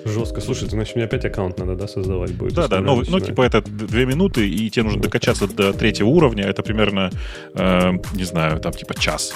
Жестко. Слушай, значит, мне опять аккаунт надо, да, создавать будет? Да, типа это 2 минуты, и тебе нужно докачаться до 3-го уровня. Это примерно, не знаю, там типа час.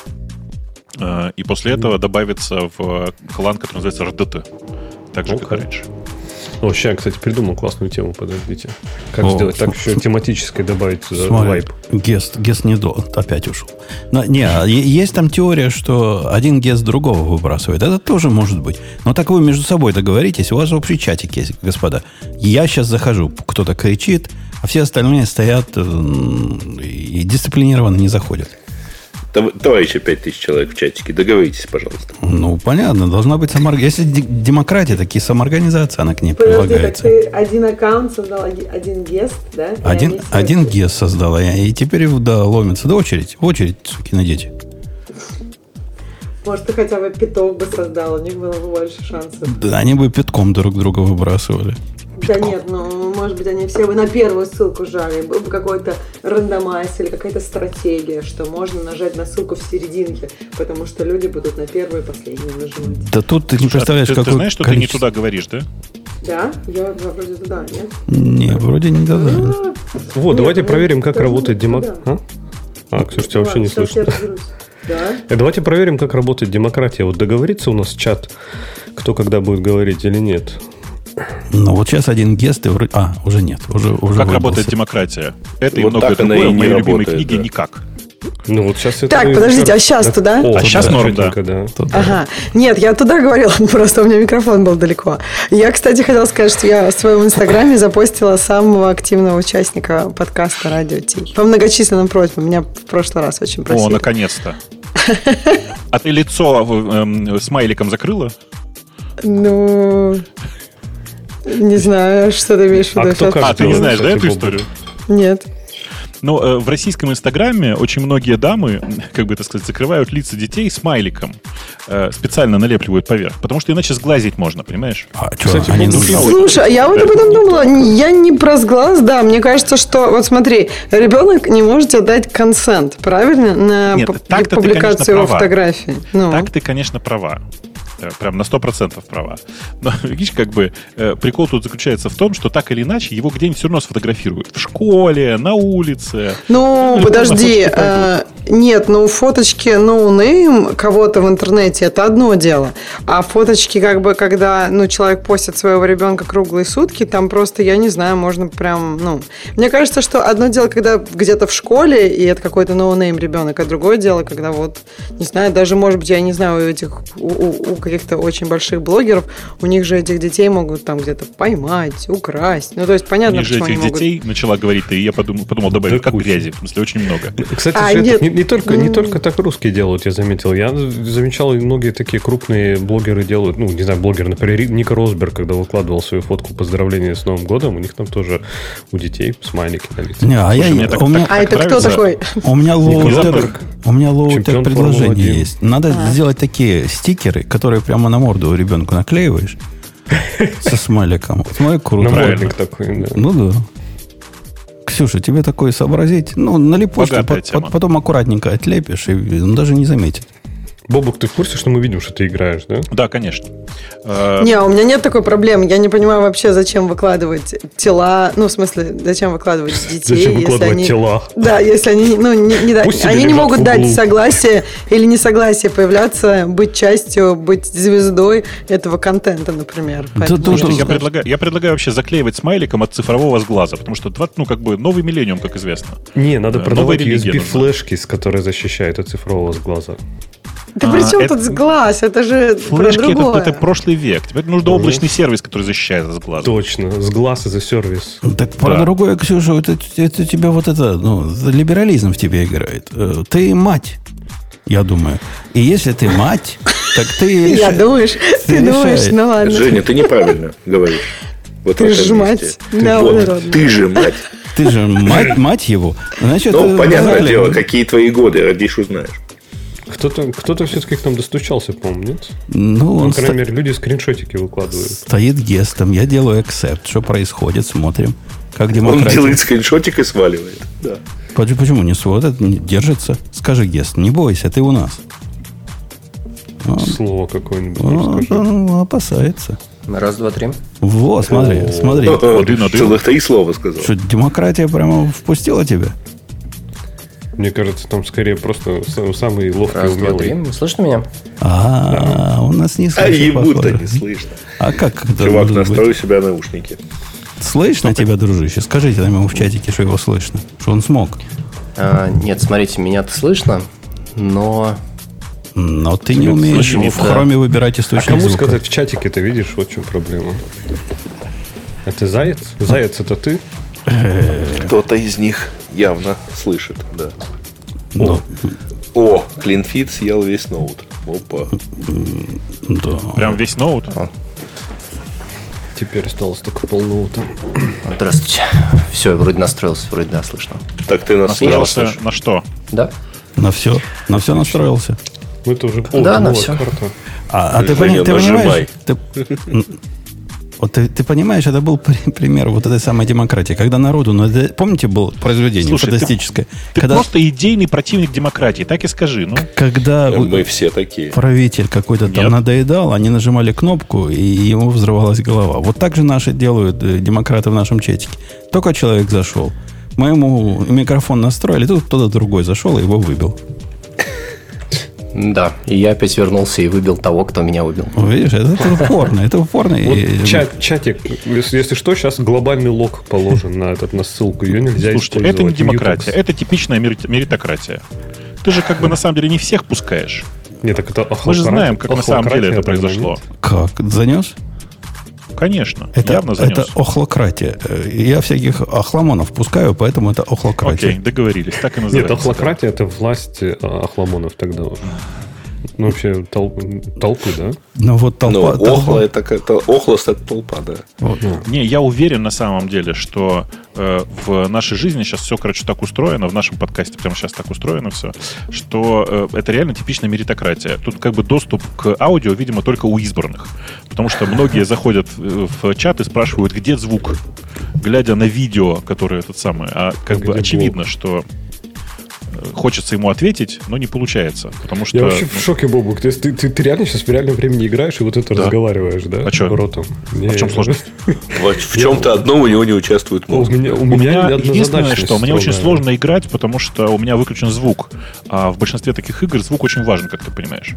И после этого добавится в клан, который называется RDT. Так же, как и раньше. О, сейчас, кстати, придумал классную тему, подождите. Как сделать так еще тематической добавить вайп? Гест не опять ушел. Но, есть там теория, что один гест другого выбрасывает. Это тоже может быть. Но так вы между собой договоритесь. У вас общий чатик есть, господа. Я сейчас захожу, кто-то кричит, а все остальные стоят и дисциплинированно не заходят. Товарищи, 5000 человек в чатике, договоритесь, пожалуйста. Ну, понятно, должна быть самоорганизация. Если демократия, такие самоорганизация, она к ней прилагается. Так ты один аккаунт создал, один гест, да? Один гест создала я, и теперь ломится. Да очередь, сукины дети. Может, ты хотя бы пяток бы создал, у них было бы больше шансов. Да, они бы пятком друг друга выбрасывали. Да нет, может быть, они все бы на первую ссылку жали. Был бы какой-то рандомайз или какая-то стратегия, что можно нажать на ссылку в серединке, потому что люди будут на первую и последнюю нажимать. Да тут ты не представляешь, какое ты знаешь, что количество... ты не туда говоришь, да? Да? Я вроде туда, нет? Не, вроде не туда. Вот, давайте проверим, как работает демократия. Ксюша, тебя вообще не слышно. Да? Давайте проверим, как работает демократия. Вот договорится у нас чат, кто когда будет говорить или нет. Ну, вот сейчас один гест и вроде... уже нет. Уже как выбрался. работает демократия? Это вот и многое другое в моей любимой книге никак. Ну, вот сейчас это... Так, подождите, а сейчас туда? Сейчас норм, да. Ага. Нет, я туда говорила, просто у меня микрофон был далеко. Я, кстати, хотела сказать, что я в своем инстаграме запостила самого активного участника подкаста «Радио Ти». По многочисленным просьбам. Меня в прошлый раз очень просили. О, наконец-то. А ты лицо смайликом закрыла? Ну... Не знаю, что ты имеешь в виду. Ты не знаешь, да, эту историю? Нет. Но в российском инстаграме очень многие дамы, как бы это сказать, закрывают лица детей смайликом. Специально налепливают поверх. Потому что иначе сглазить можно, понимаешь? Кстати, слушай, а я вот об этом думала. Я не про сглаз, да. Мне кажется, что... Вот смотри, ребенок не может тебе дать консент, правильно? На публикацию его фотографии. Так ты, конечно, права. Прям на 100% права. Но, видишь, как бы прикол тут заключается в том, что так или иначе его где-нибудь все равно сфотографируют. В школе, на улице. Ну, подожди. Нет, фоточки ноунейм кого-то в интернете, это одно дело. А фоточки, как бы, когда человек постит своего ребенка круглые сутки, там просто, я не знаю, можно прям, Мне кажется, что одно дело, когда где-то в школе, и это какой-то ноунейм ребенок, а другое дело, когда не знаю, даже, может быть, я не знаю, у каких-то очень больших блогеров, у них же этих детей могут там где-то поймать, украсть. То есть понятно, почему они могут... детей начала говорить ты, и я подумал добавить, как грязи. В смысле, очень много. Кстати, не только так русские делают, я заметил. Я замечал, и многие такие крупные блогеры делают. Не знаю, блогер, например, Ника Росберг, когда выкладывал свою фотку поздравления с Новым годом, у них там тоже у детей смайлики на лице. Это кто такой? У меня лоу-тек предложение есть. Надо сделать такие стикеры, которые прямо на морду ребенку наклеиваешь со смайликом. Смотри, круто. Намордник такой, да. Ну да. Ксюша, тебе такое сообразить? На липучку потом аккуратненько отлепишь, и он даже не заметит. Бобук, ты в курсе, что мы видим, что ты играешь, да? Да, конечно. Не, у меня нет такой проблемы. Я не понимаю вообще, зачем выкладывать тела. В смысле, зачем выкладывать детей. Зачем выкладывать тела? Да, если они они не могут дать согласие или несогласие появляться, быть частью, быть звездой этого контента, например. Я предлагаю вообще заклеивать смайликом от цифрового сглаза, потому что новый миллениум, как известно. Не, надо продавать USB-флешки, с которой защищают от цифрового сглаза. Да при чем тут сглаз? Это же флешки про другое. Это прошлый век. Теперь нужен облачный сервис, который защищает от сглаза. Точно. Сглаз и за сервис. Так про другое, Ксюша, это тебя либерализм в тебе играет. Ты мать, я думаю. И если ты мать, так ты... Я думаешь, ты думаешь, ладно. Женя, ты неправильно говоришь. Ты же мать. Ты же мать. Ты же мать его. Значит, понятное дело, какие твои годы, родишь, узнаешь. Кто-то все-таки к нам достучался, по-моему, нет? По крайней мере, люди скриншотики выкладывают. Стоит гестом, я делаю accept. Что происходит, смотрим. Как демократия. Он делает скриншотик и сваливает. Да. Почему не сводит? Держится. Скажи, гест, не бойся, ты у нас. слово какое-нибудь. Он опасается. Раз, два, три. Вот, смотри. Целых 3 слова сказал. Что, демократия прямо впустила тебя? Мне кажется, там скорее просто самый ловкий, Раз, два, умелый. три. Слышно меня? У нас не слышно. Ебут-то не слышно. А как это Чувак, может быть? настрой у себя наушники. Слышно тебя, дружище? Скажите нам ему в чатике, что его слышно. Что он смог. Нет, смотрите, меня-то слышно, но... Но ты не умеешь в хроме выбирать источник А кому звука. сказать в чатике, ты видишь, вот в чем проблема. Это Заяц? Заяц, это ты? Кто-то из них явно слышит, да. Ну, О, CleanFit съел весь ноут. Опа. да. Прям весь ноут. Теперь осталось только полноута. Здравствуйте. Все, вроде настроился, вроде да, слышно. Так ты нас Настроился на что? Да? На все настроился. Ну, это уже Да, на новая всё. карта. А ты Женя, понимаешь? нажимай. Вот ты понимаешь, это был пример вот этой самой демократии. Когда народу... помните, было произведение Слушай, фантастическое? Ты когда, просто идейный противник демократии, так и скажи. Ну, когда Мы все такие. правитель какой-то там Нет. надоедал, они нажимали кнопку, и ему взрывалась голова. Вот так же наши делают демократы в нашем чатике. Только человек зашел. Мы ему микрофон настроили, тут кто-то другой зашел и его выбил. Да. И я опять вернулся и выбил того, кто меня убил. Видишь, это упорно. Это упорно. Вот И- чатик, если что, сейчас глобальный лог положен на ссылку. Ее нельзя слушайте, использовать. это не в демократия, Mutex. это типичная меритократия. Ты же как бы на самом деле не всех пускаешь. Нет, так это Мы же знаем, как на самом деле это охлократия, произошло. Как? Занес? Конечно, Это, явно занес. это охлократия. Я всяких охламонов пускаю, поэтому это охлократия. Окей, договорились, так и Нет, называется. охлократия это власть охламонов тогда. Ну, вообще, толпы, да? Ну, вот толпа... Ну, охла это охлост это толпа, да. Вот. Не, я уверен на самом деле, что в нашей жизни сейчас все, короче, так устроено, в нашем подкасте прямо сейчас так устроено все, что это реально типичная меритократия. Тут как бы доступ к аудио, видимо, только у избранных. Потому что многие заходят в чат и спрашивают, где звук, глядя на видео, которое этот самый. А как бы Где очевидно, что хочется ему ответить, но не получается. Потому что... Я вообще в шоке, Бобук. Ты реально сейчас в реальном времени играешь и вот это Да. разговариваешь, да? А чё? Ротом. А в чем сложность? В чем-то одном у него не участвует У мозг. меня У меня единственное, однозадачность что мне очень строгая. сложно играть, потому что у меня выключен звук. А в большинстве таких игр звук очень важен, как ты понимаешь.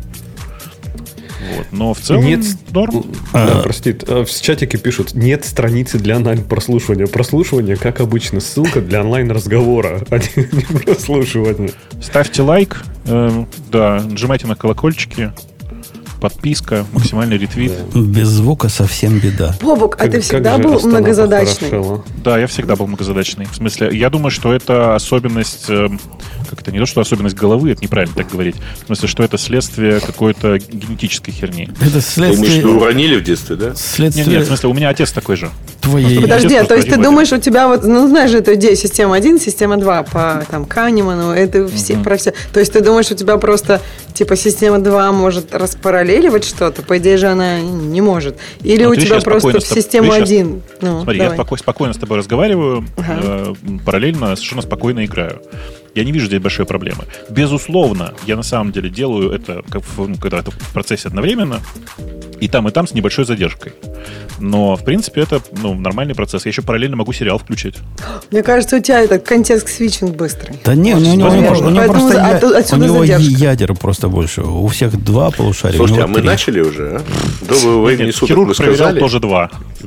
Вот. Но в целом Нет. норм. Да, прости. В чатике пишут, нет страницы для онлайн-прослушивания. Прослушивание, как обычно, ссылка для онлайн-разговора, а не прослушивания. Ставьте лайк, да, нажимайте на колокольчики, подписка, максимальный ретвит. Без звука совсем беда. Бобок, а ты Как всегда же был Астана многозадачный? похорошела. Да, я всегда был многозадачный. В смысле, я думаю, что это особенность, как это, не то, что особенность головы, это неправильно так говорить. В смысле, что это следствие какой-то генетической херни. Это Ты имеешь в следствие... виду, уронили в детстве, да? Следствие Нет, в смысле, у меня отец такой же. твоей... Подожди, Отец то есть ты просто думаешь, у тебя вот, ну знаешь же эту идею система 1, система 2 по там Канеману, это все про все. То есть ты думаешь, у тебя просто типа система 2 может распараллеливать что-то, по идее же она не может. Или Ну, у ты тебя щас просто спокойно в систему ты щас- 1. Ну, Смотри, давай. я спокойно с тобой разговариваю, Ага. параллельно совершенно спокойно играю. Я не вижу здесь большой проблемы. Безусловно, я на самом деле делаю это когда это в процессе одновременно, и там с небольшой задержкой. Но, в принципе, это нормальный процесс. Я еще параллельно могу сериал включить. Мне кажется, у тебя этот контекст-свитчинг быстрый. Да не, у него Поэтому просто отсюда у него задержка. ядер просто больше. У всех 2 полушария. у Слушайте, него а мы 3. начали уже, а? Доброго времени Нет, суток хирург мы проверял сказали. тоже 2.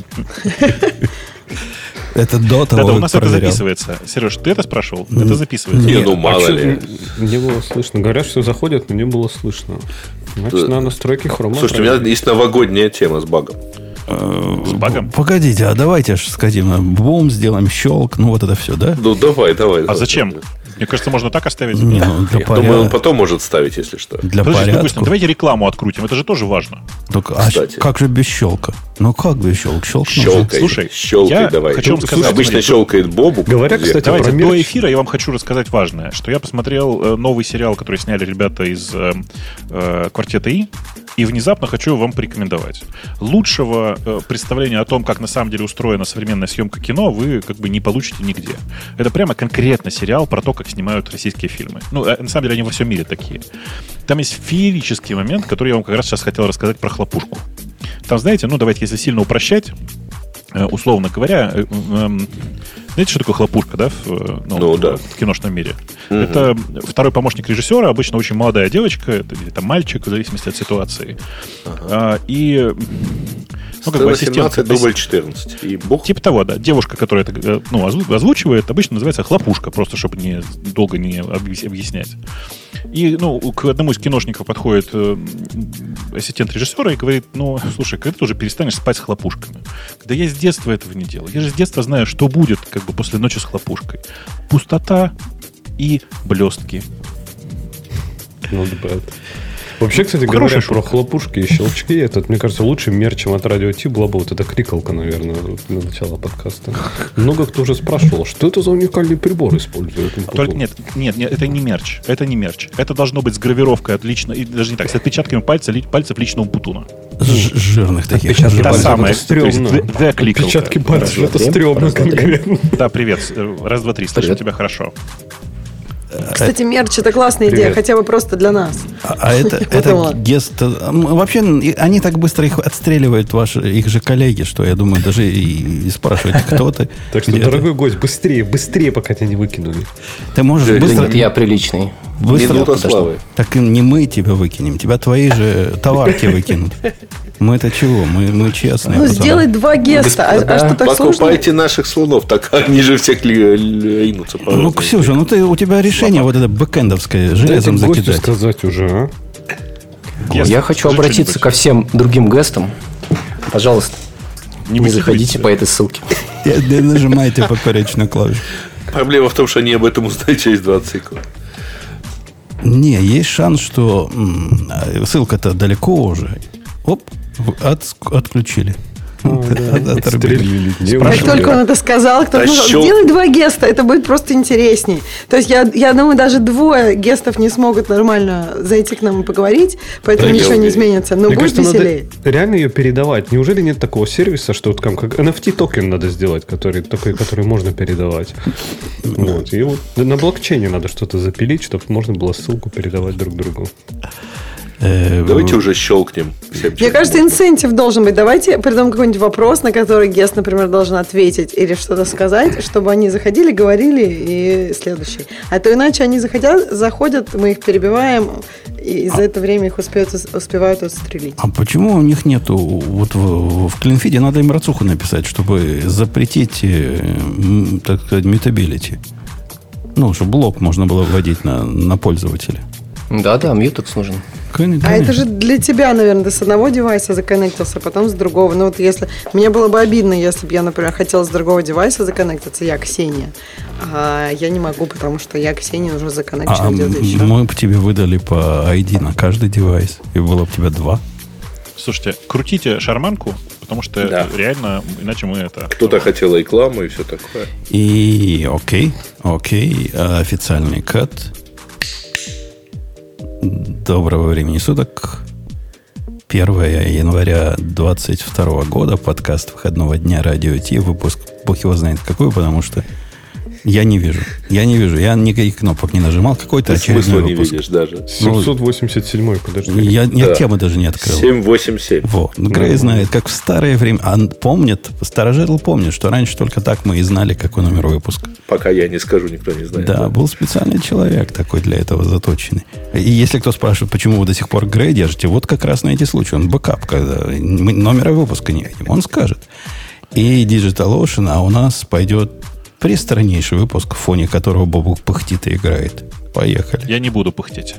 Это до того, Да-да, у как нас это проверял. записывается. Сереж, ты это спрашивал? Это записывается. Не, ну А мало чё, ли. Не было слышно. Говорят, что заходят, но не было слышно. Значит, на настройки хрома. Слушайте, у меня есть новогодняя тема с багом. С багом? Погодите, а давайте ж скажем, бум, сделаем щелк, ну вот это все, да? Ну, давай. А зачем? Мне кажется, можно так оставить. Не, ну, для Я думаю, он порядка. потом может ставить, если что. Для Подожди, допустим, порядка. давайте рекламу открутим. Это же тоже важно. Только, а Кстати. как же без щелка? Ну как без щелк? Щелк нужен. Щелкай. Слушай, Щелкай я давай. хочу вам сказать, Обычно смотри, щелкает Бобу. Говоря, кстати, Давайте про до мерч. эфира я вам хочу рассказать важное, что я посмотрел новый сериал, который сняли ребята из «Квартета И». И внезапно хочу вам порекомендовать. Лучшего представления о том, как на самом деле устроена современная съемка кино, вы как бы не получите нигде. Это прямо конкретно сериал про то, как снимают российские фильмы. Ну, на самом деле, они во всем мире такие. Там есть феерический момент, который я вам как раз сейчас хотел рассказать про хлопушку. Там, знаете, ну, давайте, если сильно упрощать, условно говоря, знаете, что такое хлопушка, да, в киношном мире? Угу. Это второй помощник режиссера, обычно очень молодая девочка, это мальчик, в зависимости от ситуации. Ага. И... Ну, как бы ассистент, дубль 14. И бух. Типа того, да. Девушка, которая это озвучивает, обычно называется хлопушка, просто чтобы долго не объяснять. И к одному из киношников подходит ассистент режиссера и говорит: ну, слушай, когда ты уже перестанешь спать с хлопушками? Когда я с детства этого не делал. Я же с детства знаю, что будет как бы после ночи с хлопушкой. Пустота и блестки. Not bad. Вообще, кстати, говоря про хлопушки и щелчки, мне кажется, лучшим мерчем от Радио Ти была бы вот эта крикалка, наверное, на начало подкаста. Много кто уже спрашивал, что это за уникальный прибор используют. Только нет, это не мерч. Это не мерч. Это должно быть с гравировкой отлично, и даже не так, с отпечатками пальцев личного Путуна. Жирных таких. Отпечатки пальцев это стрёмно. Отпечатки пальцев это стрёмно конкретно. Да, привет. Раз, два, три. Слышу тебя хорошо. Кстати, мерч — это классная идея, хотя бы просто для нас. Это гест... Вообще, они так быстро их отстреливают, их же коллеги, что я думаю, даже и спрашивать, кто ты. Так что, дорогой гость, быстрее, пока тебя не выкинули. Ты можешь быстро... Я приличный. Минута славы. Так не мы тебя выкинем, тебя твои же товарки выкинут. Мы это чего? Мы честные. Ну, сделай 2 геста. А что так сложно? Покупайте наших слонов, так они же все ринутся. Ну, Ксюша, у тебя решение вот это бэкэндовское железом закидать. Дайте сказать уже, а? Я хочу обратиться ко всем другим гестам. Пожалуйста, не заходите по этой ссылке. Не нажимайте поперечную клавишу. Проблема в том, что они об этом узнают через 20 секунд. Не, есть шанс, что ссылка-то далеко уже. Оп, отключили. Как только он это сказал, кто-то сказал: сделай 2 геста, это будет просто интересней. То есть я думаю, даже 2 гестов не смогут нормально зайти к нам и поговорить, поэтому ничего не изменится. Но будет веселее. Реально ее передавать. Неужели нет такого сервиса, что вот как NFT токен надо сделать, который можно передавать? Вот. И вот на блокчейне надо что-то запилить, чтобы можно было ссылку передавать друг другу. Давайте уже щелкнем. Мне кажется, инсентив должен быть. Давайте придумаем какой-нибудь вопрос, на который гест, например, должен ответить или что-то сказать, чтобы они заходили, говорили, и следующий. А то иначе они заходят, мы их перебиваем, и за это время их успевают отстрелить. А почему у них нету... Вот в клинфиде надо им рацуху написать, чтобы запретить, так сказать, мютабилити. Ну, чтобы блок можно было вводить на пользователя. Да, мьютекс нужен. А это же для тебя, наверное, ты с одного девайса законнектился, потом с другого. Ну вот если... Мне было бы обидно, если бы я, например, хотела с другого девайса законнектиться, я Ксения. А я не могу, потому что я Ксения уже законнекчена где-то еще. Мы бы тебе выдали по ID на каждый девайс, и было бы у тебя 2. Слушайте, крутите шарманку, потому что реально, иначе мы это... Кто-то хотел рекламу и все такое. И окей, официальный кат. Доброго времени суток. 1 января 2022 года. Подкаст выходного дня Радио Ти. Выпуск бог его знает какой, потому что я не вижу. Я никаких кнопок не нажимал. Какой-то очередной выпуск. Не видишь даже. 787-й, подожди. Я тему даже не открыл. 787. Вот. Грей знает, как в старое время. Старожил помнит, что раньше только так мы и знали, какой номер выпуска. Пока я не скажу, никто не знает. Да, был специальный человек такой для этого заточенный. И если кто спрашивает, почему вы до сих пор Грей держите, вот как раз на эти случаи. Он бэкап, когда мы номера выпуска не видим. Он скажет. И DigitalOcean, а у нас пойдет престраннейший выпуск, в фоне которого Бобук пыхтит и играет. Поехали. Я не буду пыхтеть.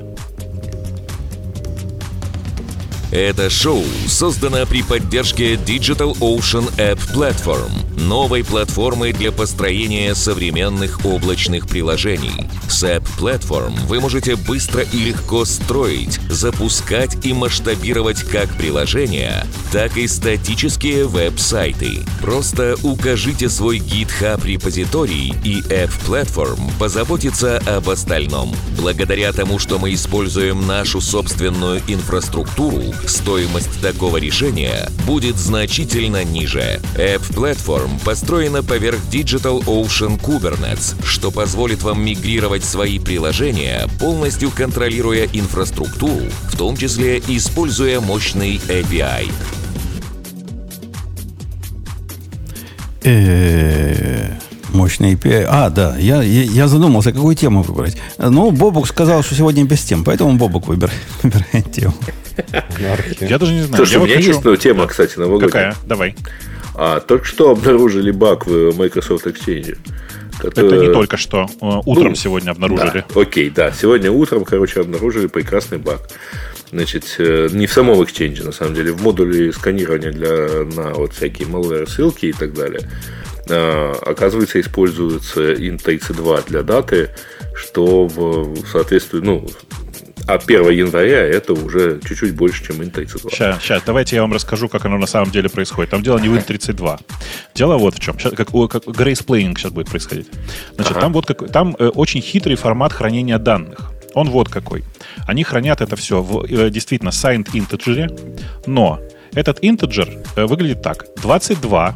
Это шоу создано при поддержке DigitalOcean App Platform, новой платформы для построения современных облачных приложений. С App Platform вы можете быстро и легко строить, запускать и масштабировать как приложения, так и статические веб-сайты. Просто укажите свой GitHub-репозиторий, и App Platform позаботится об остальном. Благодаря тому, что мы используем нашу собственную инфраструктуру, Стоимость такого решения будет значительно ниже. App Platform построена поверх DigitalOcean Kubernetes, что позволит вам мигрировать свои приложения, полностью контролируя инфраструктуру, в том числе используя мощный API. Мощный API. Да, я задумался, какую тему выбрать. Ну, Бобук сказал, что сегодня без тем, поэтому Бобук выбирает тему. Я даже не знаю. Слушай, у меня есть тема, кстати, новогодняя. Какая? Давай. Только что обнаружили баг в Microsoft Exchange. Это не только что. Утром сегодня обнаружили. Да, окей, да. Сегодня утром, обнаружили прекрасный баг. Значит, не в самом Exchange, на самом деле, в модуле сканирования на вот всякие malware ссылки и так далее. Оказывается, используется int32 для даты, что соответствует, а 1 января это уже чуть-чуть больше, чем int32. Сейчас, давайте я вам расскажу, как оно на самом деле происходит. Там дело не в int32. Дело вот в чем. Сейчас, как grace-planning сейчас будет происходить. Значит, там очень хитрый формат хранения данных. Он вот какой. Они хранят это все в действительно signed integer, но этот integer выглядит так. 22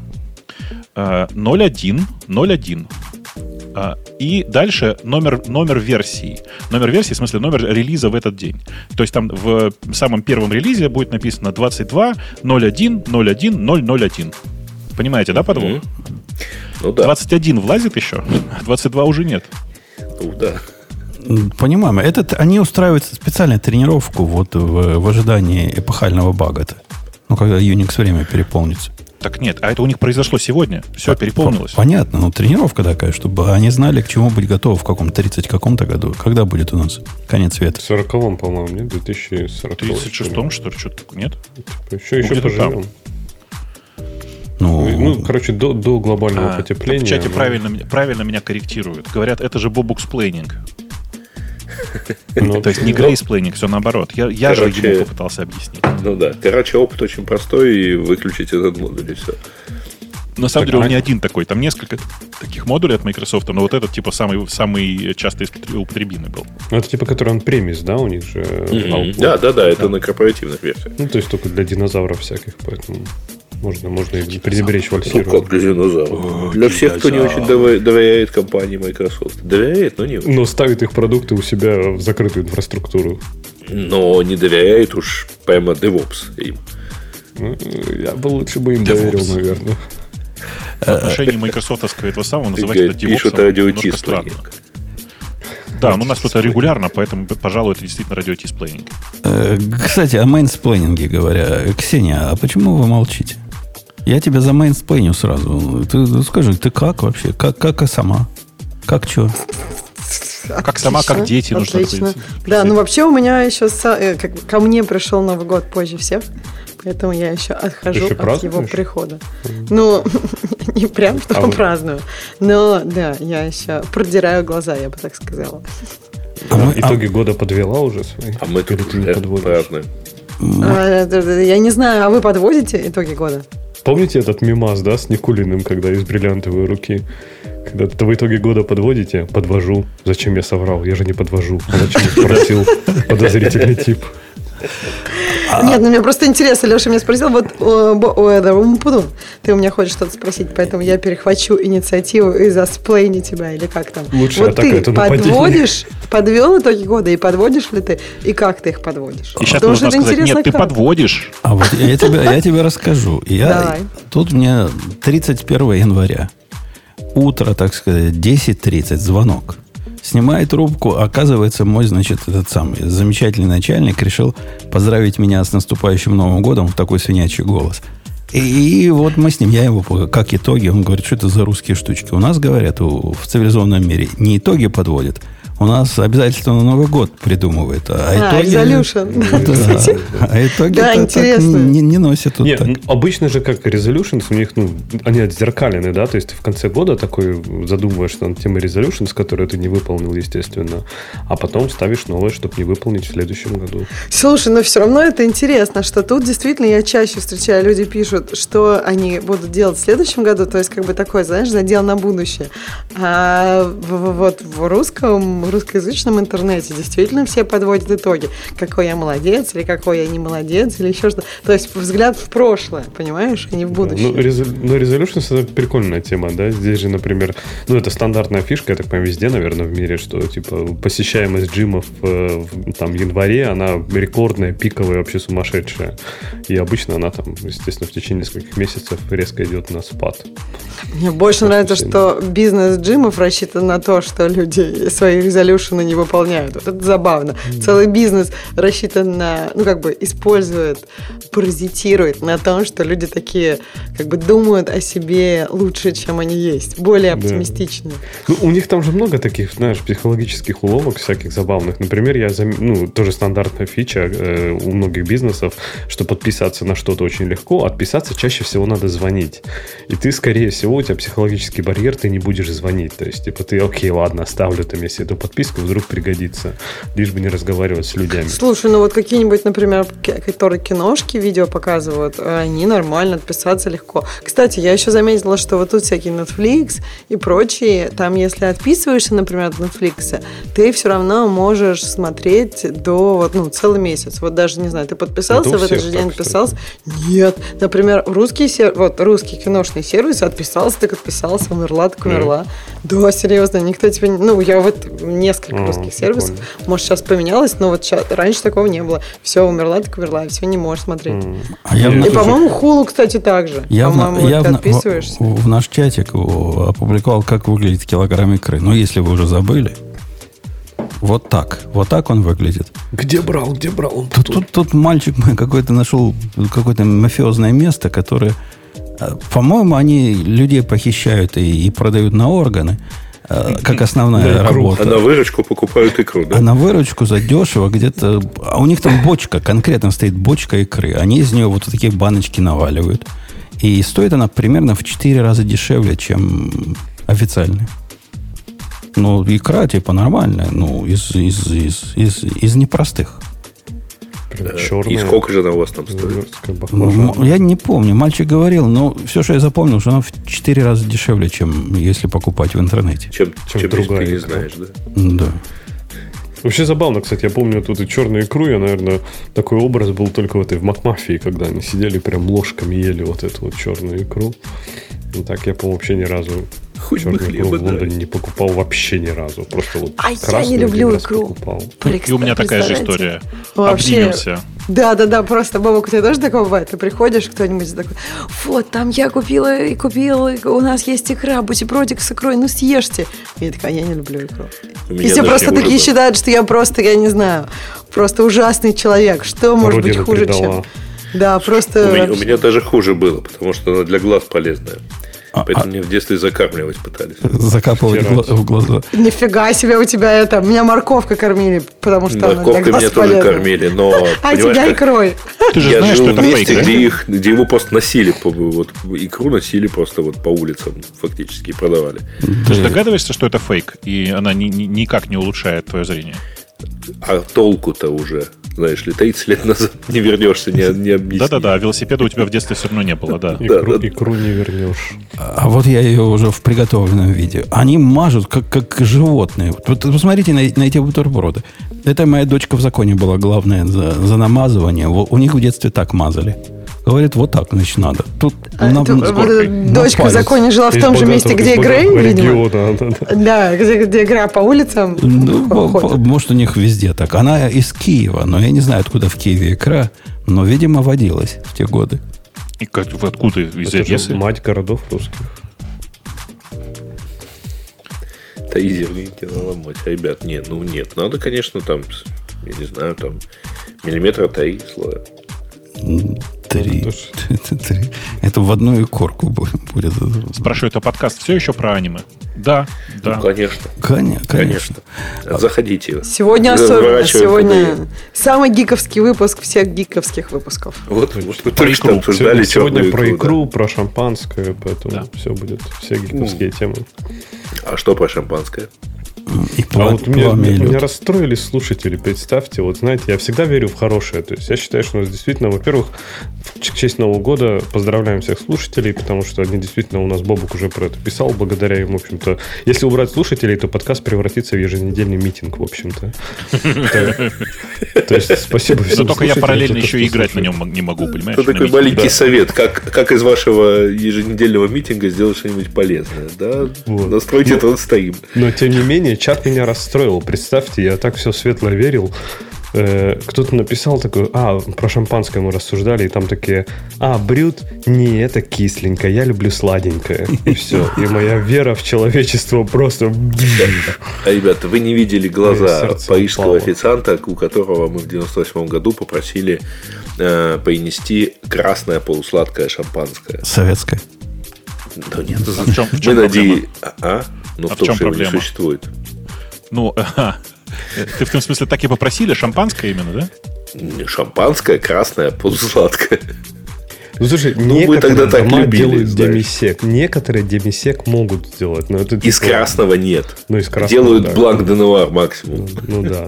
01 01. И дальше номер версии. Номер версии, в смысле номер релиза в этот день. То есть там в самом первом релизе будет написано 22 01 01 001. Понимаете, да, подвох? Ну да. 21 влазит еще, а 22 уже нет. Ну да. Понимаем. Они устраивают специальную тренировку вот в ожидании эпохального бага-то. Когда Unix время переполнится. Так нет, а это у них произошло сегодня. Все переполнилось. Понятно, но тренировка такая, чтобы они знали, к чему быть готовы в каком 30 каком-то году. Когда будет у нас конец света? В 40-м, по-моему, нет? 2040. 36-м, что ли? Что-то такое, нет? Еще поживем. Короче, до глобального потепления. В чате правильно меня корректируют. Говорят, это же бобуксплейнинг. То есть не грейсплейнинг, все наоборот. Я же ему попытался объяснить. Ну да. Опыт очень простой, и выключить этот модуль, и все. На самом деле он не один такой. Там несколько таких модулей от Microsoft, но вот этот типа самый часто употребимый был. Это типа который он премис, да? У них же... Да, это на корпоративных версиях. То есть только для динозавров всяких, поэтому... Можно и пренебречь вальсированием. Как для динозавров? Для всех, кто не очень доверяет компании Microsoft. Доверяет, но не очень. Но ставит их продукты у себя в закрытую инфраструктуру. Но не доверяет уж прямо DevOps им. Я бы лучше им доверил, наверное. В отношении майкрософтовского этого самого называть это DevOps. Пишут радиотисплейнинг. Да, но у нас кто-то регулярно, поэтому, пожалуй, это действительно радиотисплейнинг. Кстати, о мейнсплейнинге говоря. Ксения, а почему вы молчите? Я тебя за мейнсплейню сразу. Ты скажи, ты как вообще? Как сама? Как что? Как сама, как дети. Отлично. Да, вообще у меня еще ко мне пришел Новый год позже всех. Поэтому я еще отхожу от его прихода. Не прям что праздную. Но, да, я еще продираю глаза, я бы так сказала. Итоги года подвела уже свои? А мы тут уже празднуем. Я не знаю, а вы подводите итоги года? Помните этот мемас, да, с Никулиным, когда из бриллиантовой руки? Когда в итоге года подводите? Подвожу. Зачем я соврал? Я же не подвожу. А зачем я спросил? Подозрительный тип. Нет, мне просто интересно, Леша меня спросил, ты у меня хочешь что-то спросить, поэтому я перехвачу инициативу и засплейню тебя, или как там. Лучше вот ты подвел итоги года, и подводишь ли ты, и как ты их подводишь? И сейчас нужно сказать, нет, ты подводишь. А вот я тебе расскажу. Тут мне 31 января, утро, так сказать, 10:30, звонок. Снимает трубку, оказывается, мой, этот самый замечательный начальник решил поздравить меня с наступающим Новым годом в такой свинячий голос. И вот мы с ним, я его, как итоги, он говорит, что это за русские штучки. У нас, говорят, в цивилизованном мире не итоги подводят, у нас обязательства на Новый год придумывают. Resolution. А итоги интересно. Не носят. Нет, обычно же как resolutions, у них, они отзеркалены, да, то есть ты в конце года такой задумываешься над темой resolutions, которые ты не выполнил, естественно, а потом ставишь новое, чтобы не выполнить в следующем году. Слушай, но все равно это интересно, что тут действительно я чаще встречаю, люди пишут, что они будут делать в следующем году, то есть такой, знаешь, задел на будущее. А вот в русском в русскоязычном интернете действительно все подводят итоги. Какой я молодец, или какой я не молодец, или еще что-то. То есть взгляд в прошлое, понимаешь, а не в будущее. Ну, Resolutions — это прикольная тема, да? Здесь же, например, это стандартная фишка, я так понимаю, везде, наверное, в мире, что, типа, посещаемость джимов в январе, она рекордная, пиковая, вообще сумасшедшая. И обычно она там, естественно, в течение нескольких месяцев резко идет на спад. Мне больше нравится, что бизнес джимов рассчитан на то, что люди свои резолюшены не выполняют. Вот это забавно. Целый бизнес рассчитан на, использует, паразитирует на том, что люди такие, думают о себе лучше, чем они есть. Более оптимистичные. Ну, у них там же много таких, знаешь, психологических уловок всяких забавных. Например, тоже стандартная фича у многих бизнесов, что подписаться на что-то очень легко, отписаться чаще всего надо звонить. И ты, скорее всего, у тебя психологический барьер, ты не будешь звонить. То есть, типа, ты, окей, ладно, оставлю там, если эту подписку вдруг пригодится. Лишь бы не разговаривать с людьми. Слушай, вот какие-нибудь, например, которые киношки, видео показывают, они нормально, отписаться легко. Кстати, я еще заметила, что вот тут всякие Netflix и прочие, там, если отписываешься, например, от Netflix, ты все равно можешь смотреть до, целый месяц. Вот даже, не знаю, ты подписался, в этот же день отписался. Нет. Например, русский киношный сервис, отписался, так отписался, умерла, так умерла. Да, серьезно, никто тебя не... я несколько русских сервисов, может, сейчас поменялось, но раньше такого не было. Все, умерла, так умерла, и все, не можешь смотреть. И, по-моему, Hulu, кстати, так же. По-моему, ты отписываешься. В наш чатик опубликовал, как выглядит килограмм икры. Но если вы уже забыли, вот так он выглядит. Где брал? Тут мальчик какой-то нашел какое-то мафиозное место, которое, по-моему, они людей похищают и продают на органы, как основная работа. А на выручку покупают икру, да? А на выручку задешево где-то... А у них там бочка, конкретно стоит бочка икры. Они из нее вот такие баночки наваливают. И стоит она примерно в 4 раза дешевле, чем официальная. Икра типа нормальная, из непростых. Черная. И сколько же она у вас там стоит? Я не помню. Мальчик говорил, но все, что я запомнил, что она в 4 раза дешевле, чем если покупать в интернете. Чем другая, ты не знаешь, да? Да. Вообще забавно, кстати, я помню тут и черную икру, наверное, такой образ был только в Макмафии, когда они сидели прям ложками ели вот эту вот черную икру. Так я, по-моему, вообще ни разу черную икру в Лондоне не покупал вообще ни разу. Просто я не люблю икру. И у меня такая же история. Обнимемся. Да, просто, Бобок, у тебя тоже такое бывает? Ты приходишь, кто-нибудь такой, вот, там я купила, у нас есть икра, бутербродик с икрой, съешьте. И я такая, я не люблю икру. И все просто такие считают, что я просто, я не знаю, просто ужасный человек. Что может быть хуже, чем... Да, просто... У меня даже хуже было, потому что она для глаз полезная. Поэтому мне в детстве закармливать пытались. Закапывать в глаза. Нифига себе у тебя это. Меня морковкой кормили, потому что она для глаз полезна. Морковкой меня тоже кормили, но... А тебя икрой. Ты же знаешь, что это фейк, да? Где его просто носили, икру носили просто по улицам фактически и продавали. Ты же догадываешься, что это фейк, и она никак не улучшает твое зрение? А толку-то уже, знаешь ли, 30 лет назад не вернешься, не объяснишь. Да-да-да, велосипеда у тебя в детстве все равно не было, да. Икру не вернешь. А вот я ее уже в приготовленном виде. Они мажут, как животные. Вот посмотрите на эти бутерброды. Это моя дочка в законе была главная за намазывание. У них в детстве так мазали. Говорит, вот так, значит, надо. Тут дочка в законе жила в том же месте, где и Грей, видимо. Да, где игра по улицам. Может, у них везде так. Она из Киева, но я не знаю, откуда в Киеве икра, но, видимо, водилась в те годы. И откуда? Из Одессы? Мать городов русских. Таизерники наломать. Ребят, нет, надо, конечно, там, я не знаю, там, миллиметра 3 слоя. 3. Это в одну икорку будет. Спрашиваю, это подкаст все еще про аниме? Да. Ну, конечно. Конечно. Заходите. Сегодня особенно. Сегодня самый гиковский выпуск всех гиковских выпусков. Вот вы только что обсуждали. Сегодня про икру, про шампанское, поэтому все будет, все гиковские темы. А что про шампанское? И вот меня расстроили слушатели, представьте. Вот знаете, я всегда верю в хорошее. То есть я считаю, что у нас действительно, во-первых, в честь Нового года поздравляем всех слушателей, потому что они действительно, у нас Бобук уже про это писал, благодаря им, в общем-то. Если убрать слушателей, то подкаст превратится в еженедельный митинг, в общем-то. То есть спасибо всем. Но только я параллельно еще и играть на нем не могу, понимаешь? Это такой маленький совет. Как из вашего еженедельного митинга сделать что-нибудь полезное. Да? Настройте тронстрим. Но, тем не менее, чат меня расстроил. Представьте, я так все светло верил. Кто-то написал такой, про шампанское мы рассуждали, и там такие, брют, не, это кисленько, я люблю сладенькое. И все. И моя вера в человечество просто... Ребята, вы не видели глаза парижского официанта, у которого мы в 98 году попросили принести красное полусладкое шампанское. Советское. Да нет, в чем надеялись... Ну, в том, что его не проблема? Существует. Ну, ты в том смысле так и попросили? Шампанское именно, да? Не шампанское, красное, полусладкое. Ну, слушай, мы тогда так любили, делают демисек. Некоторые демисек могут сделать. Но это из красного нет. Ну, из красного, делают бланк де нуар максимум. Ну да.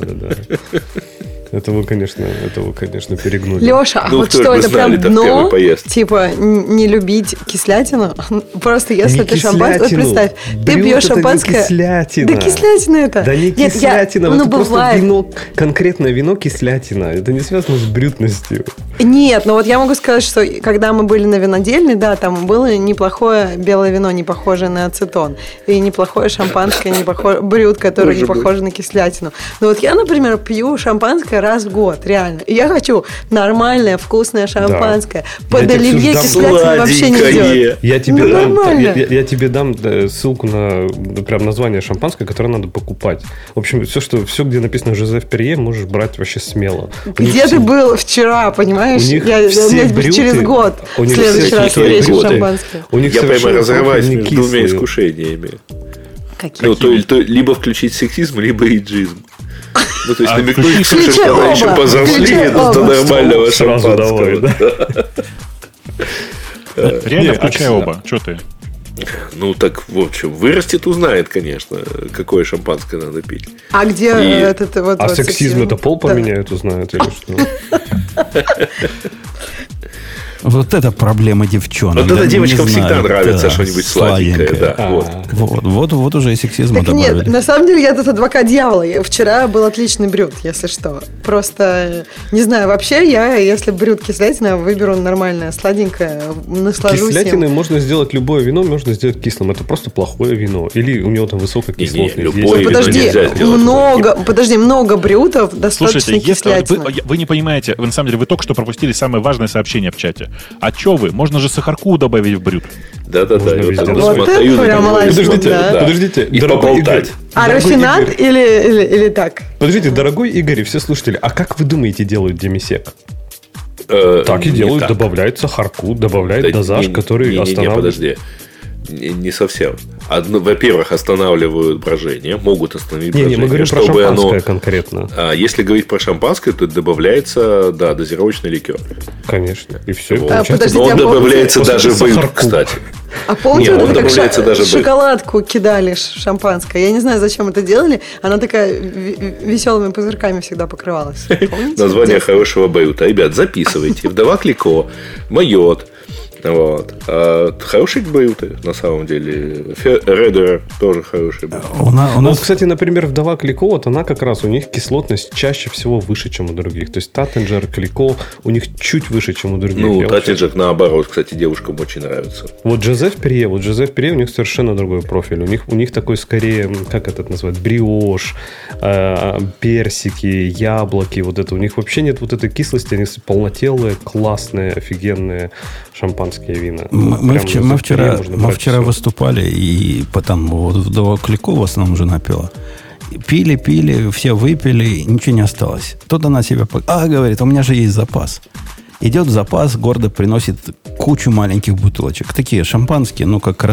Это вы, конечно, перегнули. Леша, а вот что, это прям дно? Типа, не любить кислятину? Просто если ты шампанское... Представь, ты пьешь шампанское... Кислятина. Да кислятина это. Да не кислятина, это просто вино, конкретное вино кислятина. Это не связано с брютностью. Нет, но вот я могу сказать, что когда мы были на винодельне, да, там было неплохое белое вино, не похожее на ацетон. И неплохое шампанское, брют, которое не похоже на кислятину. Но вот я, например, пью шампанское раз в год, реально. И я хочу нормальное, вкусное шампанское. Да. Под оливье кислятина вообще не идет. Я тебе дам ссылку на прям название шампанское, которое надо покупать. В общем, все, где написано Жозеф Перье, можешь брать вообще смело. Где ты был вчера, понимаешь? Я через год в следующий раз встречу шампанское. Я прямо разрываюсь между двумя искушениями. Какие? То либо включить сексизм, либо иджизм. Ну, то есть намекнуть, что она еще позавшли до нормального шампанского. Реально, включай оба. Что ты? Ну, так, в общем, вырастет, узнает, конечно, какое шампанское надо пить. А где этот вот... А сексизм это пол поменяют, узнают или что? Вот это проблема девчонок. Вот это девочкам всегда нравится что-нибудь сладенькое. Да, вот уже и сексизма добавили. Нет, на самом деле я тут адвокат дьявола. Вчера был отличный брют, если что. Просто, не знаю, вообще я, если брют кислятина, выберу нормальное, сладенькое, наслажусь кислятиной можно сделать любое вино, можно сделать кислым. Это просто плохое вино. Или у него там высокая кислотность. Любое вино нельзя сделать. Много брютов достаточно кислятины. Слушайте, вы не понимаете, вы на самом деле вы только что пропустили самое важное сообщение в чате. А чё вы? Можно же сахарку добавить в брют. Да-да-да. Вот это прям молодец. Подождите. И поболтать. А рафинад или так? Подождите, дорогой Игорь и все слушатели, а как вы думаете делают демисек? Так и делают, добавляют сахарку, добавляют дозаж, который останавливает. Подожди. Не совсем. Во-первых, останавливают брожение, могут остановить брожение. Мы говорим про шампанское конкретно. Если говорить про шампанское, то добавляется, дозировочный ликер. Конечно. И все. Но он добавляется даже в брют, кстати. А помните, как шоколадку кидали шампанское? Я не знаю, зачем это делали. Она такая веселыми пузырьками всегда покрывалась. Название хорошего брюта. Ребят, записывайте. Вдова Клико, Майот. Вот. Хорошие брюты, на самом деле. Редер тоже хороший. У нас, кстати, например, вдова Клико, вот она как раз, у них кислотность чаще всего выше, чем у других. То есть Taittinger, Клико у них чуть выше, чем у других. Ну, Taittinger наоборот, кстати, девушкам очень нравится. Вот Жозеф Перье у них совершенно другой профиль. У них такой скорее, как это называют, бриош, персики, яблоки, вот это. У них вообще нет вот этой кислости, они полнотелые, классные, офигенные шампанские вина. Мы вчера выступали, и потом вот вдова Клико в основном жена пила. Пили, все выпили, ничего не осталось. Тут она себе... говорит, у меня же есть запас. Идет в запас, гордо приносит кучу маленьких бутылочек. Такие шампанские, ну, как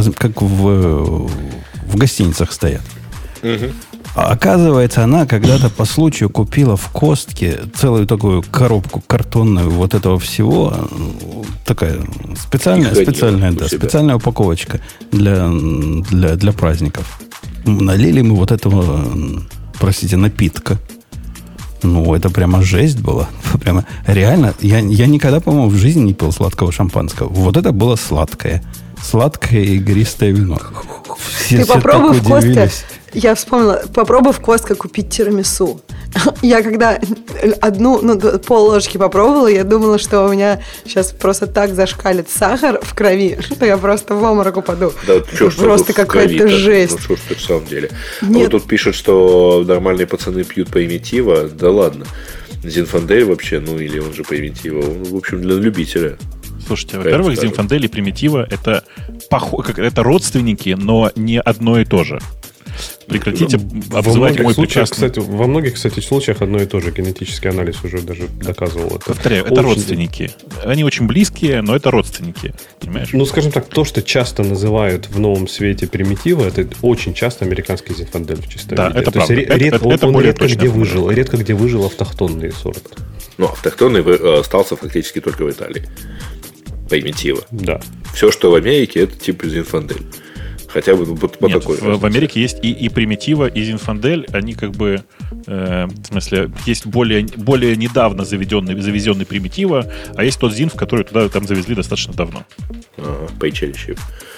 в гостиницах стоят. Угу. А оказывается, она когда-то по случаю купила в Костке целую такую коробку картонную вот этого всего. Такая специальная упаковочка для праздников. налили мы вот этого, простите, напитка. Ну, это прямо жесть была. Прямо реально. Я никогда, по-моему, в жизни не пил сладкого шампанского. Вот это было сладкое. Сладкое и игристое вино. Ты попробуй в Костко. Я вспомнила, попробуй в Костко купить тирамису. Я когда пол-ложки попробовала, я думала, что у меня сейчас просто так зашкалит сахар в крови, что я просто в обморок упаду. Да, просто какая-то жесть. Ну что ж ты в самом деле. А вот тут пишут, что нормальные пацаны пьют Примитива. Да ладно. Зинфандель вообще, ну или он же Примитива. Он, в общем, для любителя. Слушайте, во-первых, Зинфандель и Примитива это родственники, но не одно и то же. Прекратите обзывать мой прекрасный... Кстати, во многих, кстати, случаях одно и то же. Генетический анализ уже даже доказывал это. Повторяю, это родственники. Они очень близкие, но это родственники. Понимаешь? Ну, скажем так, то, что часто называют в новом свете примитива, это очень часто американский Зинфандель в чистом виде. Да, это то правда. Он редко где выжил автохтонный сорт. Ну, автохтонный остался фактически только в Италии. Примитива. Да. Все, что в Америке, это типа Зинфандель. Хотя бы по такой. В Америке есть и Примитива, и Зинфандель. Они как бы, в смысле, есть более недавно завезенный Примитива, а есть тот Зинф, который там завезли достаточно давно. Пейчелищев.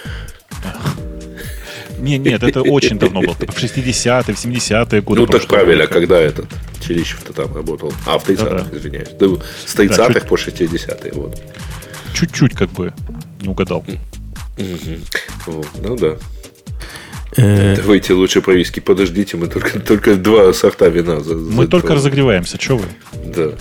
Нет, это очень давно было. В 60-е, в 70-е годы. Ну, так правильно, когда этот Челищев-то там работал. В 30-х, извиняюсь. С 30-х по 60-е, вот. Чуть-чуть как бы не угадал. Ну да. Давайте лучше про виски подождите. Мы только 2 сорта вина. Мы только разогреваемся, что вы? Да.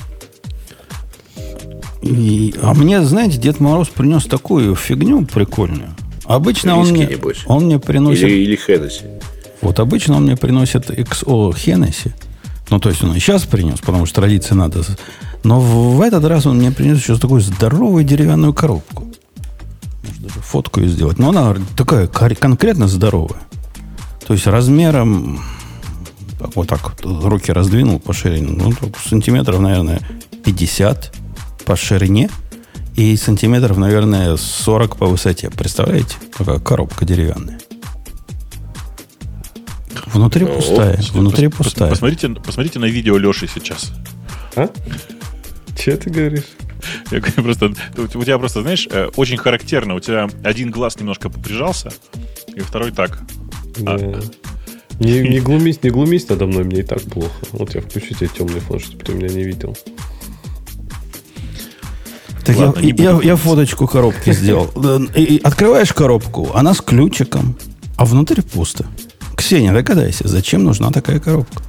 А мне, знаете, Дед Мороз принес такую фигню прикольную. Обычно виски, он мне приносит... Или Хеннесси. Вот обычно он мне приносит XO Хеннесси. Ну, то есть он и сейчас принес, потому что традиции надо. Но в этот раз он мне принес еще такую здоровую деревянную коробку. Можно даже фотку ее сделать. Но она такая конкретно здоровая. То есть размером... Вот так вот руки раздвинул по ширине. Ну, сантиметров, наверное, 50 по ширине. И сантиметров, наверное, 40 по высоте. Представляете? Такая коробка деревянная. Внутри пустая. Внутри пустая. Посмотрите на видео Леши сейчас. А? Че ты говоришь? Я говорю, просто, у тебя просто, знаешь, очень характерно. У тебя один глаз немножко поприжался, и второй так. Да. Не глумись надо мной, мне и так плохо. Вот я включу тебе темный фон, чтобы ты меня не видел. Так ладно, я фоточку коробки сделал. И открываешь коробку, она с ключиком, а внутри пусто. Ксения, догадайся, зачем нужна такая коробка?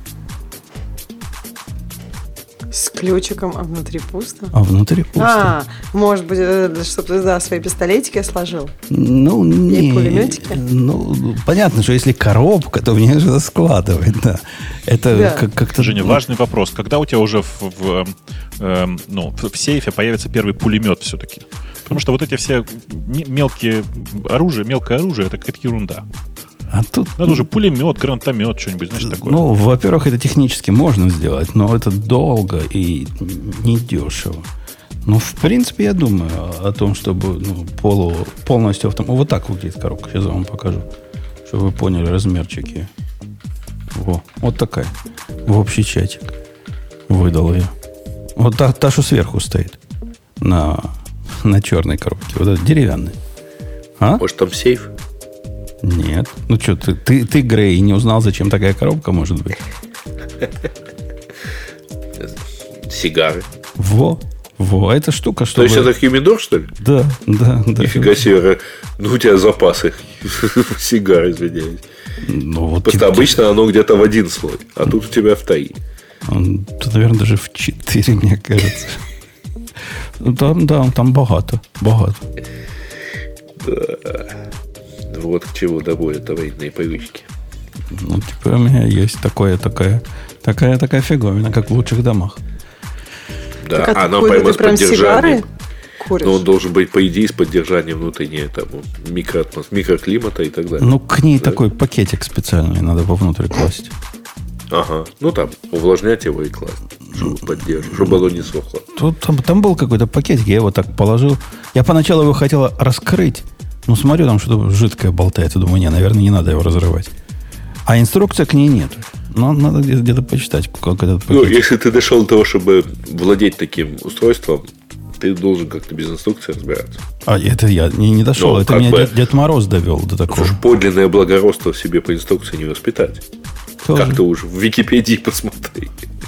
С ключиком, а внутри пусто? А внутри пусто. Может быть, чтобы ты свои пистолетики сложил? Ну, и пулеметики? Ну, понятно, что если коробка, то в ней же складывать, да. Это как-то... Женя, важный вопрос. Когда у тебя уже в сейфе появится первый пулемет все-таки? Потому что вот эти все мелкое оружие, это какая-то ерунда. А тут... Надо уже пулемет, гранатомет, что-нибудь, знаешь, такое. Ну, во-первых, это технически можно сделать, но это долго и недешево. Ну, в принципе, я думаю о том, чтобы полностью вот так выглядит коробка. Сейчас я вам покажу, чтобы вы поняли размерчики. Вот такая. В общий чатик выдал ее. Вот та, что сверху стоит на черной коробке. Вот это деревянная. Может, там сейф? Нет. Ну что, ты Грей, не узнал, зачем такая коробка может быть? Сигары. Во, эта штука, что. То есть это хюмидор, что ли? Да. Нифига себе. Ну, у тебя запасы сигар, извиняюсь. Ну, вот просто обычно оно где-то в 1 слой, а тут у тебя в 3. Тут, наверное, даже в 4, мне кажется. Там богато. Да. Вот к чему доводят военные привычки. Ну, типа у меня есть такая фиговина, как в лучших домах. Да, она прямо с поддержанием. Но он должен быть, по идее, с поддержанием внутреннего микроклимата и так далее. Ну, к ней такой пакетик специальный надо вовнутрь класть. Ага. Ну, там, увлажнять его и класть, чтобы поддерживать, чтобы оно не сохло. Там был какой-то пакетик, я его так положил. Я поначалу его хотел раскрыть. Ну, смотрю, там что-то жидкое болтается. Думаю, наверное, не надо его разрывать. А инструкции к ней нет. Но надо где-то почитать, как этот пакет. Ну, если ты дошел до того, чтобы владеть таким устройством, ты должен как-то без инструкции разбираться. А это я не дошел. Это меня Дед Мороз довел до такого. Слушай, подлинное благородство в себе по инструкции не воспитать. Тоже. Как-то уже в Википедии посмотри.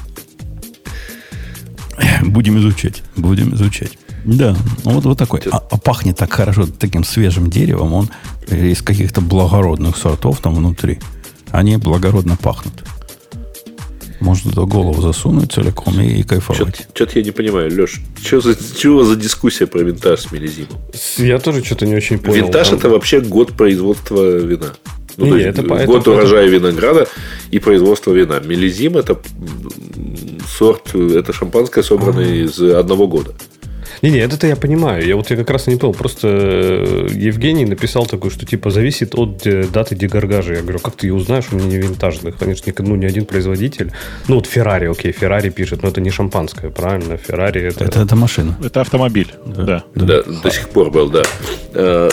Будем изучать. Да, вот такой. А пахнет так хорошо таким свежим деревом. Он из каких-то благородных сортов там внутри. Они благородно пахнут. Можно туда голову засунуть целиком и кайфовать. Что-то я не понимаю, Леш, чего за дискуссия про винтаж с миллизимом? Я тоже что-то не очень понял. Винтаж это вообще год производства вина. Ну, Не, то есть год урожая винограда и производства вина. Миллизим это сорт, это шампанское, собранное из одного года. Не, это я понимаю. Я как раз не понял. Просто Евгений написал такое, что типа зависит от даты дегаргажа. Я говорю, как ты ее узнаешь? У меня не винтажных. Конечно, ни один производитель. Ну, вот Феррари, окей, Феррари пишет, но это не шампанское, правильно? Феррари это... Это машина. Это автомобиль, да. Да, до сих пор был, да.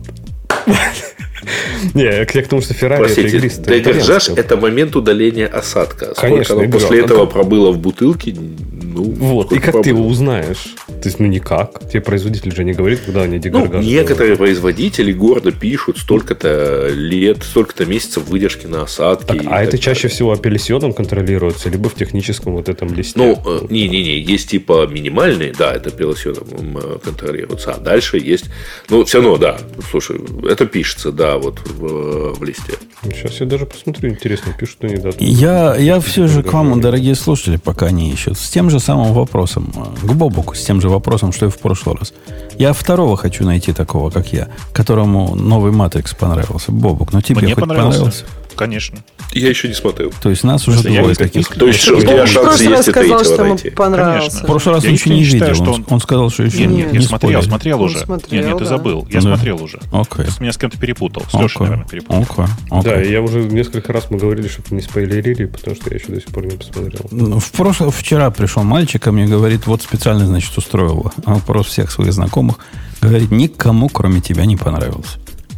Не, я к тому, что Феррари это игристое. Дегаргаж это момент удаления осадка. Конечно, сколько оно после этого пробыло в бутылке, вот, и как ты его узнаешь? То есть, никак. Тебе производитель же не говорит, когда они дегаргаж. Некоторые производители гордо пишут столько-то лет, столько-то месяцев выдержки на осадке. А это чаще всего апельсионом контролируется, либо в техническом вот этом листе. Не, есть типа минимальные, да, это апельсионом контролируется. А дальше есть, все равно, да, слушай, это пишется, да, вот в листе. Сейчас я даже посмотрю, интересно, пишут они дату. Я все же к вам, дорогие слушатели, пока не ищут, с тем же самым вопросом, к Бобуку, с тем же вопросом, что и в прошлый раз. Я второго хочу найти такого, как я, которому новый Матрикс понравился. Бобук, тебе мне хоть понравился? Конечно. Я еще не смотрел. То есть нас уже двое таких. То есть у тебя шансы есть и третьего найти. В прошлый раз он еще не видел. Он сказал, что еще Нет, я смотрел уже. Смотрел, Нет, ты забыл. Я смотрел уже. Окей. Ты меня с кем-то перепутал. С Лешей, наверное, перепутал. Да, я уже несколько раз мы говорили, чтобы не спойлерили, потому что я еще до сих пор не посмотрел. Вчера пришел мальчик ко мне, говорит, вот специально, значит, устроил опрос всех своих знакомых. Говорит, никому, кроме тебя, не понравился.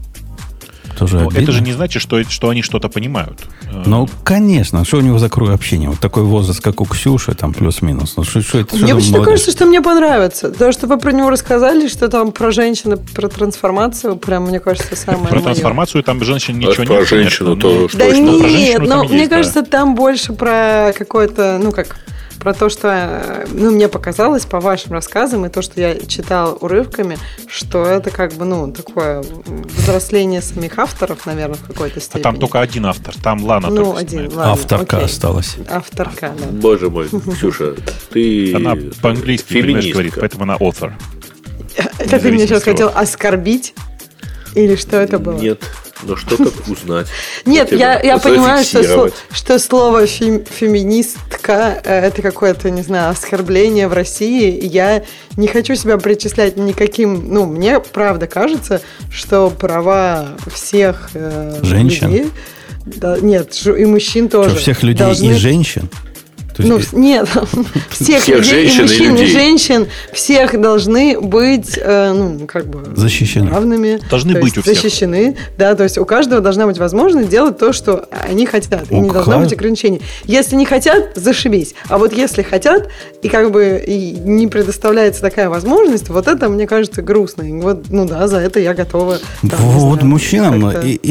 Это же не значит, что они что-то понимают. Ну, конечно. Что у него за круг общения? Вот такой возраст, как у Ксюши, там плюс-минус. Мне почему-то кажется, что мне понравится. То, что вы про него рассказали, что там про женщину, про трансформацию, прям, мне кажется, самое Про трансформацию там женщин ничего нет. Про женщину то да нет, но мне кажется, там больше про какое-то, про то, что мне показалось по вашим рассказам и то, что я читала урывками, что это такое взросление самих авторов, наверное, в какой-то степени. А там только один автор, там Лана. Ладно, авторка окей. осталась. Авторка, да. Боже мой, Ксюша, ты она по-английски говорит, поэтому она author. Это ты меня сейчас хотел оскорбить? Или что это было? Нет. Но что-то узнать. Нет, я понимаю, что слово феминистка это какое-то, не знаю, оскорбление в России. Я не хочу себя причислять никаким. Мне правда кажется, что права всех женщин. Людей, нет, и мужчин тоже. Что, всех людей и женщин? Нет, всех людей, и мужчин, и женщин, всех должны быть, защищены. Равными. Должны быть у всех. Защищены, да, то есть у каждого должна быть возможность делать то, что они хотят, и не должно быть ограничений. Если не хотят, зашибись. А вот если хотят, и и не предоставляется такая возможность, вот это, мне кажется, грустно. И за это я готова. Мужчинам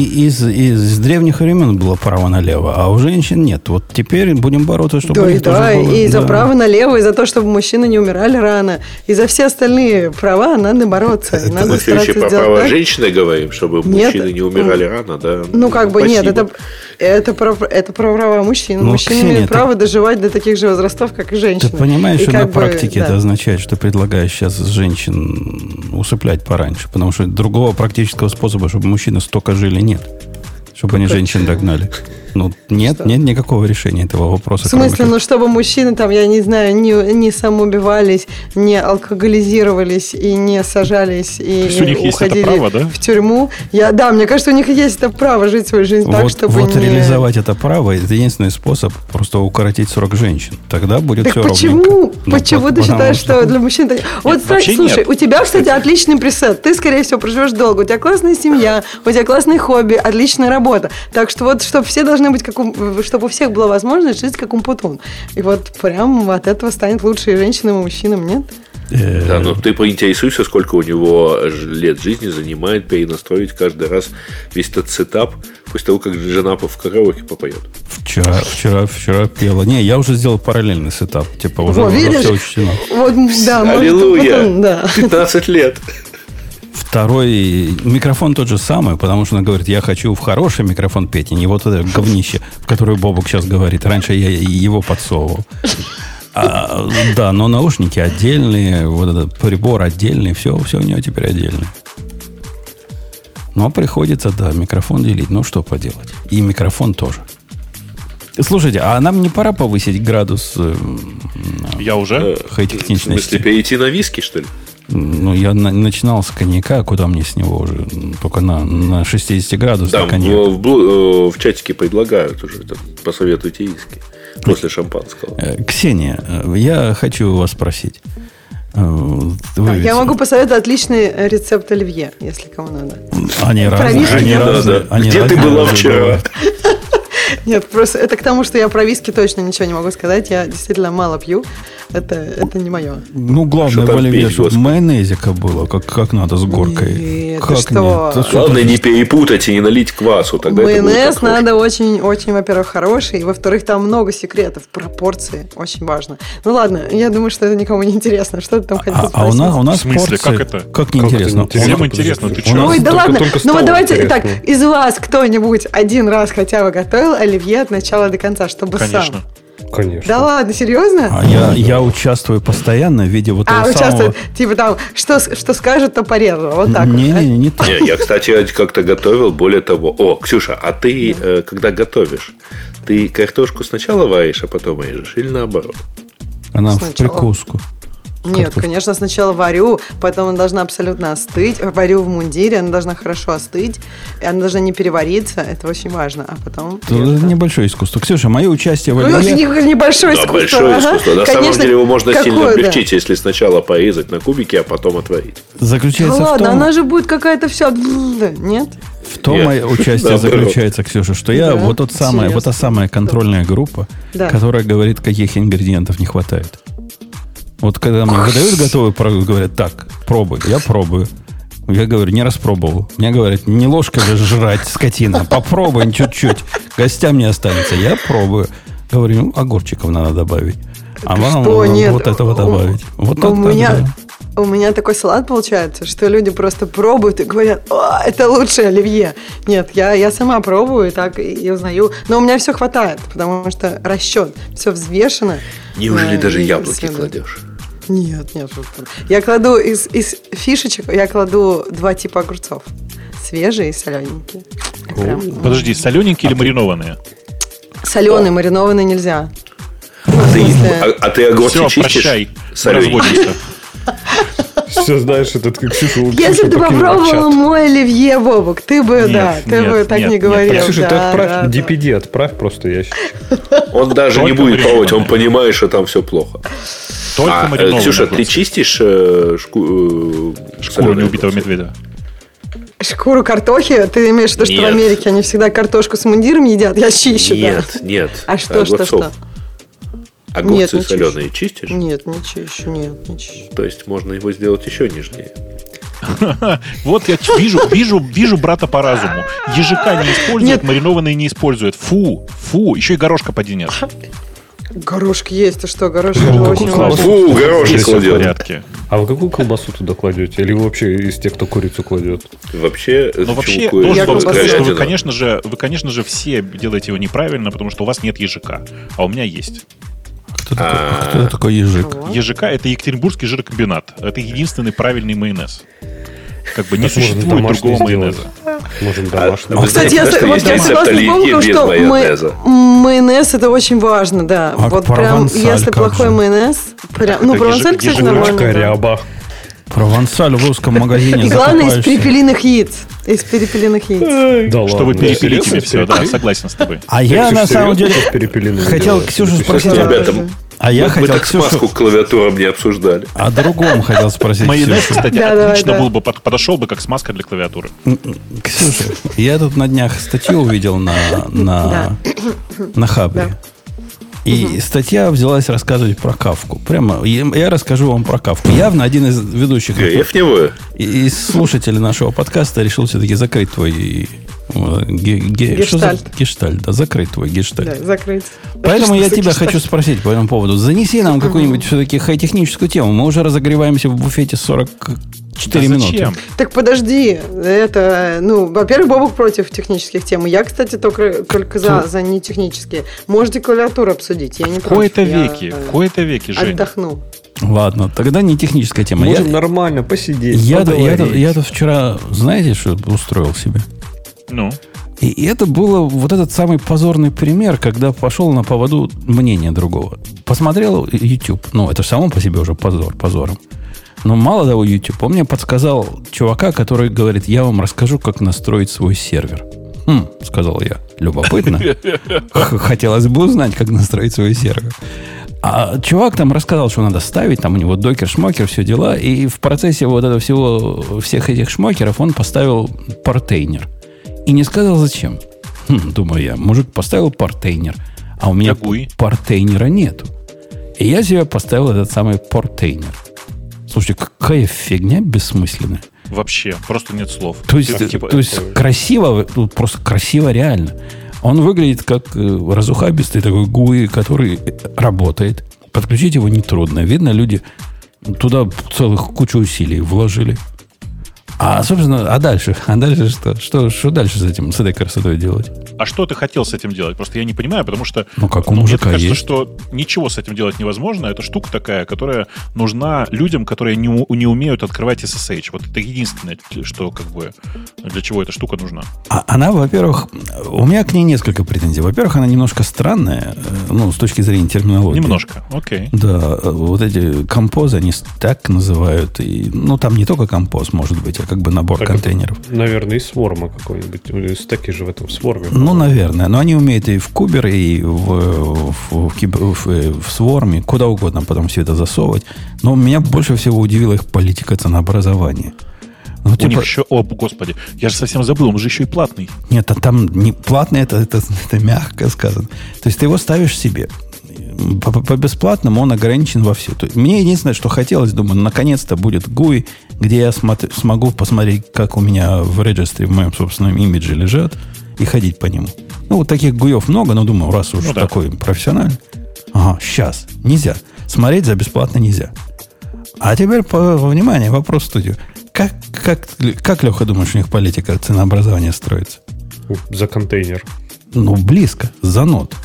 из древних времен было право налево, а у женщин нет. Вот теперь будем бороться, чтобы и за право налево, и за то, чтобы мужчины не умирали рано, и за все остальные права надо бороться. Мы все еще про права женщины говорим, чтобы мужчины не умирали рано, да? Нет, это про права мужчин. Мужчины имеют право доживать до таких же возрастов, как и женщины. Ты понимаешь, что на практике это означает, что предлагаешь сейчас женщин усыплять пораньше, потому что другого практического способа, чтобы мужчины столько жили, нет. Чтобы они женщин догнали. Нет никакого решения этого вопроса. В смысле, чтобы мужчины я не знаю, не самоубивались, не алкоголизировались и не сажались и не уходили в тюрьму. Мне кажется, у них есть это право жить свою жизнь так, чтобы реализовать это право, это единственный способ просто укоротить срок женщин. Тогда будет все ровненько. Почему ты считаешь, что для мужчин... Слушай, у тебя, кстати, отличный пресет. Ты, скорее всего, проживешь долго. У тебя классная семья, у тебя классное хобби, отличная работа. Так что чтобы все должны должны быть, чтобы у всех была возможность жить как Умпутун. И вот прям от этого станет лучше и женщинам, и мужчинам, нет? Да, но ты поинтересуйся, сколько у него лет жизни занимает перенастроить каждый раз весь этот сетап после того, как жена в караоке попоет. Вчера пела. Не, я уже сделал параллельный сетап. Типа уже все учтено. Вот, да, аллилуйя! Да. 15 лет. Второй микрофон тот же самый, потому что она говорит, я хочу в хороший микрофон петь, и не вот это говнище, в которое Бобук сейчас говорит. Раньше я его подсовывал. Да, но наушники отдельные, вот этот прибор отдельный, все у него теперь отдельно. Но приходится, да, микрофон делить. Ну, что поделать. И микрофон тоже. Слушайте, а нам не пора повысить градус я уже? хай-техничности? В смысле, перейти на виски, что ли? Ну, я начинал с коньяка, куда мне с него уже? Только на 60 градусах там коньяк. В чатике предлагают уже, посоветуйте виски после шампанского. Ксения, я хочу вас спросить. Я могу посоветовать отличный рецепт оливье, если кому надо. Они разные. Где ты была вчера? Нет, просто это к тому, что я про виски точно ничего не могу сказать. Я действительно мало пью. Это не мое. Ну, главное в оливье, чтобы майонезика было, как надо, с горкой. Нет, как что? Нет? Главное не перепутать и не налить квасу. Тогда майонез надо очень, во-первых, хороший. И, во-вторых, там много секретов. Пропорции. Очень важно. Ну, ладно, я думаю, что это никому не интересно. Что ты там хотел спросить? У нас в смысле, порции... как это? Как неинтересно? Всем интересно, ты что? Ой, да ладно. Ну, вот давайте интересно. так. Из вас кто-нибудь один раз хотя бы готовил оливье от начала до конца, чтобы Конечно. сам? Конечно. Да ладно, серьезно? Я участвую постоянно в виде вот того самого... участвует, типа там, что скажет, то порежу. Вот так вот. Не так. Я, кстати, как-то готовил, более того. О, Ксюша, а ты, когда готовишь, ты картошку сначала варишь, а потом режешь? Или наоборот? Она в Сначала. прикуску. Нет, конечно, сначала варю, потом она должна абсолютно остыть. Варю в мундире, она должна хорошо остыть, и она должна не перевариться, это очень важно. А потом... Это небольшое искусство. Ксюша, мое участие в Ну, оливье... небольшое Да, искусство. большое искусство. На самом деле его можно сильно Какое, облегчить, если сначала порезать на кубики, а потом отварить. Да Заключается в ладно, том... она же будет какая-то вся... Нет? В том Нет. мое участие Наоборот. заключается, Ксюша, что я Да, вот та самая контрольная группа, Да. которая говорит, каких ингредиентов не хватает. Вот когда мне выдают готовый продукт, говорят, так, пробуй. Я пробую. Я говорю, не распробовал. Мне говорят, не ложкой же жрать, скотина. Попробуй чуть-чуть. Гостям не останется. Я пробую. Говорю, ну, огурчиков надо добавить. А вам Что? Нет. вот этого добавить. Вот так, У меня... да. У меня такой салат получается, что люди просто пробуют и говорят, это лучшее оливье. Нет, я сама пробую так и узнаю. Но у меня все хватает, потому что расчет, все взвешено. Неужели даже И яблоки следует. кладешь? Нет. Я кладу из фишечек, я кладу 2 типа огурцов. Свежие и солененькие. Прям, Подожди, солененькие или маринованные? соленые, маринованные нельзя. А ты огурцы Все, чистишь? прощай. Солененькие? Разводимся. Все знаешь, этот как Ксюша. Если бы ты попробовал мой оливье, Бобок, ты бы, Нет, ты бы нет, так нет, не нет. говорил. Ксюша, ты Да, отправь, да, DPD отправь просто ящик. Он даже не Только будет пробовать, он маринованные. понимает, что там все плохо. Только маринованные. Ксюша, ты огурцы. чистишь Шкуру соленые неубитого огурцы? медведя. Шкуру картохи? Ты имеешь в виду, что в Нет. Америке они всегда картошку с мундиром едят? Я чищу, Нет, нет. А что? Огурцов. Огурцы Нет, не соленые чистишь? Нет, не чищу, нет, не чищу. То есть можно его сделать еще нежнее. Вот я вижу брата по разуму. Ежика не использует, Нет. маринованные не использует. Фу, еще и горошка поденешь. Горошек есть, ты что, горошек же очень слава важно. Фу, горошек Все в кладет. порядке. А вы какую колбасу туда кладете? Или вы вообще из тех, кто курицу кладет? Вообще, Но вообще, почему должен вам сказать, что вы, говядина? конечно же, все делаете его неправильно, потому что у вас нет ежика. А у меня есть. Кто такой ежик? Ежика — это Екатеринбургский жирокомбинат. Это единственный правильный майонез. Как бы не Так можно существует домашний другого сделать. майонеза. Можем А домашний. вы Кстати, знаете, что вот есть я рецепт согласна с оливье Бобуком, без что майонеза? майонез это очень важно, да. А Вот прям, провансаль если как плохой же? майонез, прям, ну, Это провансаль, кстати, ежик- нормально. Ежечка, да. ряба. Провансаль в русском магазине И главное, из закупаешься. перепелиных яиц. Из перепелиных яиц. Да Чтобы ладно. перепилить тебе Серьезно? все, да, согласен с тобой. А я Ксюша, на самом серьезно, деле с перепелиным хотел делаешь? Ксюшу Ты спросить. Да, Ребята, да. я хотел так Ксюшу... к клавиатурам не обсуждали. О другом хотел спросить. Майонез, кстати, отлично был бы, подошел бы как смазка для клавиатуры. Ксюша, я тут на днях статью увидел на Хабре. И статья взялась рассказывать про Кафку. Прямо я расскажу вам про Кафку. Явно один из ведущих из слушателей нашего подкаста решил все-таки закрыть твой гештальт. Да, закрыть твой гештальт. Да, закрыть. Поэтому я тебя хочу спросить по этому поводу. Занеси нам какую-нибудь все-таки хай-техническую тему. Мы уже разогреваемся в буфете 44 минуты. Так подожди. Это, во-первых, Бобук против технических тем. Я, кстати, только за нетехнические. Можете клавиатуру обсудить. Я не против. В кои-то веки, Женя. Отдохну. Ладно, тогда не техническая тема. Можем нормально посидеть. Я тут вчера, знаете, что устроил себе? Ну? И это было вот этот самый позорный пример, когда пошел на поводу мнения другого. Посмотрел YouTube. Это же само по себе уже позором. Но мало того, YouTube, он мне подсказал чувака, который говорит, я вам расскажу, как настроить свой сервер. Сказал я. Любопытно. Хотелось бы узнать, как настроить свой сервер. А чувак там рассказал, что надо ставить, там у него докер-шмокер, все дела, и в процессе вот этого всех этих шмокеров он поставил портейнер. И не сказал, зачем. Думаю я, мужик поставил портейнер, а у меня портейнера нету. И я себе поставил этот самый портейнер. Слушайте, какая фигня бессмысленная. Вообще, просто нет слов. То есть красиво, просто красиво реально. Он выглядит как разухабистый такой GUI, который работает. Подключить его нетрудно. Видно, люди туда целых кучу усилий вложили. Собственно, дальше что? Что дальше с этой красотой делать? А что ты хотел с этим делать? Просто я не понимаю, потому что... как у мужика мне кажется, есть. что ничего с этим делать невозможно. Это штука такая, которая нужна людям, которые не умеют открывать SSH. Вот это единственное, что для чего эта штука нужна. Она, во-первых... У меня к ней несколько претензий. Во-первых, она немножко странная, с точки зрения терминологии. Немножко, окей. Да, вот эти композы, они так называют. И, там не только композ, может быть, а как бы набор контейнеров. Наверное, из сворма какой-нибудь. Стеки же в этом сворме. Наверное. Но они умеют и в кубер, и в сворме, куда угодно потом все это засовывать. Но меня больше всего удивила их политика ценообразования. У них еще... О, господи, я же совсем забыл, он же еще и платный. Нет, там не платный, это мягко сказано. То есть ты его ставишь себе. По бесплатному он ограничен во все. Мне единственное, что хотелось, думаю, наконец-то будет GUI, где я смогу посмотреть, как у меня в регистре, в моем собственном имидже лежат, и ходить по нему. Вот таких GUI много, но думаю, раз уж такой профессиональный. Сейчас. Нельзя. Смотреть за бесплатно нельзя. А теперь, внимание, вопрос в студию. Как, Леха, думаешь, у них политика ценообразования строится? За контейнер. Близко. За нод.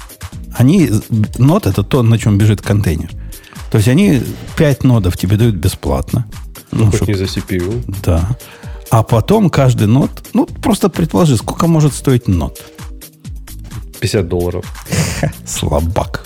Нод это то, на чем бежит контейнер. То есть они 5 нодов тебе дают бесплатно. Хоть не за CPU. Да. А потом каждый нод... просто предположи, сколько может стоить нод? $50. Слабак.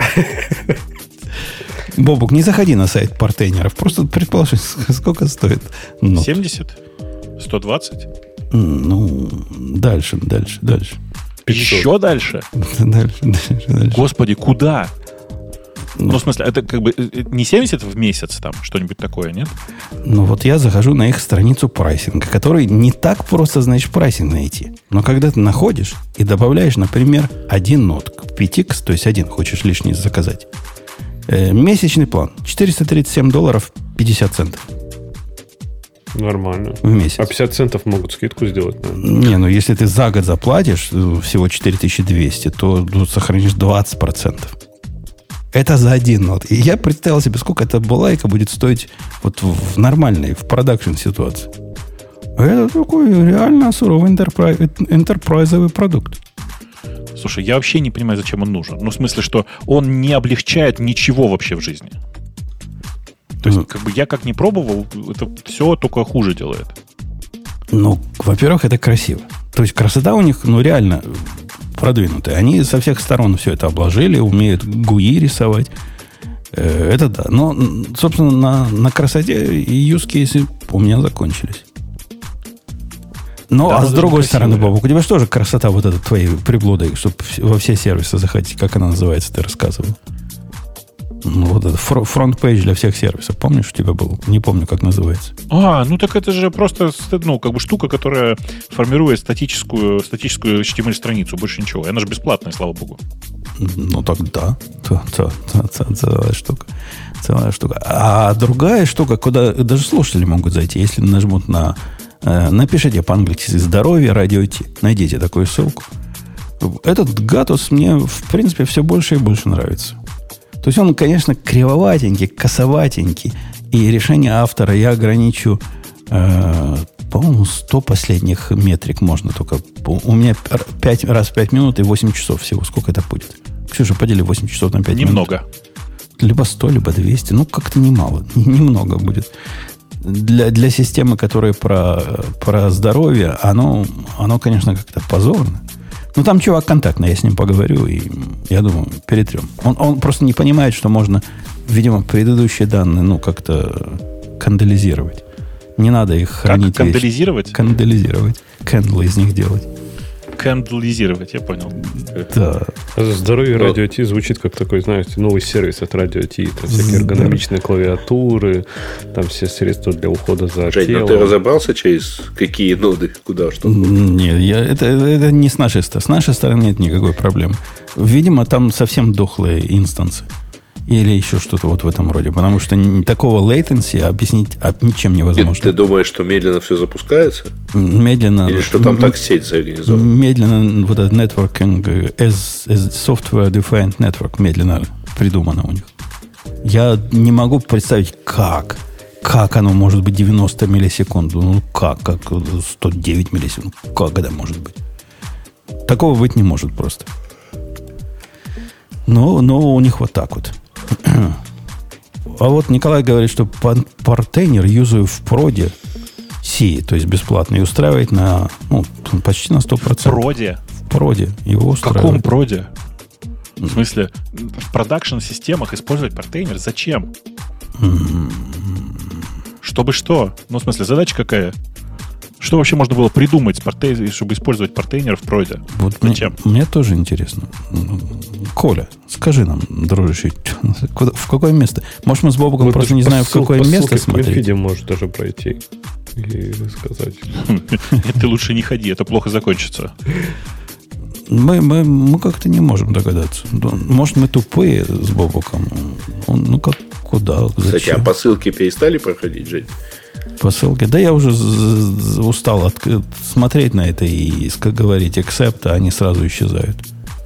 Бобук, не заходи на сайт портейнеров. Просто предположи, сколько стоит нод. 70? 120? Дальше. 500. Еще дальше? Дальше. Господи, куда? В смысле, это не 70 в месяц там, что-нибудь такое, нет? Я захожу на их страницу прайсинга, который не так просто, прайсинг найти. Но когда ты находишь и добавляешь, например, один нод к 5x, то есть один хочешь лишний заказать, месячный план $437 50 центов. Нормально. В месяц. А 50 центов могут скидку сделать, наверное. Если ты за год заплатишь всего 4200, то сохранишь 20%. Это за один нод. И я представил себе, сколько эта балайка будет стоить в нормальной, в продакшн ситуации. Это такой реально суровый энтерпрайзовый продукт. Слушай, я вообще не понимаю, зачем он нужен. В смысле, что он не облегчает ничего вообще в жизни. То есть, я как не пробовал, это все только хуже делает. Во-первых, это красиво. То есть, красота у них, реально продвинутая. Они со всех сторон все это обложили, умеют GUI рисовать. Это да. Но, собственно, на красоте и use cases у меня закончились. А с другой стороны, Бобук, у тебя же тоже красота вот эта твоей приблудой, чтобы во все сервисы заходить. Как она называется, ты рассказывал? Ну, вот это фронт-пейдж для всех сервисов. Помнишь, у тебя был? Не помню, как называется. Ну так это же просто, как бы штука, которая формирует статическую HTML-страницу, больше ничего. И она же бесплатная, слава богу. Ну так да. Целая штука. А другая штука, куда даже слушатели могут зайти, если нажмут на... Напишите по-английски «Здоровье Радио Ти». Найдите такую ссылку. Этот Гатус мне, в принципе, все больше и больше нравится. То есть он, конечно, кривоватенький, косоватенький. И решение автора я ограничу, по-моему, 100 последних метрик можно только. У меня 5 раз в 5 минут и 8 часов всего. Сколько это будет? Ксюша, подели 8 часов на 5 Немного. минут. Либо 100, либо 200. Ну, как-то немало. Немного будет. Для системы, которая про здоровье, оно, конечно, как-то позорно. Ну, там чувак контактный, я с ним поговорю, и я думаю, перетрем. Он просто не понимает, что можно, видимо, предыдущие данные, как-то канделизировать. Не надо их хранить. Как канделизировать? Канделизировать. Кэндлы из них делать. Канделизировать, я понял. Да. Здоровье Радио Ти звучит как такой, знаете, новый сервис от Радио Ти. Там всякие эргономичные клавиатуры, там все средства для ухода за Жень, телом. ты разобрался, через какие ноды, куда, что? Нет, это не с нашей стороны. С нашей стороны нет никакой проблемы. Видимо, там совсем дохлые инстансы. Или еще что-то вот в этом роде. Потому что такого latency объяснить ничем невозможно. Ты думаешь, что медленно все запускается? Медленно. Или что там так сеть организована? Медленно вот этот networking as software defined network медленно придумано у них. Я не могу представить, как оно может быть 90 миллисекунд. Ну, как 109 миллисекунд. Как это может быть? Такого быть не может просто. Но у них вот так вот. А вот Николай говорит, что портейнер юзаю в проде C, то есть бесплатно, и устраивает на почти на 100%. В проде? В проде. Его устраивает. В каком проде? В смысле, в продакшн-системах использовать портейнер? Зачем? Чтобы что? Ну, в смысле, задача какая? Что вообще можно было придумать, чтобы использовать портейнер в проде? Вот зачем? Мне тоже интересно. Коля, скажи нам, дружище, в какое место? Может, мы с Бобуком просто не знаем, в какое место смотреть? По Медфиде можешь даже пройти и сказать. Ты лучше не ходи, это плохо закончится. Мы как-то не можем догадаться. Может, мы тупые с Бобуком. Куда? Зачем? Кстати, а по ссылке перестали проходить, Жень? По ссылке. Да я уже устал смотреть на это и, как говорить, accept, а они сразу исчезают.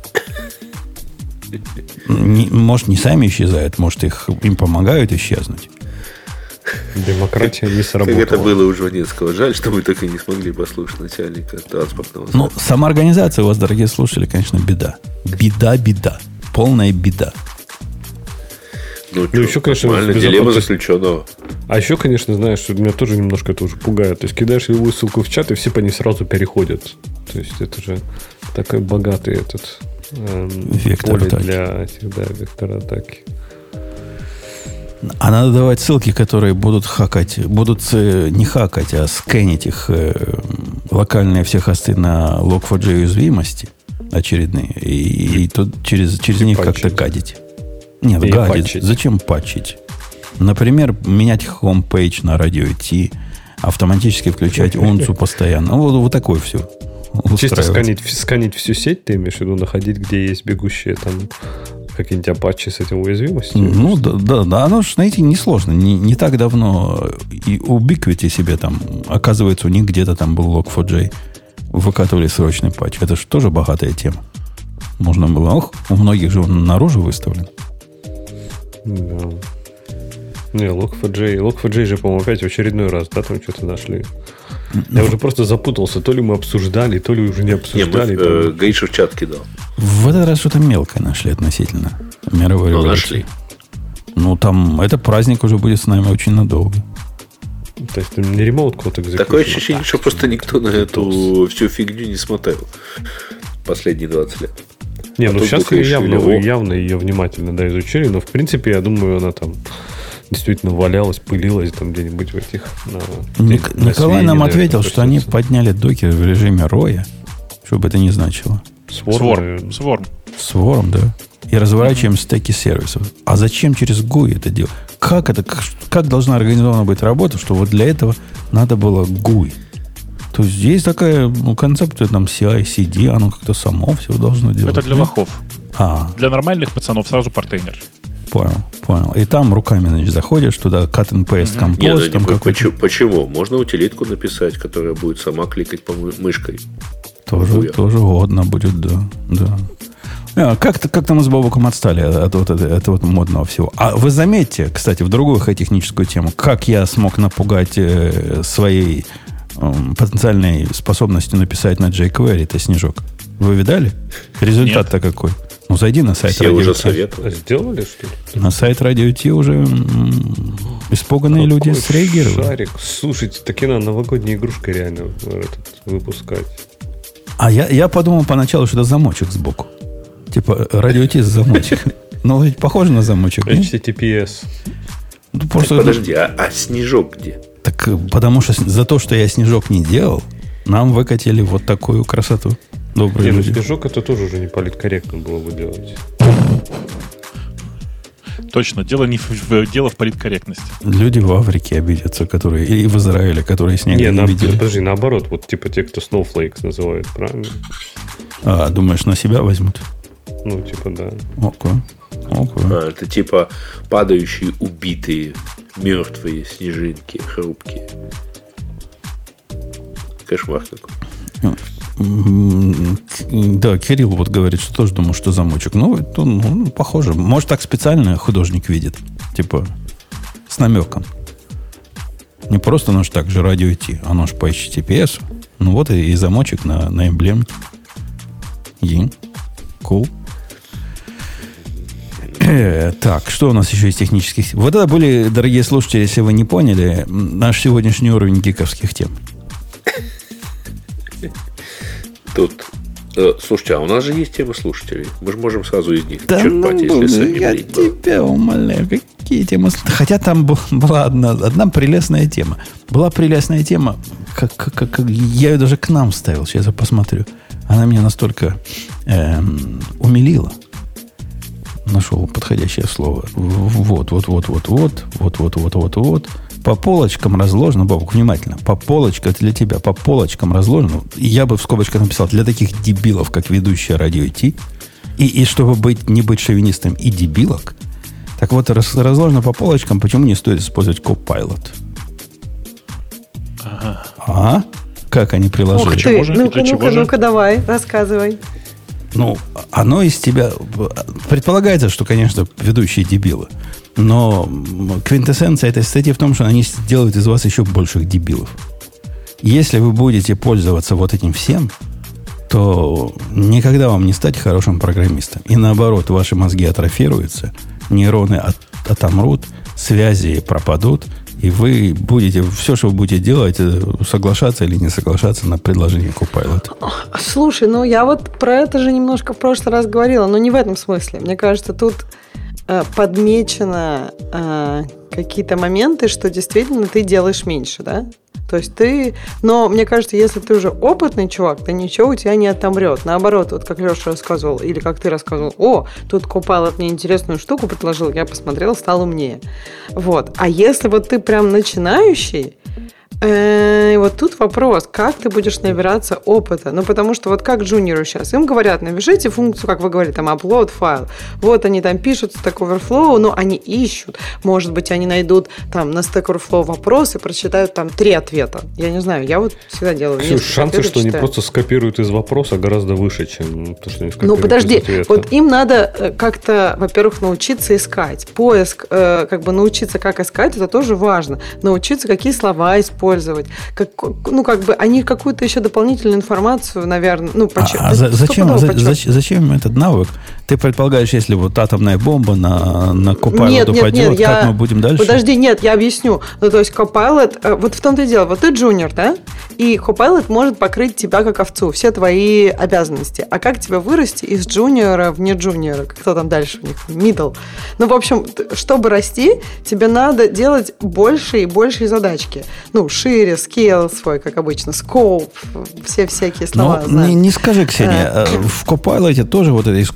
Может, не сами исчезают, может, им помогают исчезнуть. Демократия не сработала. Как это было у Жванецкого. Жаль, что мы так и не смогли послушать начальника транспортного. Ну, самоорганизация у вас, дорогие слушатели, конечно, беда. Беда. Полная беда. Ну еще, конечно, дилемма заключенного. А еще, конечно, знаешь, что меня тоже немножко это уже пугает. То есть, кидаешь его ссылку в чат, и все по ней сразу переходят. То есть, это же такой богатый этот вектор поле атаки. Для этих, вектора атаки. А надо давать ссылки, которые будут не хакать, а скэнить их локальные все хосты на Log4j уязвимости очередные. И тут через них как-то гадить. Нет, гадить. Патчить. Зачем патчить? Например, менять homepage на радио Ти, автоматически включать унцу постоянно. Вот такое все. Чисто сканить всю сеть, ты имеешь в виду, находить, где есть бегущие там какие-нибудь апатчи с этим уязвимостью? Ну, да. Оно же, знаете, несложно. Не так давно и Ubiquiti себе там, оказывается, у них где-то там был Log4j. Выкатывали срочный патч. Это же тоже богатая тема. Можно было... у многих же он наружу выставлен. Да. Не, Log4j же, по-моему, опять в очередной раз, да, там что-то нашли. Я уже просто запутался. То ли мы обсуждали, то ли уже не обсуждали. Гриша в чат кидал. В этот раз что-то мелкое нашли относительно мировой революции. Ну, там, это праздник уже будет с нами очень надолго. То есть, не ремоут код execution. Такое ощущение, что просто никто на эту всю фигню не смотрел последние 20 лет. Не, ну сейчас явно ее внимательно изучили, но в принципе, я думаю, она там действительно валялась, пылилась там где-нибудь в этих... Николай нам ответил, что они подняли докер в режиме роя, что бы это ни значило. Swarm, да. и разворачиваем стеки сервисов. А зачем через GUI это делать? Как должна организована быть работа, что вот для этого надо было GUI? То есть есть такая концепция там CI, CD, оно как-то само все должно делать. Это для лохов. Для нормальных пацанов сразу портейнер. Понял. И там руками, значит, заходишь туда, cut and paste, компост. Почему? Можно утилитку написать, которая будет сама кликать по мышкой. Тоже годно будет, да. Как-то мы с Бобуком отстали от этого модного всего. А вы заметьте, кстати, в другую техническую тему, как я смог напугать своей потенциальной способностью написать на jQuery, это Снежок. Вы видали? Результат-то какой? Ну, зайди на сайт Все уже советовали. Сделали, что ли? На сайт Радио Ти уже испуганные люди среагировали. Шарик. Слушайте, таки надо новогодней игрушкой реально выпускать. А я подумал поначалу, что это замочек сбоку. Типа Радио Ти с замочек. Ну, ведь похоже на замочек. HTTPS. Подожди, а Снежок где? Так потому что за то, что я Снежок не делал, нам выкатили вот такую красоту. Добрые люди. Снежок это тоже уже не политкорректно было бы делать. Точно, дело в политкорректности. Люди в Африке обидятся, которые и в Израиле, которые снега не видели. Подожди, наоборот, вот типа те, кто Snowflakes называют, правильно? Думаешь, на себя возьмут? Ну, типа, да. Окей. Это типа падающие, убитые, мертвые снежинки, хрупкие. Кошмар какой. Да, Кирилл вот говорит, что тоже думал, что замочек. Ну, похоже. Может, так специально художник видит. Типа, с намеком. Не просто оно ж так же радио идти, оно ж по HTTPS. Ну, вот и замочек на эмблемке. Cool. Так, что у нас еще из технических... Вот это были, дорогие слушатели, если вы не поняли, наш сегодняшний уровень гиковских тем. Тут, слушайте, а у нас же есть темы слушателей. Мы же можем сразу из них черпать, если сами я тебя умоляю, какие темы... Хотя там была одна прелестная тема. Была прелестная тема, как я ее даже к нам ставил. Сейчас я посмотрю. Она меня настолько умилила. Нашел подходящее слово. Вот. По полочкам разложено, Бабук, внимательно. По полочкам, это для тебя, по полочкам разложено. Я бы в скобочках написал, для таких дебилов, как ведущая Радио Ти, и чтобы не быть шовинистом и дебилок. Так вот, разложено по полочкам, почему не стоит использовать Copilot? Ага. Как они приложили? Ух ты, ну-ка, давай, рассказывай. Ну, оно из тебя... Предполагается, что, конечно, ведущие дебилы. Но квинтэссенция этой статьи в том, что они сделают из вас еще больших дебилов. Если вы будете пользоваться вот этим всем, то никогда вам не стать хорошим программистом. И наоборот, ваши мозги атрофируются, нейроны отомрут, связи пропадут, и вы будете, все, что вы будете делать, соглашаться или не соглашаться на предложение Copilot. Слушай, ну я вот про это же немножко в прошлый раз говорила, но не в этом смысле. Мне кажется, тут подмечено какие-то моменты, что действительно ты делаешь меньше, да? То есть ты... Но мне кажется, если ты уже опытный чувак, то ничего у тебя не отомрет. Наоборот, вот как Леша рассказывал, или как ты рассказывал, тут Copilot мне интересную штуку предложил, я посмотрел, стал умнее. Вот. А если вот ты прям начинающий, вот тут вопрос, как ты будешь набираться опыта? Ну, потому что вот как джуниору сейчас, им говорят, напишите функцию, как вы говорите, там, upload файл. Вот они там пишут Stack Overflow, но они ищут. Может быть, они найдут там на Stack Overflow вопрос и прочитают там 3 ответа. Я не знаю, я вот всегда делаю. Шансы, что они просто скопируют из вопроса, гораздо выше, чем то, что они скопируют. Ну, подожди, вот им надо как-то, во-первых, научиться искать. Поиск, как бы научиться, как искать, это тоже важно. Научиться, какие слова использовать. Они какую-то еще дополнительную информацию, наверное, зачем этот навык? Ты предполагаешь, если вот атомная бомба на Copilot упадет, как мы будем дальше? Подожди, нет, я объясню. Ну, то есть Copilot, вот в том-то и дело, вот ты джуниор, да? И Copilot может покрыть тебя как овцу, все твои обязанности. А как тебя вырасти из джуниора в не джуниора? Кто там дальше у них? Middle. Ну, в общем, чтобы расти, тебе надо делать больше и большие задачки. Ну, шире, scale свой, как обычно, scope, все всякие слова. Не скажи, Ксения, в Copilot тоже вот это искусство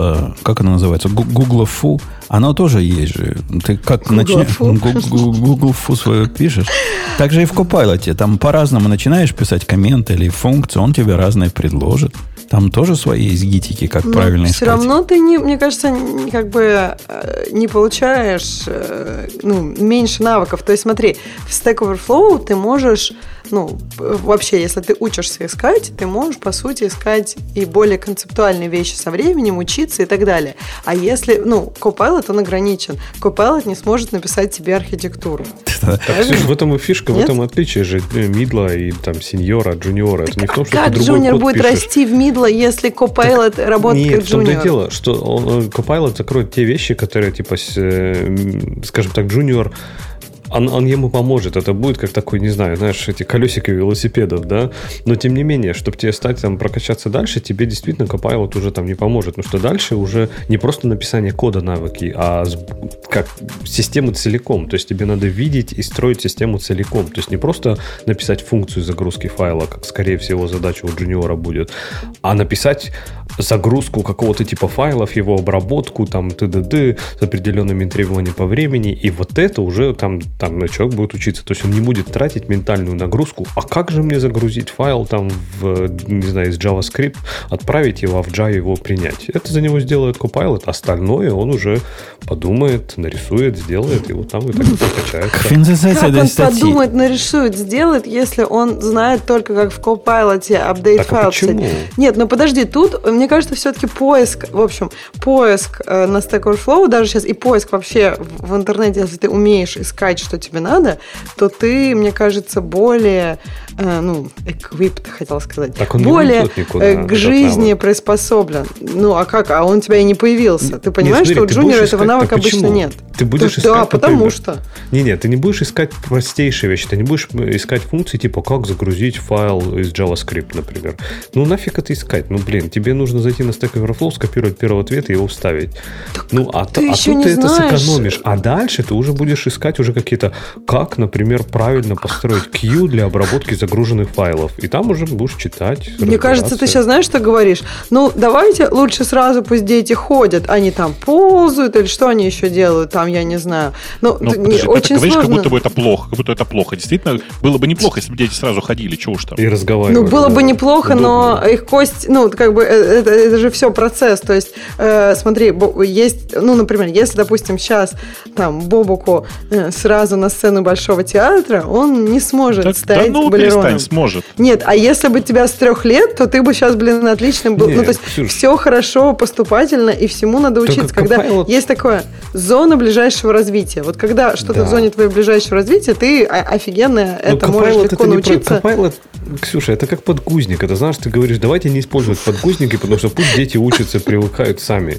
Google, как оно называется, Google Фу, оно тоже есть же. Ты как начнешь Google Фу свое пишешь, так же и в Copilot. Там по-разному начинаешь писать комменты или функции, он тебе разные предложит. Там тоже свои есть гитики, как правильно искать. Все равно ты, мне кажется, как бы не получаешь меньше навыков. То есть смотри, в Stack Overflow ты можешь, вообще, если ты учишься искать, ты можешь, по сути, искать и более концептуальные вещи со временем, учиться и так далее. А если, Copilot, он ограничен. Copilot не сможет написать тебе архитектуру. Так, в этом и фишка, в этом отличие же мидла и там сеньора, джуниора. Это не в том, что как ты другой джуниор код будет пишешь. расти в мидла, если Copilot работает как джуниор? Нет, в том-то и дело, что Copilot закроет те вещи, которые, типа, скажем так, джуниор, он ему поможет. Это будет как такой, не знаю, знаешь, эти колесики велосипедов, да? Но, тем не менее, чтобы тебе стать, там, прокачаться дальше, тебе действительно Copilot уже там не поможет. Потому что дальше уже не просто написание кода навыки, а как системы целиком. То есть тебе надо видеть и строить систему целиком. То есть не просто написать функцию загрузки файла, как, скорее всего, задача у джуниора будет, а написать загрузку какого-то типа файлов, его обработку, там, т.д. с определенными требованиями по времени. И вот это уже там человек будет учиться. То есть он не будет тратить ментальную нагрузку. А как же мне загрузить файл там не знаю, из JavaScript, отправить его, а в Java его принять? Это за него сделает Copilot. Остальное он уже подумает, нарисует, сделает, и вот там и так прокачается. Как он подумает, нарисует, сделает, если он знает только, как в Copilot апдейт файл писать? Нет, подожди, тут, мне кажется, все-таки поиск на Stack Overflow, даже сейчас, и поиск вообще в интернете, если ты умеешь искать, что тебе надо, то ты, мне кажется, более equipped, хотела сказать, более к жизни приспособлен. А как? А он у тебя и не появился. Ты понимаешь, что у джуниора этого навыка обычно нет? Ты будешь искать, да, потому что. Нет, ты не будешь искать простейшие вещи. Ты не будешь искать функции, типа, как загрузить файл из JavaScript, например. Нафиг это искать? Тебе нужно зайти на Stack Overflow, скопировать первый ответ и его вставить. Тут ты это сэкономишь. А дальше ты уже будешь искать уже какие-то, как, например, правильно построить queue для обработки загруженных файлов. И там уже будешь читать. Мне кажется, ты сейчас знаешь, что говоришь? Давайте лучше сразу пусть дети ходят, они там ползают или что они еще делают, там, я не знаю. Подожди, очень ты говоришь, сложно. как будто это плохо. Действительно, было бы неплохо, если бы дети сразу ходили, чего уж там. И разговаривали. Было бы неплохо, но их кость, это же все процесс. То есть, смотри, есть, например, если, допустим, сейчас там Бобуку сразу на сцену Большого театра, он не сможет стать балероном. Сможет. Нет, а если бы тебя с 3 лет, то ты бы сейчас, отличным был. То есть, все хорошо, поступательно, и всему надо учиться. Когда есть такое зона ближайшего развития. Вот когда что-то в зоне твоего ближайшего развития, ты офигенно это можешь легко научиться. Copilot, Ксюша, это как подгузник. Это, знаешь, ты говоришь, давайте не использовать подгузники, потому что пусть дети учатся, привыкают сами.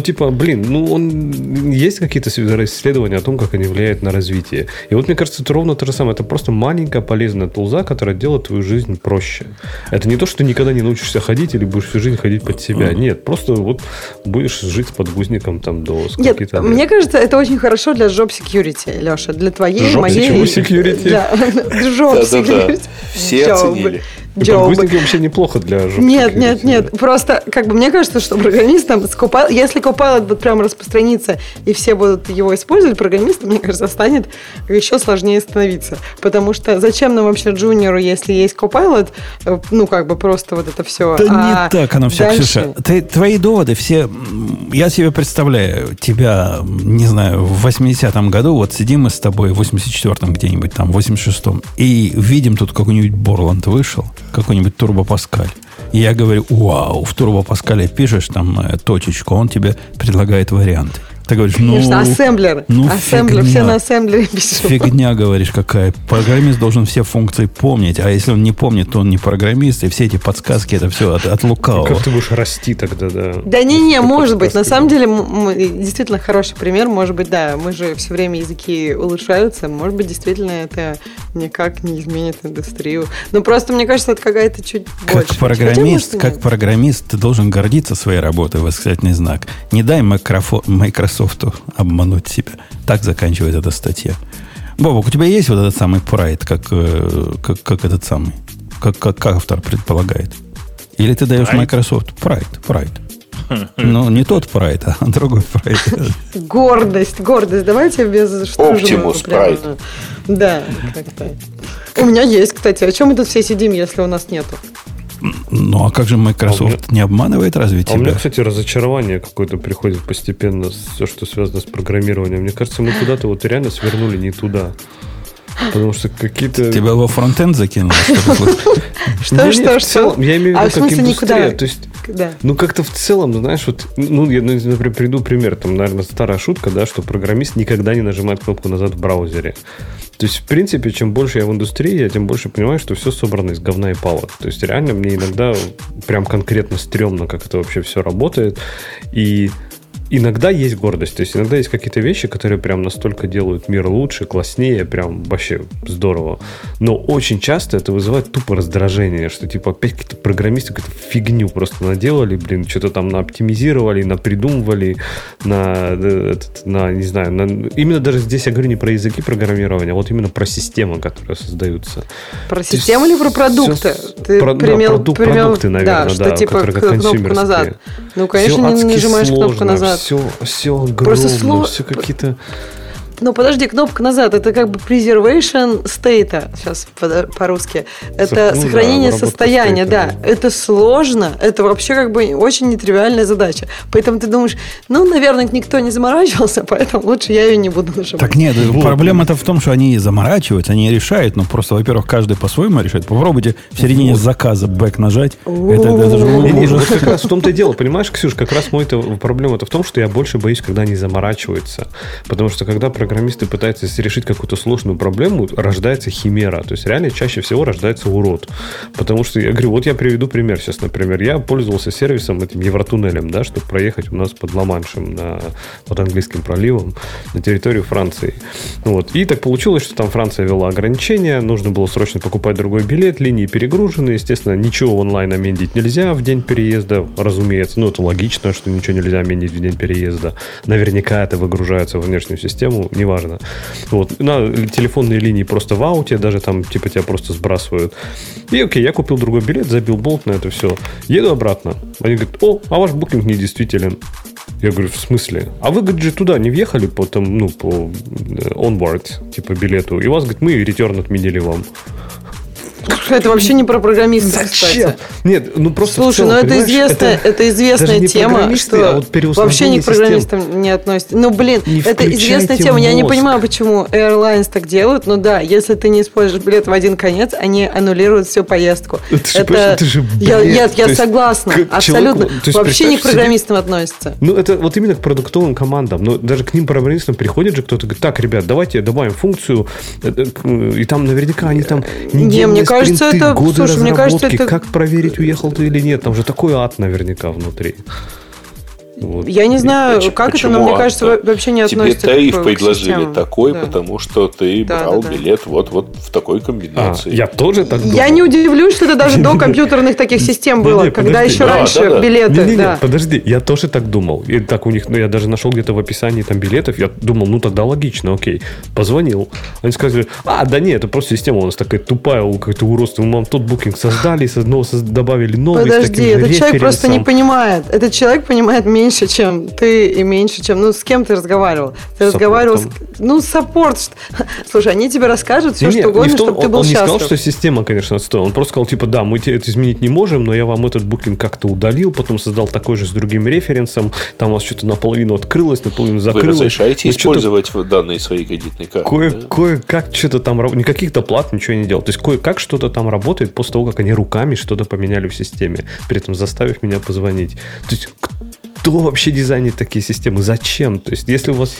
Есть какие-то исследования о том, как они влияют на развитие. И вот, мне кажется, это ровно то же самое. Это просто маленькая полезная тулза, которая делает твою жизнь проще. Это не то, что ты никогда не научишься ходить или будешь всю жизнь ходить под себя. Нет, просто будешь жить с подгузником там до скольки-то лет. Мне кажется, это очень хорошо для job security, Леша, для твоей, моей... Job security? Job security. Все оценили. Подгузники вообще неплохо для job security. Нет. Просто, мне кажется, что программистам, если Copilot будет прямо распространиться, и все будут его использовать, программистам, мне кажется, станет еще сложнее становиться. Потому что зачем нам вообще джуниору, если есть Copilot, просто вот это все. Да не так оно все, дальше... Ксюша. Твои доводы все... Я себе представляю тебя, не знаю, в 80-м году, вот сидим мы с тобой в 84-м где-нибудь там, в 86-м, и видим тут какой-нибудь Борланд вышел, какой-нибудь Турбо Паскаль. И я говорю, вау, в Турбо Паскале пишешь там точечку, он тебе предлагает варианты. Ты говоришь, конечно, ассемблер. Ассемблер, все на ассемблере пишут. Фигня, говоришь, какая. Программист должен все функции помнить, а если он не помнит, то он не программист, и все эти подсказки, это все от лукавого. Как ты будешь расти тогда, да? Да не, может быть. На самом деле, действительно хороший пример, может быть, да, мы же все время языки улучшаются, может быть, действительно это никак не изменит индустрию. Но просто, мне кажется, это какая-то чуть больше. Как программист, ты должен гордиться своей работой, восклицательный знак. Не дай Microsoft обмануть себя. Так заканчивается эта статья. Бобок, у тебя есть вот этот самый прайд, как этот самый, как автор предполагает? Или ты даешь Microsoft прайд? Ну, не тот Pride, а другой Pride. Гордость. Давайте без Optimus Pride. Да, как-то. У меня есть, кстати. О чем мы тут все сидим, если у нас нету? Ну, а как же Microsoft не обманывает разве тебя? А у меня, кстати, разочарование какое-то приходит постепенно, все, что связано с программированием. Мне кажется, мы куда-то вот реально свернули не туда. Потому что какие-то... Тебя во фронтенд закинуло? Что? Я имею в виду, как индустрия. Никуда. То есть, да. ну, как-то в целом, знаешь, вот, ну, я, например, приведу пример. Там, наверное, старая шутка, да, что программист никогда не нажимает кнопку назад в браузере. То есть, в принципе, чем больше я в индустрии, я тем больше понимаю, что все собрано из говна и палок. То есть, реально, мне иногда прям конкретно стрёмно, как это вообще все работает. И иногда есть гордость, то есть иногда есть какие-то вещи, которые прям настолько делают мир лучше, класснее, прям вообще здорово. Но очень часто это вызывает тупо раздражение, что типа опять какие-то программисты какую-то фигню просто наделали, блин, что-то там напридумывали, не знаю, именно даже здесь я говорю не про языки программирования, а вот именно про системы, которые создаются. Про системы или про продукты? Продукты, наверное, да, что типа кнопку назад. Ну, конечно, не нажимаешь кнопку назад. Все огромно, все какие-то... Ну, подожди, кнопка назад. Это как бы preservation state, сейчас по-русски. Это сохранение состояния, да. Это сложно. Это вообще как бы очень нетривиальная задача. Поэтому ты думаешь, ну, наверное, никто не заморачивался, поэтому лучше я ее не буду нажимать. Так нет, проблема-то в том, что они заморачиваются, они решают, но просто, во-первых, каждый по-своему решает. Попробуйте в середине заказа бэк нажать. Это же ужас. Как раз в том-то и дело, понимаешь, Ксюш, как раз проблема-то в том, что я больше боюсь, когда они заморачиваются. Потому что когда программисты пытаются решить какую-то сложную проблему, рождается химера. То есть реально чаще всего рождается урод. Потому что, я говорю, вот я приведу пример сейчас, например. Я пользовался сервисом этим Евротуннелем, да, чтобы проехать у нас под Ла-Маншем под английским проливом на территорию Франции. Вот. И так получилось, что там Франция ввела ограничения, нужно было срочно покупать другой билет, линии перегружены, естественно, ничего онлайн амендить нельзя в день переезда, разумеется. Ну, это логично, что ничего нельзя амендить в день переезда. Наверняка это выгружается в внешнюю систему, неважно. Вот. На телефонные линии просто в ауте, даже там типа тебя просто сбрасывают. И окей, я купил другой билет, забил болт на это все. Еду обратно. Они говорят, а ваш букинг недействителен. Я говорю, в смысле? А вы, говорит, же туда не въехали по onboard, типа билету. И вас, говорит, мы return отменили вам. Это вообще не про программистов, кстати. Нет, ну просто слушай, целом, это известная тема, что вообще ни к программистам не относится. Ну, блин, это известная тема. Я не понимаю, почему Airlines так делают. Но да, если ты не используешь билет в один конец, они аннулируют всю поездку. Это же бред. Нет, я согласна. Абсолютно. Вообще не к программистам относится. Ну, это вот именно к продуктовым командам. Но даже к ним программистам приходит же кто-то, говорит, так, ребят, давайте добавим функцию. И там наверняка они там мне кажется, это, годы слушай, разработки, мне кажется, это... как проверить, уехал ты или нет. Там же такой ад наверняка внутри. Вот. Я не знаю, как это, но мне кажется, вообще не относится к тебе тариф предложили такой, да. Потому что ты брал билет вот в такой комбинации. Я тоже так думал. Я не удивлюсь, что это даже до компьютерных таких систем было, когда еще раньше билеты. Подожди, я тоже так думал. И так у них, я даже нашел где-то в описании там билетов, я думал, тогда логично, окей. Позвонил. Они сказали, да нет, это просто система у нас такая тупая, какое-то уродство. Мы вам тот букинг создали, добавили новый. Подожди, этот человек просто не понимает. Этот человек понимает меньше, чем ты и меньше, чем... Ну, с кем ты разговаривал? Ты разговаривал с... саппорт. Слушай, они тебе расскажут все, что угодно, чтобы ты был счастлив. Он не сказал, что система, конечно, отстояла. Он просто сказал, типа, да, мы это изменить не можем, но я вам этот букинг как-то удалил, потом создал такой же с другим референсом, там у вас что-то наполовину открылось, наполовину закрылось. Вы разрешаете использовать данные своей кредитной карты? Кое-как что-то там... Никаких доплат, ничего не делал. То есть, кое-как что-то там работает после того, как они руками что-то поменяли в системе, при этом заставив меня позвонить. То есть... Кто вообще дизайнит такие системы? Зачем? То есть, если у вас...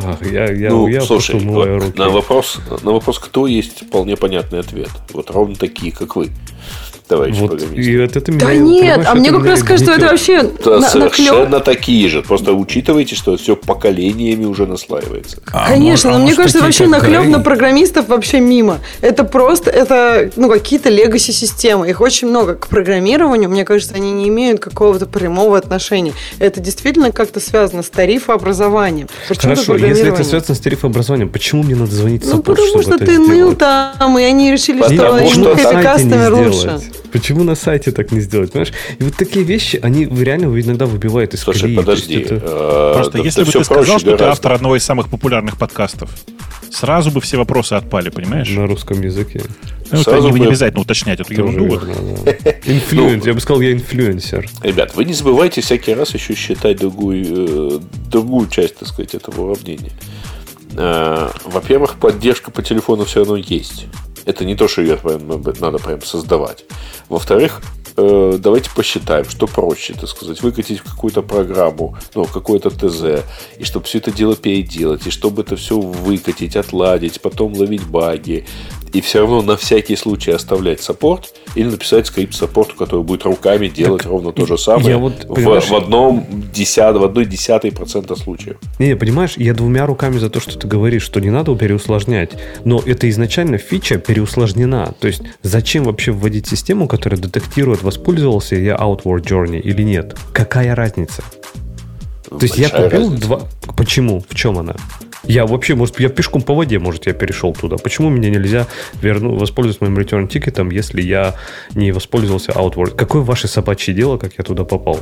Я слушай, умываю руки. На вопрос, кто, есть вполне понятный ответ. Вот ровно такие, как вы, товарищи программисты. Да нет, мне как раз кажется, что это вообще совершенно такие же. Просто учитывайте, что все поколениями уже наслаивается. Конечно, но мне кажется, вообще нахлеб на программистов вообще мимо. Это просто, какие-то легаси-системы. Их очень много. К программированию, мне кажется, они не имеют какого-то прямого отношения. Это действительно как-то связано с тарифообразованием. Хорошо, если это связано с тарифообразованием, почему мне надо звонить в саппорт, потому что ты ныл там, и они решили, что им хэппи кастомер лучше. Почему на сайте так не сделать? Понимаешь? И вот такие вещи, они реально иногда выбивают из колеи. Слушай, подожди. Просто если бы ты сказал, что ты автор одного из самых популярных подкастов, сразу бы все вопросы отпали, понимаешь? На русском языке. Ну, это не обязательно уточнять эту ерунду. Инфлюенсер. Я бы сказал, я инфлюенсер. Ребят, вы не забывайте всякий раз еще считать другую часть, так сказать, этого уравнения. Во-первых, поддержка по телефону все равно есть. Это не то, что ее надо прям создавать. Во-вторых, давайте посчитаем, что проще, так сказать, выкатить какую-то программу, какое-то ТЗ, и чтобы все это дело переделать, и чтобы это все выкатить, отладить, потом ловить баги, и все равно на всякий случай оставлять саппорт, или написать скрипт саппорту, который будет руками делать ровно то же самое в одной десятой процента случаев. Не, понимаешь, я двумя руками за то, что ты говоришь, что не надо переусложнять, но это изначально фича переусложнена. То есть зачем вообще вводить систему, которая детектирует, воспользовался я Outward Journey или нет? Какая разница? То есть я купил два... Почему? В чем она? Я вообще, может, я пешком по воде, может, я перешел туда. Почему мне нельзя воспользоваться моим return-тикетом, если я не воспользовался Outward? Какое ваше собачье дело, как я туда попал?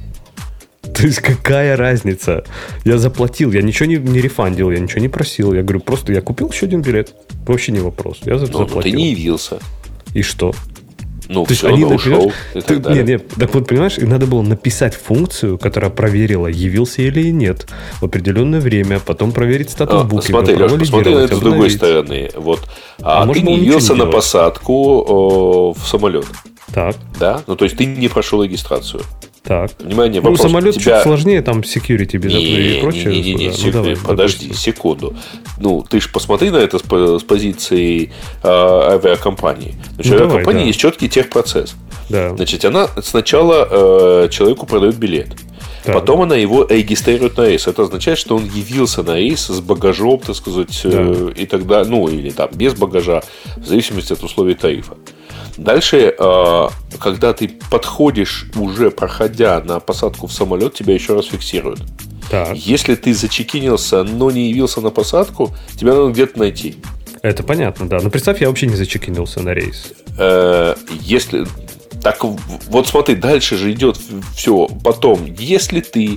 То есть какая разница? Я заплатил, я ничего не рефандил, я ничего не просил. Я говорю, просто я купил еще один билет. Вообще не вопрос. Я заплатил. Ты не явился. И что? То есть они ушел. Нет, так вот, понимаешь, и надо было написать функцию, которая проверила, явился или нет в определенное время, потом проверить статус букинга. Смотри, Леш, посмотри на это с другой стороны. Ты не явился на посадку в самолет. Так. Да? То есть ты не прошел регистрацию. Так. Внимание, вопрос. Самолет чуть сложнее, там security и прочее. Не, подожди, секунду. Ты же посмотри на это с позиции авиакомпании. Значит, авиакомпании есть четкий техпроцесс. Да. Значит, она сначала человеку продает билет. Так. Потом она его регистрирует на рейс. Это означает, что он явился на рейс с багажом, так сказать, и тогда, или там без багажа, в зависимости от условий тарифа. Дальше, когда ты подходишь, уже проходя на посадку в самолет, тебя еще раз фиксируют. Так. Если ты зачекинился, но не явился на посадку, тебя надо где-то найти. Это понятно, да. Но представь, я вообще не зачекинился на рейс. Если... Так вот смотри, дальше же идет все. Потом, если ты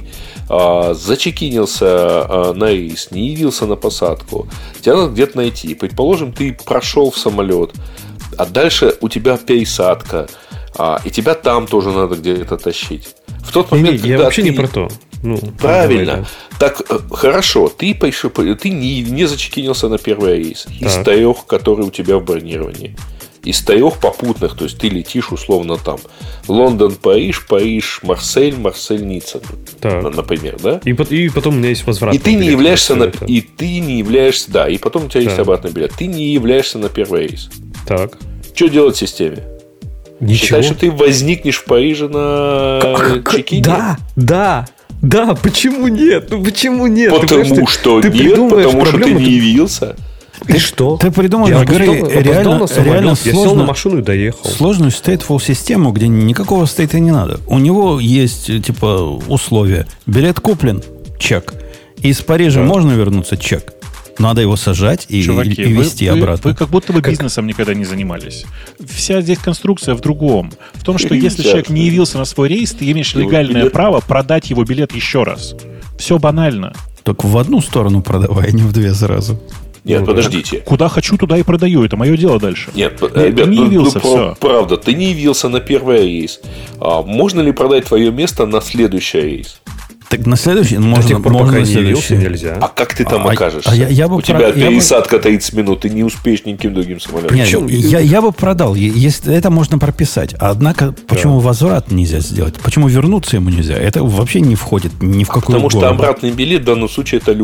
зачекинился на рейс, не явился на посадку, тебя надо где-то найти. Предположим, ты прошел в самолет, а дальше у тебя пересадка, и тебя там тоже надо где-то тащить. В тот момент, когда я вообще не про то. Правильно. Так, хорошо, ты не зачекинился на первый рейс из 3, которые у тебя в бронировании. Из 3 попутных, то есть ты летишь условно там Лондон, Париж, Париж, Марсель, Марсель, Ницца, например, да? И потом у меня есть возвратный билет. И ты не являешься, да, и потом у тебя есть обратный билет. Ты не являешься на первый рейс. Так. Что делать системе? Ничего. Считай, что ты возникнешь в Париже на чекине? Да, почему нет? Почему нет? Потому что ты не явился. И что? Ты придумал реально я сел на машину и доехал. Сложную stateful систему, где никакого стейта не надо. У него есть условия. Билет куплен, чек. Из Парижа можно вернуться, чек. Надо его сажать и везти обратно. Вы как будто бы бизнесом никогда не занимались. Вся здесь конструкция в другом. В том, что если человек не явился на свой рейс, ты имеешь легальное право продать его билет еще раз. Все банально. Только в одну сторону продавай, а не в 2 сразу. Нет, подождите. Куда хочу, туда и продаю. Это мое дело дальше. Нет, ребят, не явился, все. Правда, ты не явился на первый рейс. Можно ли продать твое место на следующий рейс? Так на следующий можно. До тех пор, пока не явился, нельзя. А как ты там окажешься? У тебя пересадка 30 минут, ты не успеешь никаким другим самолетом. Нет, я бы продал, если это можно прописать. Однако, почему возврат нельзя сделать? Почему вернуться ему нельзя? Это вообще не входит ни в какую Потому что обратный билет в данном случае это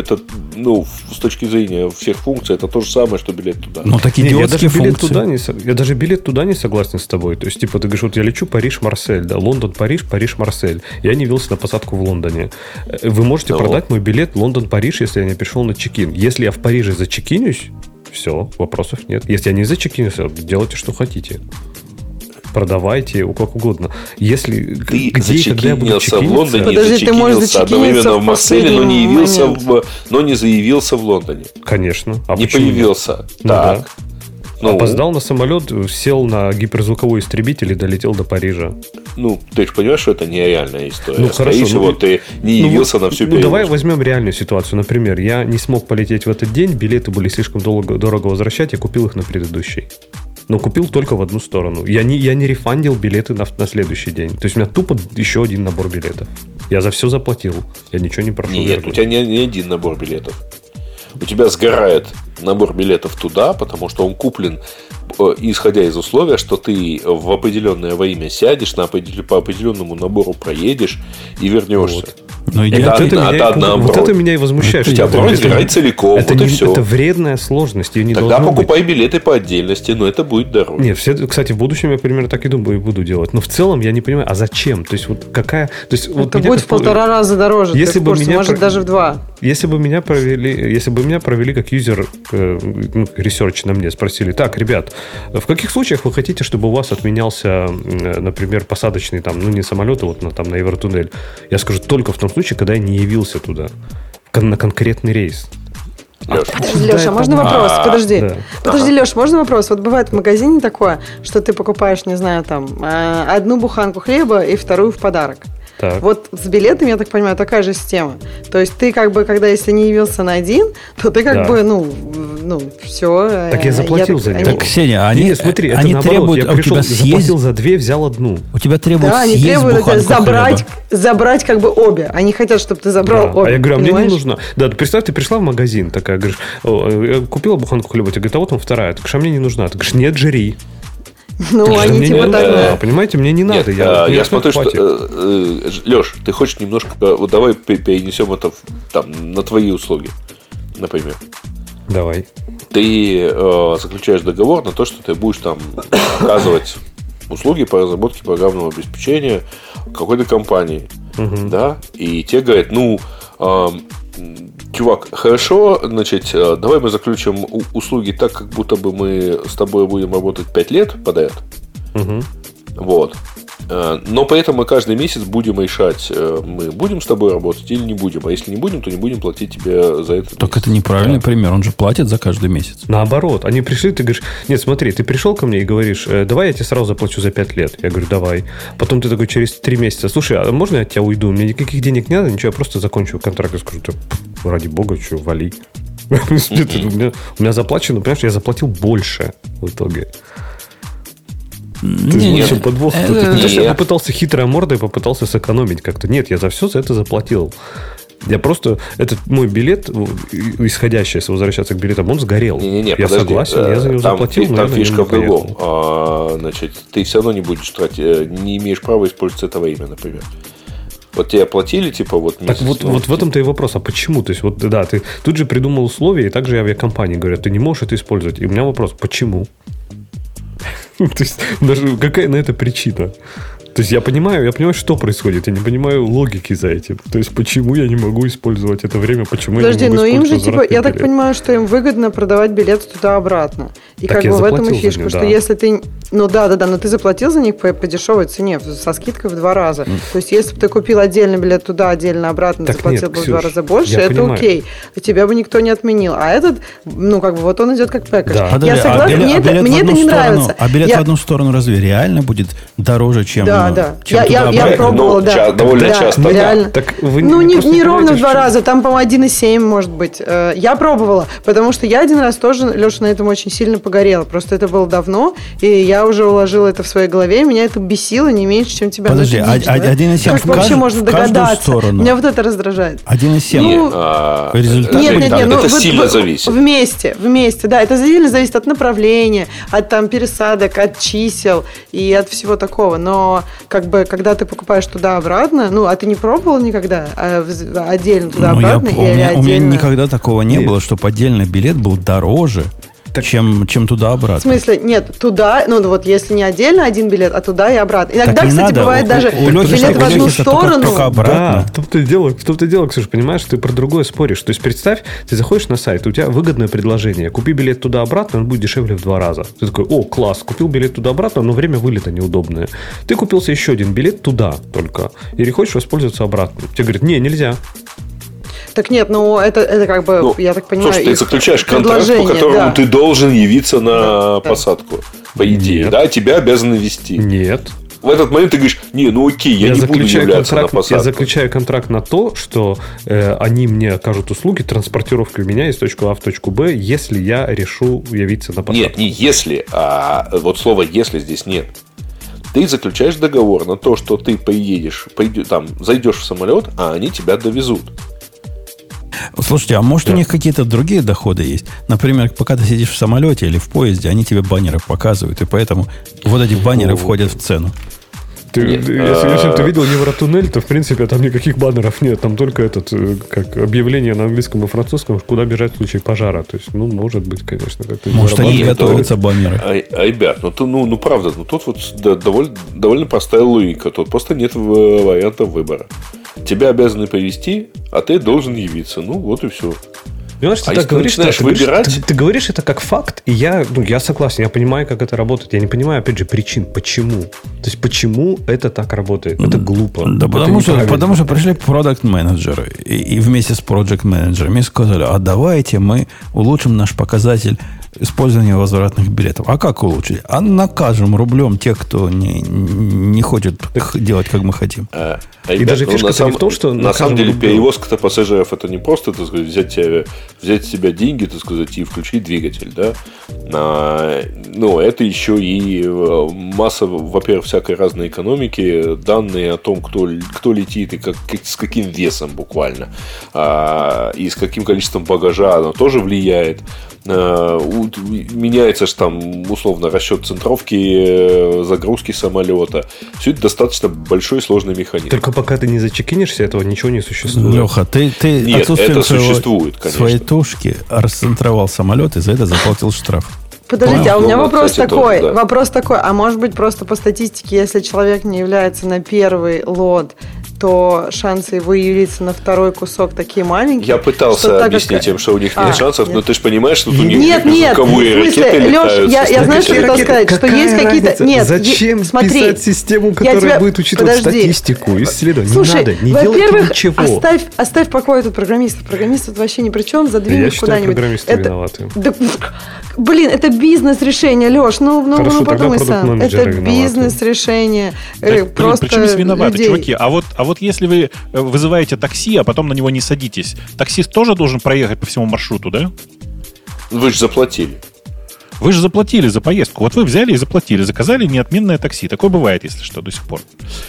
с точки зрения всех функций, это то же самое, что билет туда. Но такие идиотские функции. Я даже билет туда не согласен с тобой. То есть, ты говоришь, вот я лечу Париж-Марсель, да, Лондон-Париж, Париж-Марсель. Я не явился на посадку в Лондоне. Вы можете продать мой билет Лондон-Париж, если я не пришел на чекин. Если я в Париже зачекинюсь, все, вопросов нет. Если я не зачекинюсь, делайте, что хотите. Продавайте как угодно. Если ты зачекинился в Лондоне, подожди, ты можешь зачекиниться одновременно в Марселе, но не заявился в Лондоне. Конечно. Не появился. Так. Опоздал на самолет, сел на гиперзвуковой истребитель и долетел до Парижа. Ты же понимаешь, что это нереальная история. Хорошо. Всего ты не явился на всю перевозку. Давай возьмем реальную ситуацию. Например, я не смог полететь в этот день, билеты были слишком дорого возвращать, я купил их на предыдущий. Но купил только в одну сторону. Я не рефандил билеты на следующий день. То есть у меня тупо еще один набор билетов. Я за все заплатил. Я ничего не прошу. Нет, у тебя не один набор билетов. У тебя сгорает набор билетов туда, потому что он куплен, исходя из условия, что ты в определенное время сядешь, по определенному набору проедешь и вернешься. Вот. Это меня и возмущает. У тебя бронь сгорает целиком. Это вредная сложность. Тогда покупай билеты по отдельности, но это будет дороже. Нет, кстати, в будущем я примерно так и думаю, и буду делать. Но в целом я не понимаю, а зачем? То есть, это будет в 1,5 раза дороже. Может, даже в 2. Если бы меня провели как юзер ресерч на мне, спросили: так, ребят, в каких случаях вы хотите, чтобы у вас отменялся, например, посадочный не самолет, на Евротуннель? Я скажу, только в том случае, когда я не явился туда на конкретный рейс. Подожди, Леша, можно вопрос? Подожди, Леша, можно вопрос? Вот бывает в магазине такое, что ты покупаешь, не знаю, одну буханку хлеба и вторую в подарок. Так. Вот с билетами, я так понимаю, такая же система. То есть ты когда если не явился на один, то ты все. Так я заплатил за него. Так, Ксения, они требуют, я пришел, заплатил за 2, взял одну. У тебя требуют они требуют забрать обе. Они хотят, чтобы ты забрал обе. А я говорю, мне не нужно. Да, представь, ты пришла в магазин, такая, говоришь, купила буханку хлеба, тебе говорят, а вот вам вторая. Ты говоришь, а мне не нужна. Ты говоришь, нет, жри. Они так. Понимаете, мне не надо. Я смотрю, что... Леш, ты хочешь немножко... Вот давай перенесем это на твои услуги, например. Давай. Ты заключаешь договор на то, что ты будешь оказывать услуги по разработке программного обеспечения какой-то компании. Да? И те говорят, чувак, хорошо, давай мы заключим услуги так, как будто бы мы с тобой будем работать 5 лет подряд. Вот. Но при этом мы каждый месяц будем решать, мы будем с тобой работать или не будем. А если не будем, то не будем платить тебе за это. Так это неправильный пример, он же платит за каждый месяц. Наоборот, они пришли, ты говоришь, нет, смотри, ты пришел ко мне и говоришь, давай я тебе сразу заплачу за 5 лет. Я говорю, давай. Потом ты такой через 3 месяца, слушай, а можно я от тебя уйду? Мне никаких денег не надо, ничего, я просто закончу контракт и скажу, ради бога, что, вали. У меня заплачено, понимаешь, я заплатил больше в итоге. Нет, подвох. Я попытался хитрой мордой, попытался сэкономить как-то. Нет, я за все за это заплатил. Я просто... Этот мой билет, исходящий, если возвращаться к билетам, он сгорел. Я согласен, я за него заплатил, но там фишка в другом. Ты все равно не будешь тратить, не имеешь права использовать это во имя, например. Вот тебе оплатили, месяц. Так вот в этом-то и вопрос. А почему? То есть, ты тут же придумал условия, и также авиакомпании говорят, ты не можешь это использовать. И у меня вопрос, почему? То есть, даже какая на это причина? То есть, я понимаю, что происходит. Я не понимаю логики за этим. То есть, почему я не могу использовать это время? Почему Подожди, я не могу использовать им же, я так понимаю, что им выгодно продавать билеты туда-обратно. И так в этом и фишка, что если ты... но ты заплатил за них по дешевой цене, со скидкой в 2 раза. То есть, если бы ты купил отдельный билет туда, отдельно обратно, заплатил бы в 2 раза больше, это понимаю. Окей. Тебя бы никто не отменил. А этот, он идет как пэкэдж. Да. Я согласна, мне это не нравится. А билет в одну сторону разве реально будет дороже, чем... Да. Я пробовала, да. Довольно часто. Реально. Не ровно в 2 раза. Там, по-моему, 1,7 может быть. Я пробовала, потому что я один раз тоже, Леша, на этом очень сильно погорела. Просто это было давно, и я уже уложила это в своей голове. Меня это бесило не меньше, чем тебя. Подожди, 1,7 как вообще можно догадаться? Меня вот это раздражает. 1,7 результат? Нет. Это сильно зависит. Вместе, да. Это сильно зависит от направления, от пересадок, от чисел и от всего такого. Но когда ты покупаешь туда-обратно, а ты не пробовал никогда отдельно туда-обратно или отдельно? У меня никогда такого не было, чтобы отдельный билет был дороже, чем туда-обратно. В смысле? Нет, туда, если не отдельно один билет, а туда и обратно. Иногда, кстати, бывает даже билет в одну сторону. Только обратно. Да, в том-то и дело, Ксюша, понимаешь, ты про другое споришь. То есть, представь, ты заходишь на сайт, у тебя выгодное предложение. Купи билет туда-обратно, он будет дешевле в 2 раза. Ты такой, класс, купил билет туда-обратно, но время вылета неудобное. Ты купился еще один билет туда только, или хочешь воспользоваться обратно. Тебе говорят, нельзя. Так нет, ну это как бы, я так понимаю... Слушай, ты заключаешь контракт, по которому ты должен явиться на посадку. По идее, да, тебя обязаны вести. Нет. В этот момент ты говоришь, окей, я не буду являться на посадку. Я заключаю контракт на то, что они мне окажут услуги транспортировки меня из точки А в точку Б, если я решу явиться на посадку. Нет, не если, а вот слова «если» здесь нет. Ты заключаешь договор на то, что ты зайдешь в самолет, а они тебя довезут. Слушайте, а может у них какие-то другие доходы есть? Например, пока ты сидишь в самолете или в поезде, они тебе баннеры показывают, и поэтому вот эти баннеры входят в цену. Если ты видел Евротуннель, то, в принципе, там никаких баннеров нет. Там только как объявление на английском и французском, куда бежать в случае пожара. То есть, может быть, конечно, как-то... Может, они готовятся баннеры. Ребят, правда, тут вот довольно простая логика. Тут просто нет вариантов выбора. Тебя обязаны повезти, а ты должен явиться. Вот и все. Понимаешь, ты так говоришь, ты говоришь это как факт, и я согласен, я понимаю, как это работает. Я не понимаю, опять же, причин, почему. То есть, почему это так работает? Это глупо. Да, потому что пришли продакт-менеджеры и вместе с проект-менеджерами сказали, а давайте мы улучшим наш показатель использования возвратных билетов. А как улучшить? А накажем рублем тех, кто не хочет делать, как мы хотим. И даже фишка не в том, что... На самом деле, перевозка пассажиров это не просто, так сказать, взять с тебя деньги, так сказать, и включить двигатель, да? Это еще и масса, во-первых, всякой разной экономики, данные о том, кто летит и с каким весом буквально, и с каким количеством багажа, оно тоже влияет. Меняется же там условно расчет центровки, загрузки самолета. Все это достаточно большой и сложный механизм. Только пока ты не зачекинишься, этого ничего не существует. Леха, ты нет, это существует, конечно. Своей тушки расцентровал самолет и за это заплатил штраф. Подождите, а у меня вопрос такой. А может быть, просто по статистике, если человек не является на первый лот, то шансы его явиться на второй кусок такие маленькие. Я пытался объяснить им, что у них нет шансов, но ты же понимаешь, что у них звуковые ракеты летают. Леш, я знаю, что хотел сказать, что есть какие-то... Нет, зачем писать систему, которая будет учитывать статистику, исследования? Не надо, не делайте ничего. Оставь в покое тут программистов. Программисты вообще ни при чем, задвинь их куда-нибудь. Программисты виноваты. Блин, это бизнес-решение, Леш, подумай сам. Это бизнес-решение. Причем здесь виноваты, чуваки. А вот если вы вызываете такси, а потом на него не садитесь, таксист тоже должен проехать по всему маршруту, да? Вы же заплатили. Вы же заплатили за поездку. Вот вы взяли и заплатили, заказали неотменное такси. Такое бывает, если что, до сих пор.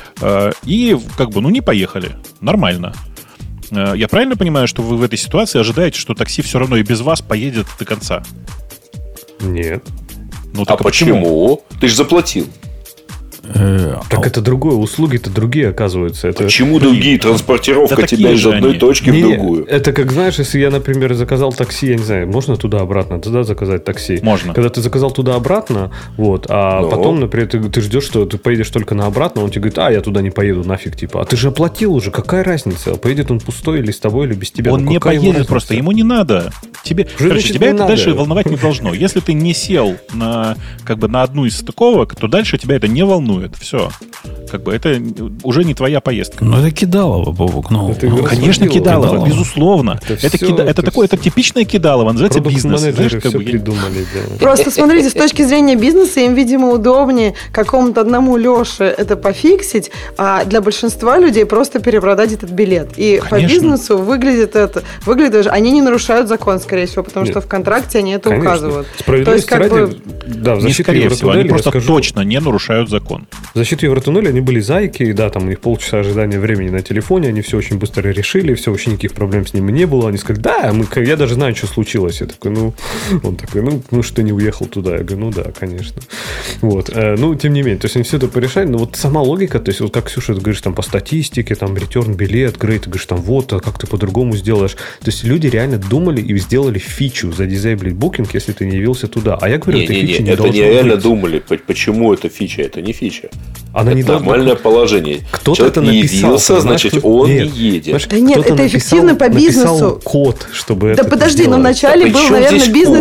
И не поехали. Нормально. Я правильно понимаю, что вы в этой ситуации ожидаете, что такси все равно и без вас поедет до конца? Нет. А почему? Ты же заплатил. Так это другое, услуги-то другие, оказывается. Почему другие? Транспортировка тебя из одной точки в другую. Это как, знаешь, если я, например, заказал такси, я не знаю, можно туда-обратно, туда заказать такси? Можно. Когда ты заказал туда-обратно, потом, например, ты ждешь, что ты поедешь только на обратно, он тебе говорит, я туда не поеду, нафиг, а ты же оплатил уже, какая разница? Поедет он пустой или с тобой, или без тебя? Он не поедет просто, ему не надо. Тебя это дальше волновать не должно. Если ты не сел на одну из стыковок, то дальше тебя это не волнует. Все. Это уже не твоя поездка. Это кидалово, Бобук. Конечно, кидалово, безусловно. Это типичное кидалово, называется бизнес. Просто смотрите, с точки зрения бизнеса им, видимо, удобнее какому-то одному Леше это пофиксить, а для большинства людей просто перепродать этот билет. И по бизнесу выглядит, они не нарушают закон, скорее всего, потому что в контракте они это указывают. Справедливости ради, в защиту Евротуннеля они просто точно не нарушают закон. В защиту Евротуннеля они были зайки, у них полчаса ожидания времени на телефоне, они все очень быстро решили, все, вообще никаких проблем с ними не было. Они сказали, я даже знаю, что случилось. Я такой, он такой, что ты не уехал туда? Я говорю, да, конечно. Тем не менее, то есть они все это порешали, но сама логика, то есть как, Ксюша, ты говоришь, по статистике, return билет, great, ты говоришь, как ты по-другому сделаешь. То есть люди реально думали и сделали фичу за disabled booking, если ты не явился туда. А я говорю, этой фичи не должно быть. Это не реально думали. Почему это фича? Это не фича. Она не нормальное положение. Кто-то человек это написал, явился, значит, он не едет. Да нет, это эффективно по бизнесу. Код, чтобы да это подожди, сделать. но вначале был, наверное, бизнес.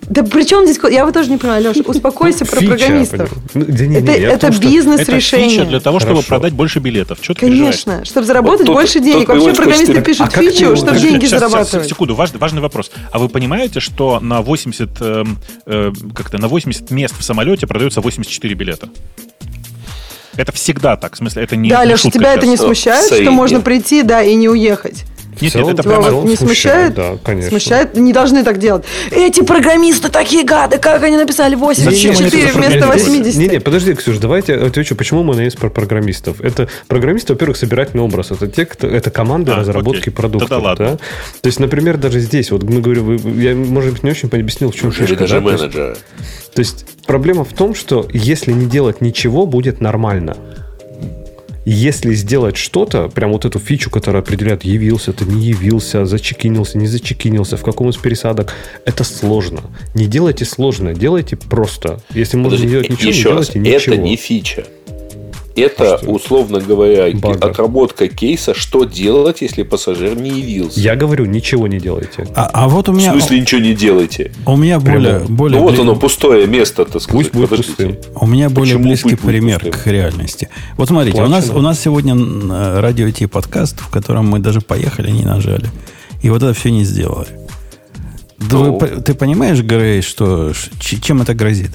Да при чем здесь... Я его тоже не понимаю, Леша. Успокойся про программистов. Это бизнес-решение. Это фича для того, чтобы продать больше билетов. Что ты переживаешь? Конечно, чтобы заработать больше денег. Вообще программисты пишут фичу, чтобы деньги зарабатывать. Секунду, важный вопрос. А вы понимаете, что на 80 мест в самолете продается 84 билета? Это всегда так. В смысле, это не... Да, Леша, тебя это не смущает, что можно прийти, да, и не уехать? Нет, это прямо не смущает? Да, конечно. Смущает? Не должны так делать. Эти программисты такие гады, как они написали 84 вместо 80? Не, подожди, Ксюш, давайте отвечу, почему мы есть про программистов. Это программисты, во-первых, собирательный образ. Это команды разработки продуктов. Да ладно. То есть, например, даже здесь, вот мы говорим, я, может быть, не очень объяснил, в чем фишка. Даже менеджеры. То есть, проблема в том, что если не делать ничего, будет нормально. Если сделать что-то, прям вот эту фичу, которая определяет, явился ты, не явился, зачекинился, не зачекинился, в каком из пересадок, это сложно. Не делайте сложно, делайте просто. Если можно не делать ничего, не делайте ничего. Это не фича. Это, условно говоря, отработка кейса, что делать, если пассажир не явился. Я говорю, ничего не делайте. А вот у меня... В смысле, ничего не делайте? У меня более... Ну, вот оно, пустое место, так сказать. Пусть будет пустым. У меня более близкий пример к реальности. Вот смотрите, у нас сегодня радио IT подкаст, в котором мы даже поехали, не нажали. И вот это все не сделали. Ты понимаешь, Грей, чем это грозит?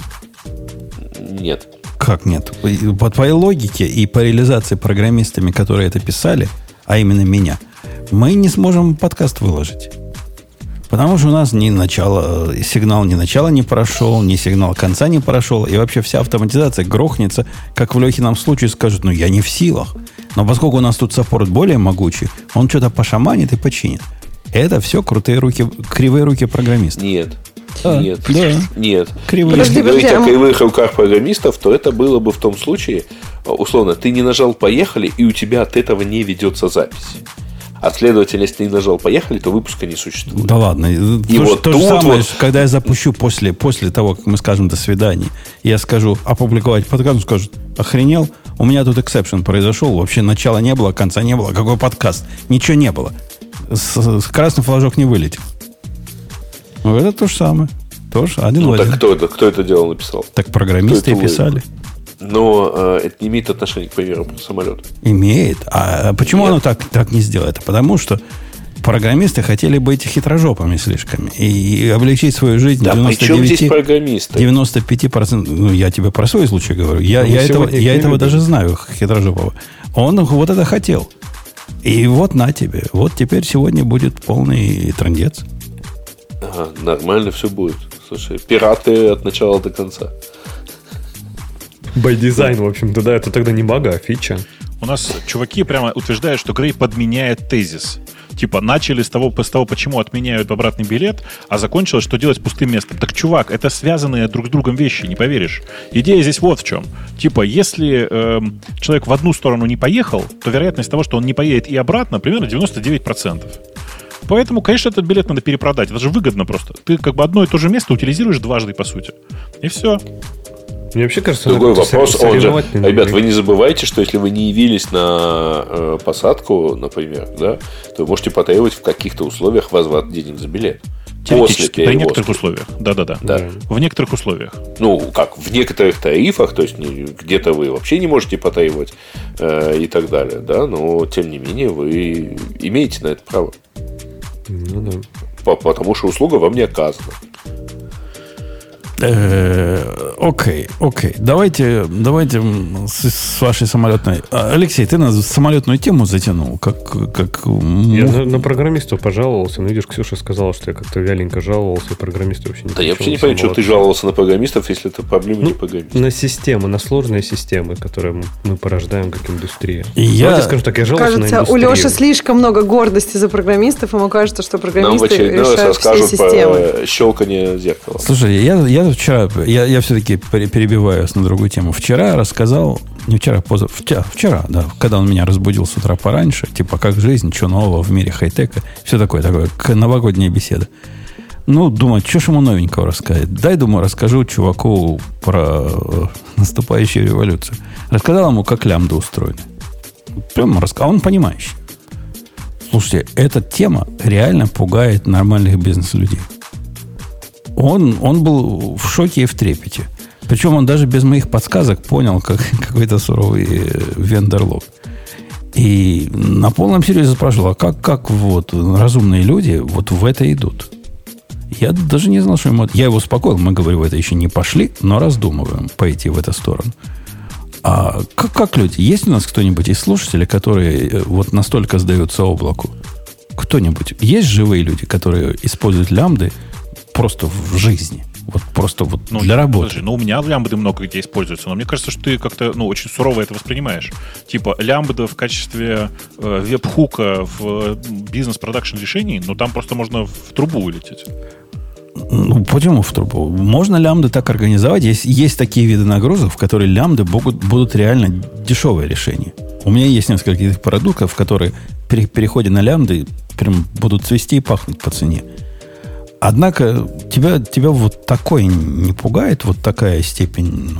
Нет. Как нет? По твоей логике и по реализации программистами, которые это писали, а именно меня, мы не сможем подкаст выложить. Потому что у нас сигнал ни начала не прошел, ни сигнал конца не прошел, и вообще вся автоматизация грохнется, как в Лехином случае скажут, я не в силах. Но поскольку у нас тут саппорт более могучий, он что-то пошаманит и починит. Это все кривые руки программистов. Нет. Нет. Кривые. Если говорить о кривых руках программистов, то это было бы в том случае, условно, ты не нажал «Поехали», и у тебя от этого не ведется запись. А следовательно, если ты не нажал «Поехали», то выпуска не существует. Да ладно. И то же самое, когда я запущу после того, как мы скажем «до свидания», я скажу «опубликовать подкаст», он скажет «охренел? У меня тут эксепшн произошел, вообще начала не было, конца не было. Какой подкаст? Ничего не было. Красный флажок не вылетел». Ну, это то же самое. Тоже один в один. Так кто это дело написал? Так программисты и писали. Но это не имеет отношения к примеру про самолет. Имеет. А почему оно так не сделает? Потому что программисты хотели быть хитрожопами слишком и облегчить свою жизнь. Да, при чем здесь программисты? 95%. Ну, я тебе про свой случай говорю. Я этого даже знаю, хитрожопого. Он вот это хотел. И вот на тебе. Вот теперь сегодня будет полный трындец. Ага, нормально все будет. Слушай, пираты от начала до конца. By design, в общем-то, да, это тогда не бага, а фича. У нас чуваки прямо утверждают, что Грей подменяет тезис. Типа, начали с того, почему отменяют обратный билет, а закончилось, что делать с пустым местом. Так, чувак, это связанные друг с другом вещи, не поверишь. Идея здесь вот в чем. Типа, если человек в одну сторону не поехал, то вероятность того, что он не поедет и обратно, примерно 99%. Поэтому, конечно, этот билет надо перепродать. Это же выгодно просто. Ты как бы одно и то же место утилизируешь дважды, по сути. И все. Мне вообще кажется, другой вопрос. Ребят, вы не забывайте, что если вы не явились на посадку, например, да, то вы можете потребовать в каких-то условиях возврат денег за билет. Теоретически, при некоторых условиях. Да. В некоторых условиях. Ну, как, в некоторых тарифах, то есть где-то вы вообще не можете потребовать и так далее, да, но тем не менее вы имеете на это право. Ну да. Потому что услуга вам не оказана. Окей. Давайте с вашей самолетной... Алексей, ты нас самолетную тему затянул. Я на программистов пожаловался. Но видишь, Ксюша сказала, что я как-то вяленько жаловался, и программисты вообще не... Да я вообще не понимаю, что ты жаловался на программистов, если это проблема не программистов. На системы, на сложные системы, которые мы порождаем как индустрия. Давайте скажем так, я жаловался на индустрию. Кажется, у Леши слишком много гордости за программистов, ему кажется, что программисты решают все системы. Про щелкание зеркала. Слушай, я все-таки перебиваю вас на другую тему. Вчера рассказал, вчера, да, когда он меня разбудил с утра пораньше, типа, как жизнь, что нового в мире хай-тека, все такое, новогодняя беседа. Ну, думаю, что ж ему новенького рассказать? Дай, думаю, расскажу чуваку про наступающую революцию. Рассказал ему, как лямбда устроена. Прямо рассказал, он понимающий. Слушайте, эта тема реально пугает нормальных бизнес-людей. Он был в шоке и в трепете. Причем он даже без моих подсказок понял, как какой-то суровый вендор-лог. И на полном серьезе спрашивал, а как вот разумные люди вот в это идут? Я даже не знал, что ему... Я его успокоил, мы, говорю, в это еще не пошли, но раздумываем пойти в эту сторону. А как люди? Есть у нас кто-нибудь из слушателей, которые вот настолько сдаются облаку? Кто-нибудь? Есть живые люди, которые используют лямбды просто в жизни? Вот просто вот для работы. Подожди, у меня лямбды много где используются, но мне кажется, что ты как-то очень сурово это воспринимаешь. Типа лямбда в качестве веб-хука в бизнес-продакшн решений, там просто можно в трубу вылететь. Почему в трубу? Можно лямбды так организовать. Есть такие виды нагрузок, в которые лямбды будут реально дешевые решения. У меня есть несколько таких продуктов, которые при переходе на лямбды прям будут цвести и пахнуть по цене. Однако тебя вот такое не пугает, вот такая степень,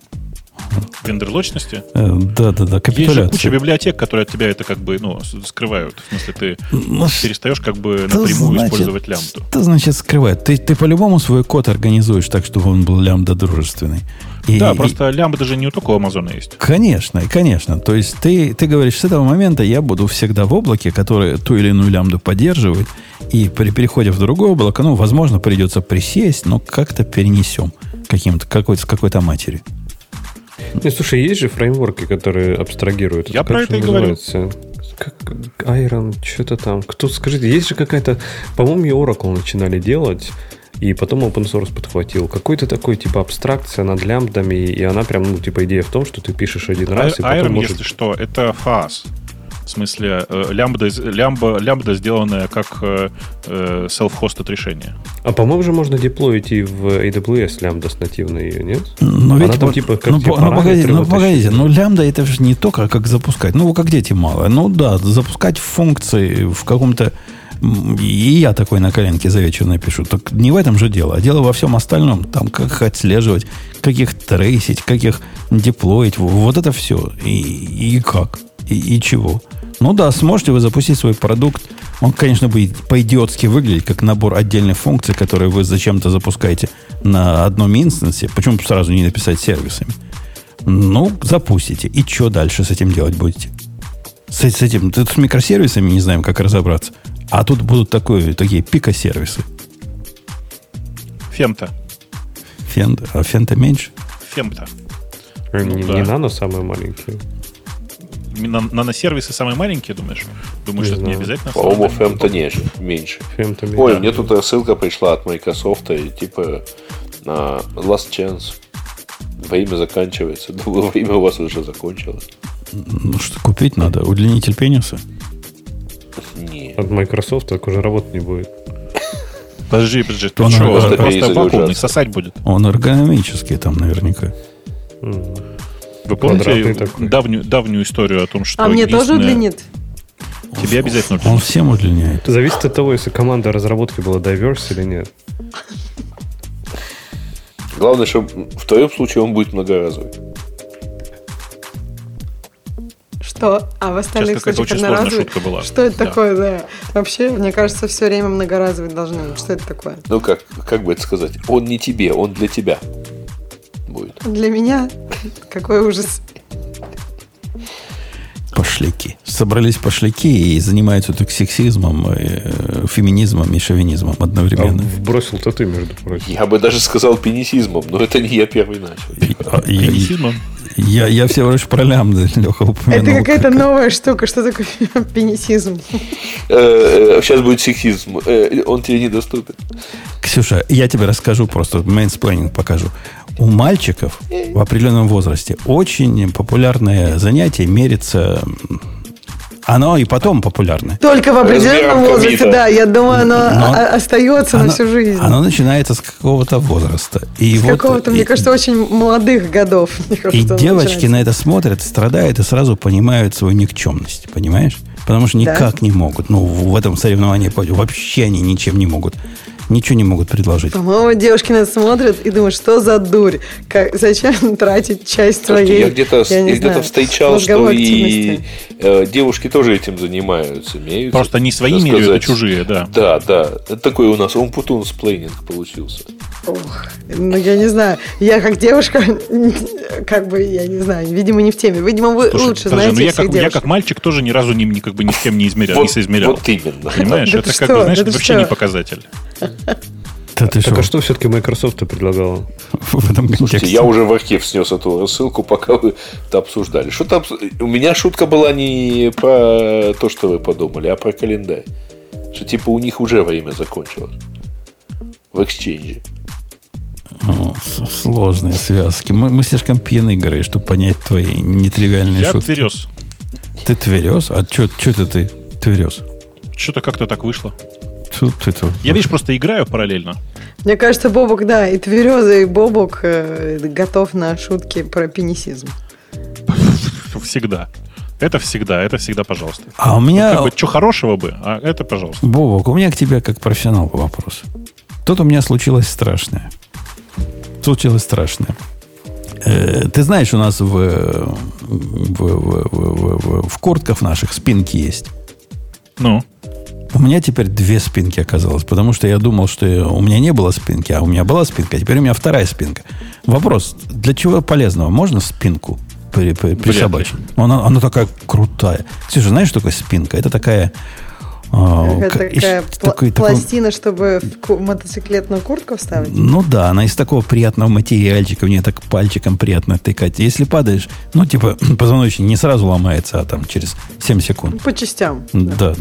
вендорлочности? Да, капитуляция. Есть же куча библиотек, которые от тебя это как бы, скрывают. В смысле, ты перестаешь как бы напрямую использовать лямбду. Это значит скрывает. Ты по-любому свой код организуешь так, чтобы он был лямбда-дружественный. Просто лямбда же не только у Амазона есть. Конечно. То есть ты говоришь, с этого момента я буду всегда в облаке, которое ту или иную лямбду поддерживает, и при переходе в другое облако, возможно, придется присесть, но как-то перенесем с какой-то матерью. Слушай, есть же фреймворки, которые абстрагируют. Я про это и говорю. Как Iron, что-то там. Скажите, есть же какая-то... По-моему, и Oracle начинали делать, и потом open source подхватил. Какой-то такой, типа, абстракция над лямбдами, и она прям, идея в том, что ты пишешь один раз, и потом Iron, если что, это FAS. В смысле, лямбда сделанная как self-hosted решение. А по-моему же можно деплоить и в AWS лямбда с нативной ее, нет? Она там типа погодите, лямбда это же не только как запускать. Как дети малые. Запускать функции в каком-то... И я такой на коленке за вечер напишу. Так не в этом же дело, а дело во всем остальном. Там как их отслеживать, как их трейсить, как их деплоить. Вот это все. И как? И чего? Сможете вы запустить свой продукт. Он, конечно, будет по-идиотски выглядеть, как набор отдельных функций, которые вы зачем-то запускаете на одном инстансе. Почему сразу не написать сервисами? Запустите. И что дальше с этим делать будете? С этим, с микросервисами не знаем, как разобраться. А тут будут такие пикосервисы. Фемта. А фента меньше? Фемта. Не нано самые маленькие. Наносервисы самые маленькие, думаешь? Думаешь, что это не обязательно? По-моему, Фемта меньше. Ой, мне тут ссылка пришла от Microsoft, и типа на last chance. Время заканчивается. Думаю, время у вас уже закончилось. Что купить надо? Удлинитель пениса? Нет. От Microsoft так уже работать не будет. Подожди. Ты что? Просто вакуумный сосать будет. Он эргономический там наверняка. Вы помните давнюю историю о том, что... А мне тоже удлинит? Тебе обязательно удлинит. Он всем удлиняет. Зависит от того, если команда разработки была diverse или нет. Главное, что в твоем случае он будет многоразовый. Что? А в остальных случаях одноразовый? Сейчас какая-то очень сложная шутка была. Что это такое, да? Вообще, мне кажется, все время многоразовый должны быть. Что это такое? Как бы это сказать? Он не тебе, он для тебя будет. Для меня? Какой ужас. Пошляки. Собрались пошляки и занимаются тут сексизмом, феминизмом и шовинизмом одновременно. Бросил-то ты, между прочим. Я бы даже сказал пенисизмом, но это не я первый начал. Пенисизмом? Я всего лишь про лямбды, Леха, упомянул. Это какая-то новая штука. Что такое пенисизм? Сейчас будет сексизм. Он тебе недоступен. Ксюша, я тебе расскажу просто, мейнсплейнинг покажу. У мальчиков в определенном возрасте очень популярное занятие мерится... Оно и потом популярное. Только в определенном возрасте, да. Я думаю, оно остается на всю жизнь. Оно начинается с какого-то возраста. С какого-то, мне кажется, очень молодых годов. И девочки на это смотрят, страдают и сразу понимают свою никчемность. Понимаешь? Потому что никак не могут. В этом соревновании вообще они ничем не могут Ничего не могут предложить. По-моему, девушки нас смотрят и думают, что за дурь? Зачем тратить часть своей... Я где-то встречал, что и девушки тоже этим занимаются. Просто не своими или это чужие, да. Да. Это такой у нас умпутун-сплейнинг получился. Ох, ну, я не знаю. Я как девушка, как бы, я не знаю, видимо, не в теме. Видимо, вы лучше знаете всех девушек. Я как мальчик тоже ни разу ни с кем не соизмерял. Вот именно. Понимаешь, это как бы, знаешь, это вообще не показатель. Так а что все-таки Microsoft предлагала? В этом контексте? Слушайте, я уже в архив снес эту ссылку, пока вы это обсуждали. У меня шутка была не про то, что вы подумали, а про календарь. Что типа у них уже время закончилось. В Exchange. Сложные связки. Мы слишком пьяны, Грей, чтобы понять твои нетривиальные шутки. Я тверез. Ты тверез? А что ты тверез? Что-то как-то так вышло. Я, видишь, просто играю параллельно. Мне кажется, Бобок, да, и тверезый Бобок готов на шутки про пенисизм. Всегда. Это всегда, пожалуйста. А у меня... Как бы, что хорошего бы, а это, пожалуйста. Бобок, у меня к тебе как профессионал вопрос. Тут у меня случилось страшное. Ты знаешь, у нас в куртках наших спинки есть. Ну? У меня теперь 2 спинки оказалось, потому что я думал, что у меня не было спинки, а у меня была спинка, а теперь у меня 2 спинка. Вопрос, для чего полезного? Можно спинку присобачить? Она такая крутая. Ксюша, знаешь, что такое спинка? Это такая... такая пластина, чтобы в мотоциклетную куртку вставить? Ну да, она из такого приятного материальчика, мне так пальчиком приятно тыкать. Если падаешь, позвоночник не сразу ломается, а там через 7 секунд. По частям. Да.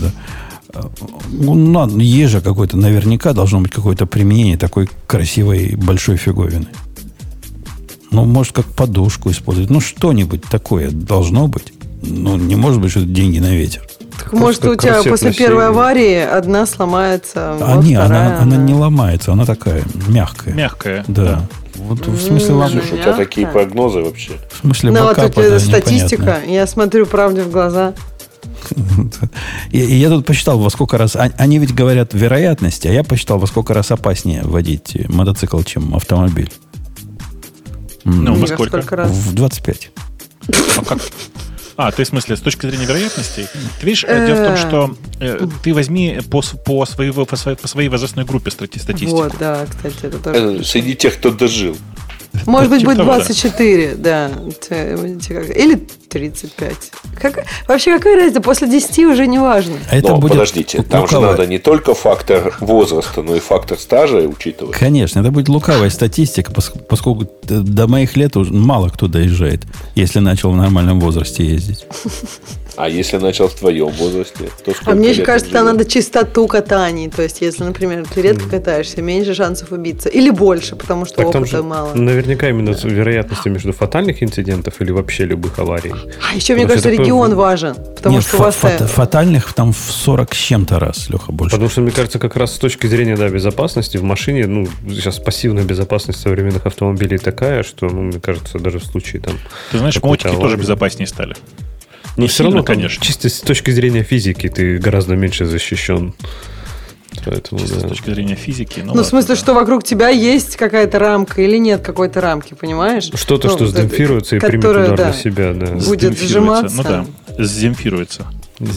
Есть же какое-то, наверняка должно быть какое-то применение такой красивой большой фиговины. Может, как подушку использовать. Что-нибудь такое должно быть. Не может быть, что это деньги на ветер. Может, у тебя после первой аварии одна сломается, вторая... Она не ломается, она такая мягкая. Мягкая. Да. Вот в смысле Слушай, у тебя такие прогнозы вообще. В смысле бэкапа, это статистика. Я смотрю правде в глаза. Я тут посчитал, во сколько раз... Они ведь говорят вероятности, а я посчитал, во сколько раз опаснее водить мотоцикл, чем автомобиль. Во сколько? В 25. Ты в смысле, с точки зрения вероятностей? Ты видишь, дело в том, что ты возьми по своей возрастной группе статистику. Вот, да, кстати, это тоже... Среди тех, кто дожил. Может быть, будет 24, да. Или 35. Вообще, какая разница? После 10 уже не важно. Но подождите, там же надо не только фактор возраста, но и фактор стажа учитывать. Конечно, это будет лукавая статистика, поскольку до моих лет уже мало кто доезжает, если начал в нормальном возрасте ездить. А если начал в твоем возрасте, то сколько лет? Мне кажется, там надо чистоту катаний. То есть, если, например, ты редко катаешься, меньше шансов убиться. Или больше, потому что опыта мало. Наверняка именно вероятности между фатальных инцидентов или вообще любых аварий. А еще, мне кажется, регион важен. Потому что у вас... фатальных там в 40 с чем-то раз, Леха, больше. Потому что, мне кажется, как раз с точки зрения безопасности в машине, сейчас пассивная безопасность современных автомобилей такая, что, мне кажется, даже в случае там... Ты знаешь, мотики тоже безопаснее стали. Но все равно, конечно. Чисто с точки зрения физики ты гораздо меньше защищен. Поэтому, чисто с точки зрения физики. В смысле, что вокруг тебя есть какая-то рамка или нет какой-то срамки, понимаешь? Что-то, что сдемпфируется и примет удар на себя. Да. Будет сжиматься. Земфируется.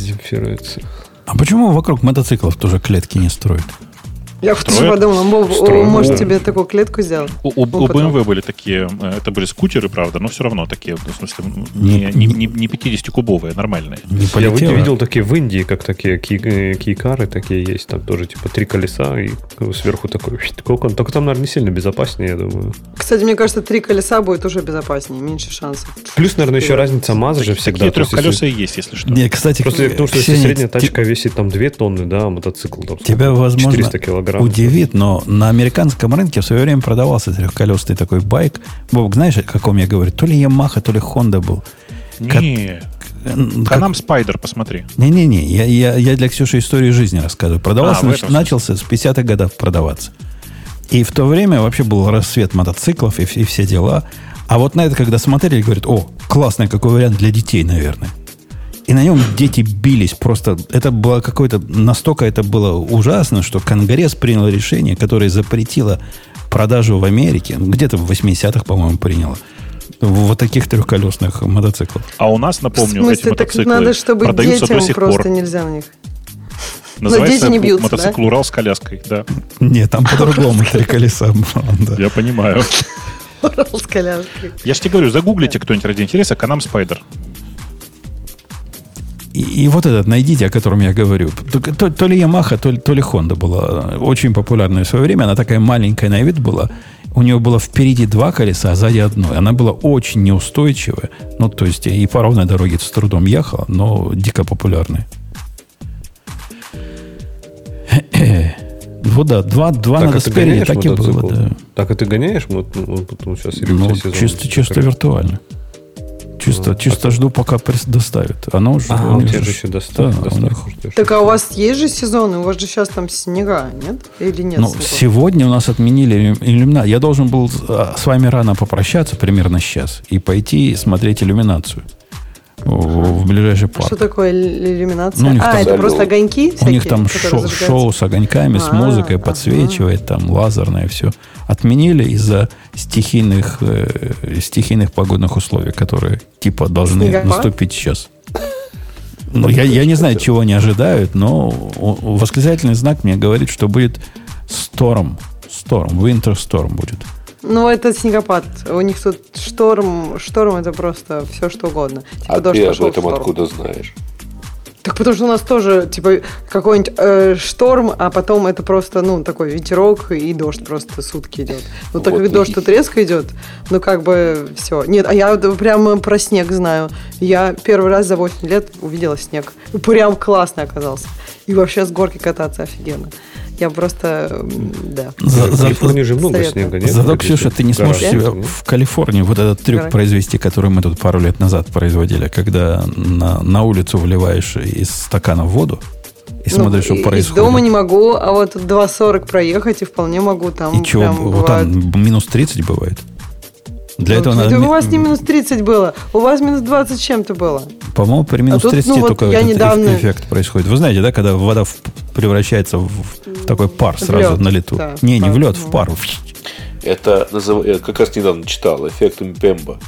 А почему вокруг мотоциклов тоже клетки не строят? Я тоже подумала, может тебе такую клетку сделать? У BMW были такие, это были скутеры, правда, но все равно такие, в смысле, не 50-кубовые, нормальные. Я видел такие в Индии, как такие кейкары такие есть, там тоже типа 3 колеса и сверху такой кокон. Только там, наверное, не сильно безопаснее, я думаю. Кстати, мне кажется, 3 колеса будет уже безопаснее, меньше шансов. Плюс, наверное, еще разница МАЗ же всегда. Такие 3-колесые есть, если что. Не, кстати, просто потому что если средняя тачка весит там 2 тонны, да, а мотоцикл там тебя, возможно, 400 килограмм. Удивит, но на американском рынке в свое время продавался 3-колесный такой байк. Бог, знаешь, о каком я говорю? То ли Yamaha, то ли Honda был. Канам Спайдер, посмотри. Не-не-не, я для Ксюши историю жизни рассказываю. Продавался, начался с 50-х годов продаваться. И в то время вообще был рассвет мотоциклов и все дела. А вот на это, когда смотрели, говорят, классный какой вариант для детей, наверное. И на нем дети бились. Просто это было какое-то... Настолько это было ужасно, что Конгресс принял решение, которое запретило продажу в Америке. Где-то в 80-х, по-моему, приняло. Вот таких трехколесных мотоциклов. А у нас, напомню, в смысле, эти мотоциклы так надо, чтобы продаются детям до сих просто пор. нельзя на них. Называется дети не бьются, мотоцикл да? «Урал» с коляской, да. Нет, там по-другому 3 колеса было. Да. Я понимаю. Урал с коляской. Я же тебе говорю, загуглите кто-нибудь ради интереса Канам Спайдер. И вот этот найдите, о котором я говорю. То ли Yamaha, то ли Honda была очень популярная в свое время. Она такая маленькая на вид была. У нее было впереди 2 колеса, а сзади одно. Она была очень неустойчивая. Ну, то есть и по ровной дороге с трудом ехала, но дико популярная. Вот да, два надо спереди, так и было. Да. Так и ты гоняешь? Сейчас Чисто виртуально. Чисто жду, пока доставят. Она уже... у тебя же еще доставку ждешь. Так а у вас есть же сезоны? У вас же сейчас там снега, нет? Или нет? Ну, сегодня у нас отменили иллюминацию. Я должен был с вами рано попрощаться, примерно сейчас, и пойти смотреть иллюминацию в ближайший парк. Что такое иллюминация? Ну, это просто огоньки всякие? У них там шоу с огоньками, с музыкой, подсвечивает, там лазерное все. Отменили из-за стихийных погодных условий, которые типа должны наступить сейчас. Ну, я не знаю, чего они ожидают, но восклицательный знак мне говорит, что будет Winter Storm будет. Ну, это снегопад. У них тут шторм это просто все, что угодно. Типа, а ты об этом откуда знаешь? Так потому что у нас тоже, типа, какой-нибудь шторм, а потом это просто, такой ветерок и дождь просто сутки идет. Ну, так как дождь тут резко идет, как бы все. Нет, а я прямо про снег знаю. Я первый раз за 8 лет увидела снег. Прям классный оказался. И вообще с горки кататься офигенно. Я просто, да. В Калифорнии же много снега, нет? Зато, Ксюша, ты не сможешь себе в Калифорнии вот этот трюк произвести, который мы тут пару лет назад производили, когда на улицу вливаешь из стакана воду и смотришь, что происходит. Из дома не могу, а вот 2.40 проехать и вполне могу. Там и чего, вот там минус 30 бывает? Для этого надо... У вас не минус 30 было, у вас минус 20 чем-то было. По-моему, при минус 30 только этот эффект происходит. Вы знаете, да, когда вода превращается в такой пар сразу лед, на лету. Да, не в лед, в пар. Это я как раз недавно читал, эффект Мпемба.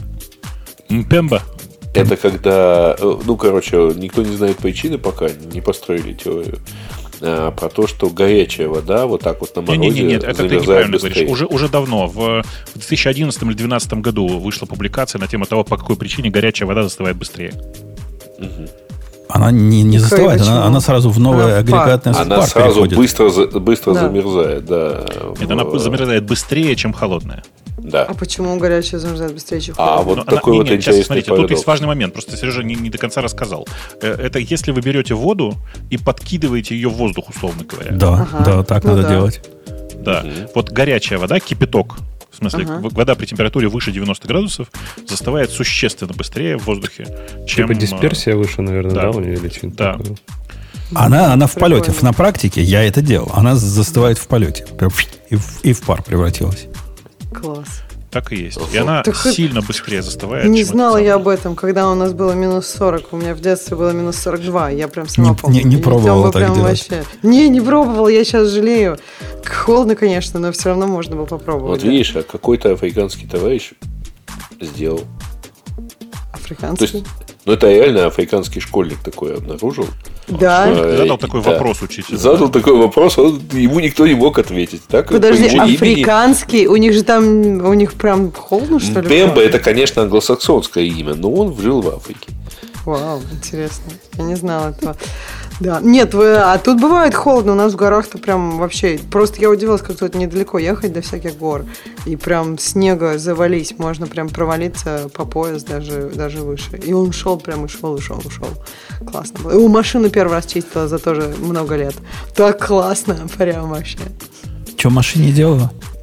Мпемба? Это когда, никто не знает причины, пока не построили теорию. Про то, что горячая вода вот так вот на морозе Нет, это ты неправильно говоришь. Уже давно, в 2011 или 2012 году вышла публикация на тему того, по какой причине горячая вода застывает быстрее. Угу. Она не застывает, она сразу в новое агрегатное пар она сразу переходит. быстро замерзает, да. Нет, она замерзает быстрее, чем холодная. Да. А почему горячая замерзает быстрее, чем холодная? Вот такой вот интересный смотрите, парадокс. тут есть важный момент. Просто Сережа не до конца рассказал. Это если вы берете воду и подкидываете ее в воздух, условно говоря. Да, так надо делать. Да. Вот горячая вода, кипяток, в смысле, вода при температуре выше 90 градусов застывает существенно быстрее в воздухе, чем... Типа дисперсия выше, наверное, да, у нее или что-то такое? Она в полете. На практике я это делал. Она застывает в полете. И в пар превратилась. Класс. Так и есть. И она сильно быстрее застывает. Не знала я об этом, когда у нас было минус 40. У меня в детстве было минус 42. Я прям сама помню. Не пробовала так делать. Вообще... Не пробовала, я сейчас жалею. Холодно, конечно, но все равно можно было попробовать. Вот видишь, какой-то африканский товарищ сделал. Африканский? То есть, это реально африканский школьник такой обнаружил. Да. Задал такой вопрос учителю. Задал такой вопрос, ему никто не мог ответить. Так, подожди, африканский? У них прям холодно, что ли? Пемба это, конечно, англосаксонское имя, но он жил в Африке. Вау, интересно. Я не знала этого. Да. Нет, а тут бывает холодно. У нас в горах-то прям вообще... Просто я удивилась, как тут недалеко ехать до всяких гор. И прям снега завались. Можно прям провалиться по пояс даже выше. И он шел прям и шел. Классно было. И у машины первый раз чистила за тоже много лет. Так классно. Прям вообще. Что в машине делала?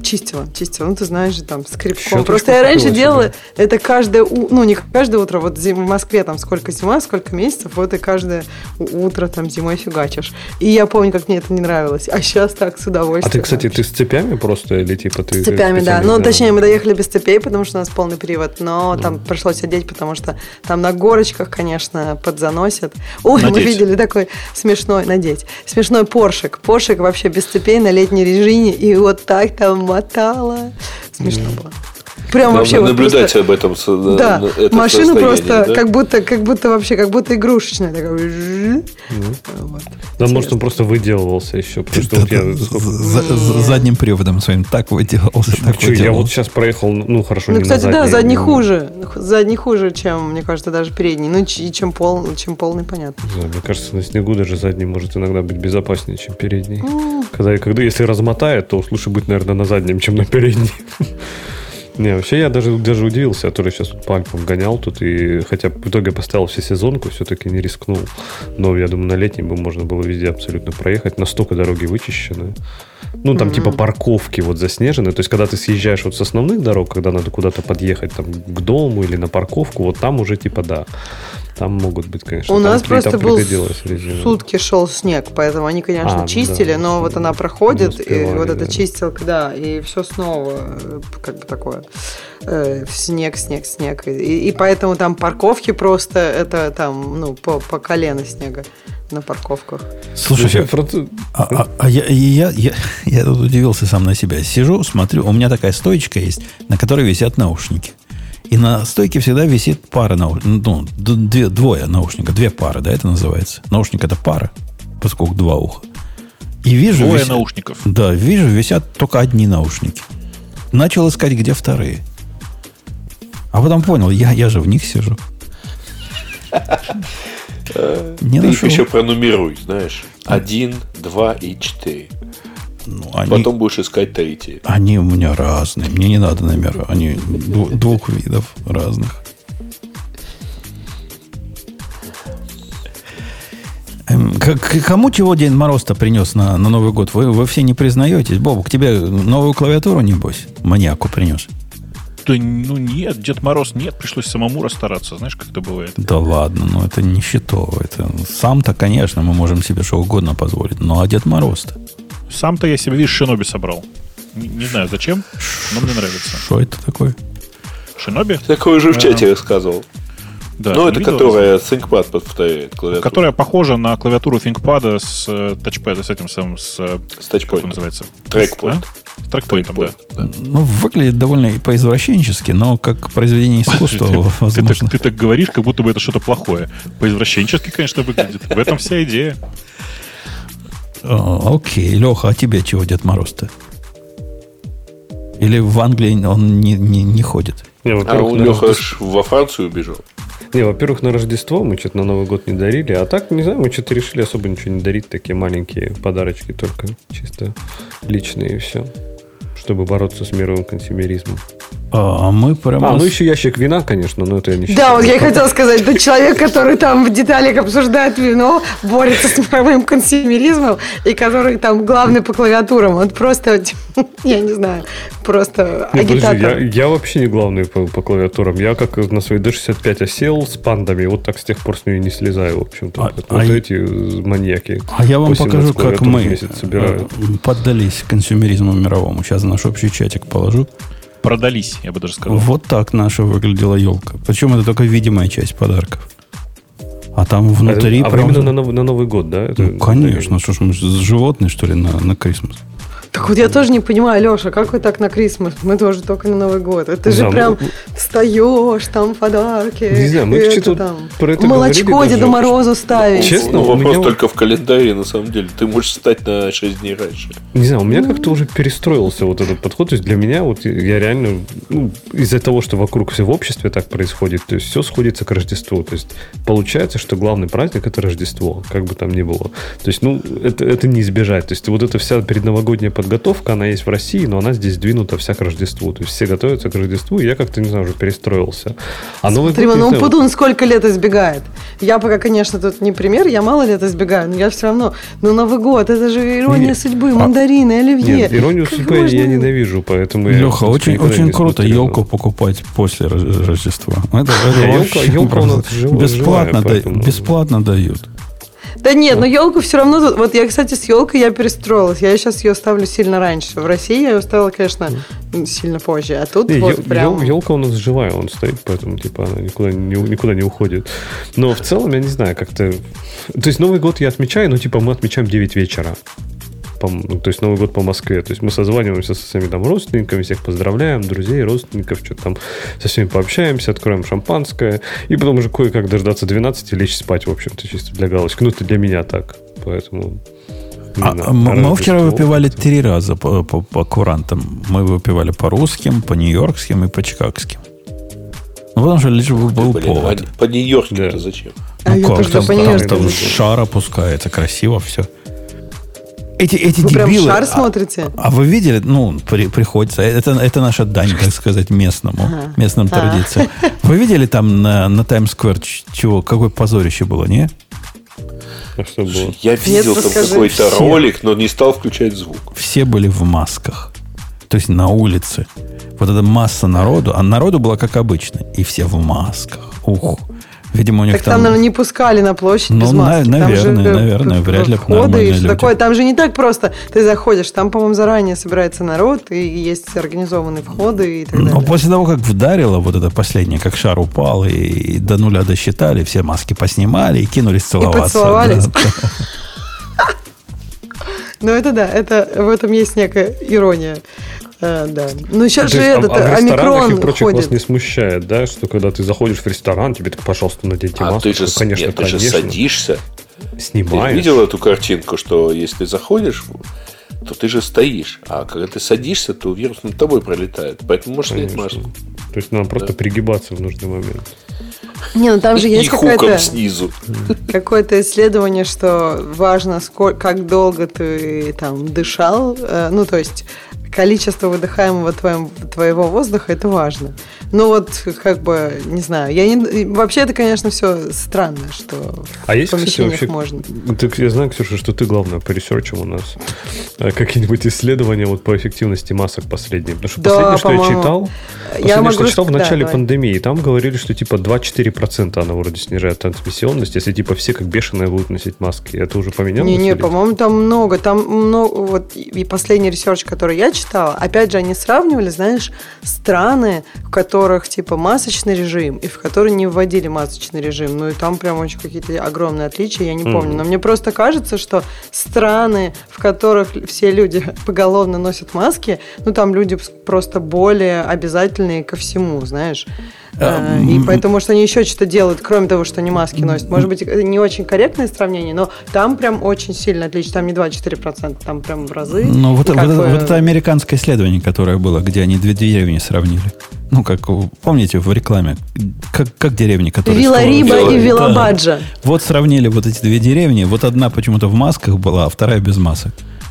чистила. Ну, ты знаешь же, там, скребком. Щеточку Просто я раньше купила делала себе. это каждое, ну, не каждое утро, вот в Москве там сколько зима, сколько месяцев, вот и каждое утро там зимой фигачишь. И я помню, как мне это не нравилось. А сейчас так с удовольствием. А ты, кстати, ты с цепями просто или типа ты... С цепями, да. специально- Ну, точнее, мы доехали без цепей, потому что у нас полный привод, но там пришлось одеть, потому что там на горочках, конечно, подзаносит. Ой, мы Надеть. видели такой смешной, смешной поршик. Поршик вообще без цепей на летней режиме, и вот так там мотала. Смешно было. Прям Главное вообще вот наблюдать просто- об этом. Да, это машина состояние, просто да? как будто вообще, как будто игрушечная. Такая. Вот. Да, может, он просто выделывался еще. Потому что вот я... Задним приводом своим так выделался. так Чё, я выделывался. вот сейчас проехал, ну, хорошо, Ну, не кстати, на да, задний но- хуже. Задний хуже, чем, мне кажется, даже передний. Ну, и чем полный, понятно. Не знаю, мне кажется, на снегу даже задний может иногда быть безопаснее, чем передний. Когда если размотает, то уж лучше быть, наверное, на заднем, чем на переднем. Не, вообще я даже удивился. Я тоже сейчас по Альпам гонял тут. И хотя в итоге поставил всесезонку, все-таки не рискнул. Но я думаю, на летней бы можно было везде абсолютно проехать. Настолько дороги вычищены. Ну, там типа парковки вот заснежены. То есть, когда ты съезжаешь вот с основных дорог, когда надо куда-то подъехать там, к дому или на парковку, вот там уже типа да. Там могут быть, конечно. У там нас просто там был пригодилась резина. сутки шел снег, поэтому они, конечно, А, чистили, да, но вот она не проходит, и успевали, вот эта да. чистилка, да, и все снова как бы такое снег. И поэтому там парковки просто, это там, ну, по колено снега на парковках. Слушайте, я тут удивился сам на себя. Сижу, смотрю, у меня такая стоечка есть, на которой висят наушники. И на стойке всегда висит пара наушников. Ну, двое наушников, две пары, да, это называется. Наушник это пара, поскольку два уха. И вижу... Двое наушников. Да, вижу, висят только одни наушники. Начал искать, где вторые. А потом понял, я же в них сижу. Не Ты их нашел. еще пронумеруй, знаешь. 1, 2 и 4. Ну, они, Потом будешь искать третий. они у меня разные. Мне не надо номера. Они двух видов разных. Кому чего Дед Мороз-то принес на Новый год? Вы все не признаетесь? Бобук, тебе новую клавиатуру, небось, маньяку принес? Да, ну нет, Дед Мороз нет, пришлось самому расстараться. Знаешь, как это бывает? Да ладно, ну это нищетово. Это сам-то, конечно, мы можем себе что угодно позволить. Ну а Дед Мороз-то? Сам-то я себе, видишь, Шиноби собрал. Не знаю зачем, но мне нравится. Что это такое? Шиноби? Такое же в чате рассказывал. Да, Ну, это видел? которая ThinkPad повторяет клавиатуру. Которая похожа на клавиатуру ThinkPad с тачпэда, с этим самым, С как он тачпоинтом. называется? Трекпоинт. С трекпоинтом, да. Да. Ну, выглядит довольно и по-извращенчески, но как произведение искусства, возможно. Ты так говоришь, как будто бы это что-то плохое. По-извращенчески, конечно, выглядит. В этом вся идея. Окей, Леха, а тебе чего Дед Мороз-то? Или в Англии он не ходит? Не, А во-первых, у на Леха Рождество- во Францию убежал. Не, во-первых, на Рождество мы что-то на Новый год не дарили. А так, не знаю, мы что-то решили особо ничего не дарить. Такие маленькие подарочки только чисто личные и все. Чтобы бороться с мировым консюмеризмом. А мы прямо... Ну еще ящик вина, конечно, но это я не Да, считаю. вот я и хотела сказать, да, человек, который там в деталях обсуждает вино, борется с мировым консюмеризмом, и который там главный по клавиатурам, он просто, я не знаю, просто Не, подожди, агитатор. я вообще не главный по клавиатурам. Я как на своей D65 осел с пандами, вот так с тех пор с нее не слезаю, в общем-то. Вот эти маньяки. А я вам 18 покажу, как клавиатур в мы месяц собирают. поддались консюмеризму мировому. Сейчас наш общий чатик положу. Продались, я бы даже сказал. Вот так наша выглядела елка. Причем это только видимая часть подарков. А там внутри А прям... именно на Новый год, да? Это- Ну, конечно. Что ж, мы животные, что ли, на Крисмас? Так вот я тоже не понимаю, Леша, как вы так на Крисмас? Мы тоже только на Новый год. Это же Да, прям встаешь, там подарки. Не знаю, мы это что-то там про это молочко говорили Деду даже. Морозу ставить. Честно, Ну, у вопрос меня- только в календаре, на самом деле. Ты можешь встать на 6 дней раньше. Не знаю, у меня как-то уже перестроился вот этот подход. То есть для меня вот я реально, из-за того, что вокруг все в обществе так происходит, то есть все сходится к Рождеству. То есть получается, что главный праздник – это Рождество, как бы там ни было. То есть, это не избежать. То есть вот эта вся предновогодняя подготовка, готовка, она есть в России, но она здесь сдвинута вся к Рождеству. То есть все готовятся к Рождеству, и я как-то, не знаю, уже перестроился. А Новый Смотри, год... ну Путун сколько лет избегает. Я пока, конечно, тут не пример, я мало лет избегаю, но я все равно... Ну, Новый год, это же ирония судьбы, мандарины, оливье. Нет, иронию судьбы я ненавижу, поэтому... Леха, очень круто елку покупать после Рождества. Елка у нас живая, бесплатно дают. Да нет, но елку все равно... Вот я, кстати, с елкой я перестроилась. Я сейчас ее ставлю сильно раньше. В России я ее ставила, конечно, сильно позже. А тут вот прям... Елка у нас живая, он стоит, поэтому типа она никуда не уходит. Но в целом, я не знаю, как-то... То есть Новый год я отмечаю, но типа мы отмечаем 9 вечера. То есть Новый год по Москве. То есть мы созваниваемся со своими там родственниками, всех поздравляем, друзей, родственников, что-то там со всеми пообщаемся, откроем шампанское, и потом уже кое-как дождаться 12 и лечь спать, в общем-то, чисто для галочки. Ну, это для меня так. Поэтому... Мы вчера выпивали 3 раза по курантам. Мы выпивали по русским, по нью-йоркским и по чикагским. Ну, потому что лишь был повод. По нью-йоркским-то зачем? Ну, как там шар опускается, красиво все. Эти вы дебилы. Прям шар смотрите? А вы видели? Ну, приходится. Это наша дань, так сказать, местным традициям. Вы видели там на Таймс-сквер какое позорище было, не? А что было? Я видел там какой-то ролик, но не стал включать звук. Все были в масках. То есть на улице. Вот эта масса народу. А народу было как обычно. И все в масках. Ух. Видимо, у них так там, наверное, не пускали на площадь без маски. Наверное, вряд ли входы и все такое. Там же не так просто. Ты заходишь, там, по-моему, заранее собирается народ, и есть организованные входы и так далее. Но после того, как вдарило вот это последнее, как шар упал, и до нуля досчитали, все маски поснимали и кинулись целоваться. И поцеловались. Ну, это да, в этом есть некая ирония. Да. Ну, сейчас же омикрон и прочих вас не смущает, да, что когда ты заходишь в ресторан, тебе так, пожалуйста, наденьте маску. Ты же, конечно, ты же садишься. Снимаешь. Ты видел эту картинку, что если ты заходишь, то ты же стоишь. А когда ты садишься, то вирус над тобой пролетает. Поэтому можешь снять маску. То есть надо просто пригибаться в нужный момент. Не, ну там же есть хуком снизу. Какое-то исследование, что важно, как долго ты там дышал. Ну, то есть количество выдыхаемого твоего воздуха, это важно. Но вот, как бы, не знаю, вообще это, конечно, все странно, что в помещениях вообще, можно. Я знаю, Ксюша, что ты, главное, по ресерчам у нас. Какие-нибудь исследования вот по эффективности масок последние. Потому что последнее, что я читал в начале пандемии, там говорили, что типа 2-4% она вроде снижает трансмиссионность, если типа все как бешеные будут носить маски. Это уже поменялось? Не, по-моему, там много. Вот и последний ресерч, который я читала, опять же, они сравнивали, знаешь, страны, в которых типа масочный режим и в которые не вводили масочный режим. Ну и там прям очень какие-то огромные отличия, я не помню. Но мне просто кажется, что страны, в которых все люди поголовно носят маски, ну там люди просто более обязательные ко всему, знаешь. И поэтому, что они еще что-то делают, кроме того, что они маски носят. Может быть, не очень корректное сравнение, но там прям очень сильно отлично. Там не 2-4%, там прям в разы. Ну, вот это американское исследование, которое было, где они 2 деревни сравнили. Ну, как, помните, в рекламе, как деревни, которые... Вилариба и Вилабаджа. Да. Вот сравнили вот эти 2 деревни. Вот одна почему-то в масках была, а вторая без масок.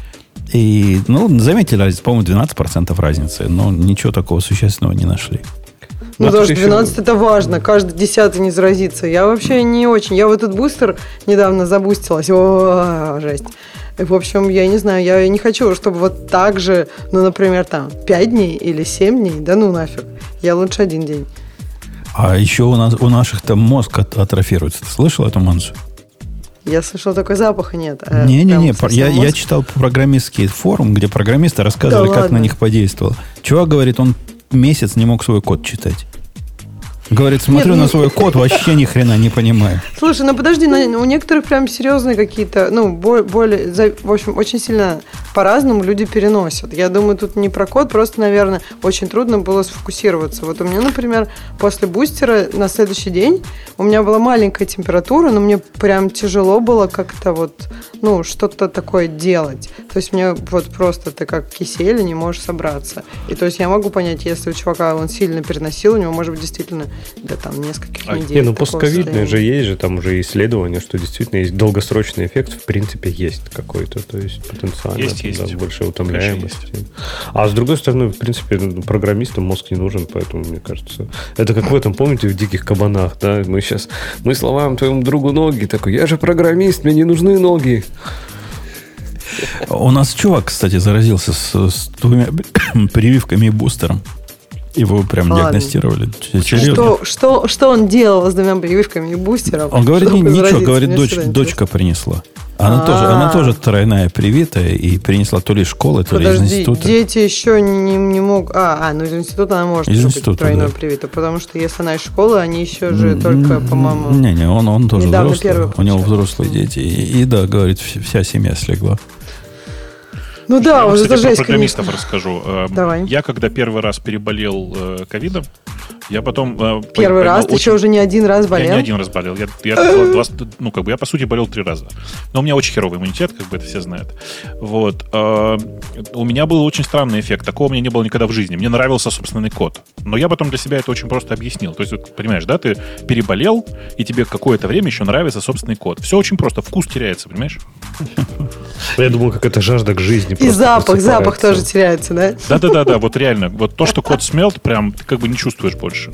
И, заметили разницу, по-моему, 12% разницы. Но ничего такого существенного не нашли. Ну, даже 12 это важно, каждый 10-й не заразится. Я вообще не очень. Я вот этот бустер недавно забустилась. О, жесть. В общем, я не знаю, я не хочу, чтобы вот так же, например, там, 5 дней или 7 дней, да ну нафиг. Я лучше 1 день. А еще у наших там мозг атрофируется. Ты слышал эту мансу? Я слышал, только запаха нет. Не-не-не, я читал программистский форум, где программисты рассказывали, как на них подействовало. Чувак говорит, он месяц не мог свой код читать. Говорит, смотрю на свой код, вообще ни хрена не понимаю. Слушай, подожди, у некоторых прям серьезные какие-то, более, в общем, очень сильно по-разному люди переносят. Я думаю, тут не про код, просто, наверное, очень трудно было сфокусироваться. Вот у меня, например, после бустера на следующий день у меня была маленькая температура, но мне прям тяжело было как-то вот, что-то такое делать. То есть мне вот просто ты как кисель, не можешь собраться. И то есть я могу понять, если у чувака он сильно переносил, у него может быть действительно до там нескольких Не, недель. ну постковидные же есть же, там уже исследования, что действительно есть долгосрочный эффект, в принципе, есть какой-то, то есть потенциально есть. большая утомляемость. А с другой стороны, в принципе, программистам мозг не нужен, поэтому, мне кажется, это как в этом, помните, в «Диких кабанах», да, мы сломаем твоему другу ноги, такой, я же программист, мне не нужны ноги. У нас чувак, кстати, заразился с 2 прививками и бустером. Его прям диагностировали. Что он делал с 2 прививками и бустером? Он говорит, ничего, говорит, дочка принесла. Она тоже тройная привитая и принесла то ли из школы, то ли из института. Дети еще не могут... Ну из института она может быть тройной привита, потому что если она из школы, они еще же только, по-моему... Не, он тоже взрослый. У него взрослые дети. И да, говорит, вся семья слегла. Ну да, я, уже кстати, это жесть, про программистов конечно. расскажу. Давай. Я когда первый раз переболел ковидом, я потом... Первый раз? Ты еще уже не один раз болел? Я не один раз болел. Я по сути, болел 3 раза. Но у меня очень херовый иммунитет, как бы это все знают. Вот. У меня был очень странный эффект. Такого у меня не было никогда в жизни. Мне нравился собственный код. Но я потом для себя это очень просто объяснил. То есть, вот, понимаешь, да, ты переболел, и тебе какое-то время еще нравится собственный код. Все очень просто. Вкус теряется, понимаешь? Я думал, как это жажда к жизни. И запах тоже теряется, да? Да, вот реально. Вот то, что код смел, прям ты как бы не чувствуешь больше.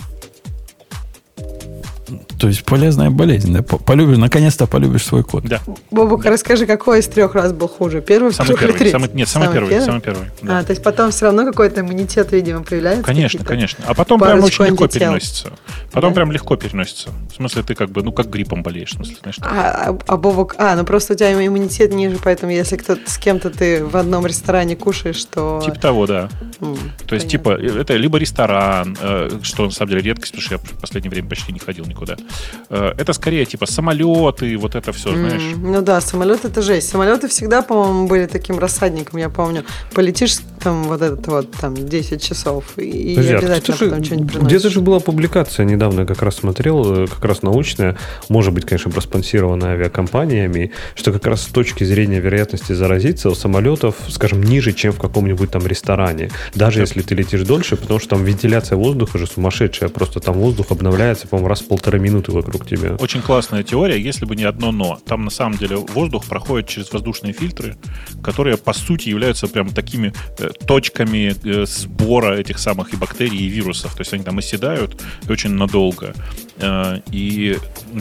То есть полезная болезнь, да? Наконец-то полюбишь свой код. Да. Бобук, расскажи, какой из 3 раз был хуже? Первый, самый второй, первый. третий? Самый первый. Да. То есть потом все равно какой-то иммунитет, видимо, появляется? Конечно. А потом прям очень легко переносится. Прям легко переносится. В смысле, ты как бы, как гриппом болеешь. В смысле, знаешь, Бобук, просто у тебя иммунитет ниже, поэтому если с кем-то ты в одном ресторане кушаешь, то... Типа того, да. То есть, типа, это либо ресторан, что на самом деле редкость, потому что я в последнее время почти не ходил никуда. Это скорее типа самолеты, вот это все, знаешь. Ну да, самолеты это жесть. Самолеты всегда, по-моему, были таким рассадником. Я помню, полетишь там вот этот вот там 10 часов и обязательно потом что-нибудь приносишь. Где-то же была публикация недавно, я как раз смотрел, как раз научная, может быть, конечно, проспонсированная авиакомпаниями, что как раз с точки зрения вероятности заразиться у самолетов, скажем, ниже, чем в каком-нибудь там ресторане. Даже если ты летишь дольше, потому что там вентиляция воздуха же сумасшедшая, просто там воздух обновляется, по-моему, раз в 1,5 минуты вокруг тебя. Очень классная теория, если бы не одно «но». Там, на самом деле, воздух проходит через воздушные фильтры, которые, по сути, являются прям такими точками сбора этих самых и бактерий, и вирусов. То есть они там оседают и очень надолго. И,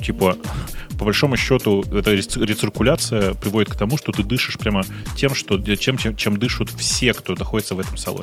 по большому счету, эта рециркуляция приводит к тому, что ты дышишь прямо тем, чем дышат все, кто находится в этом салоне.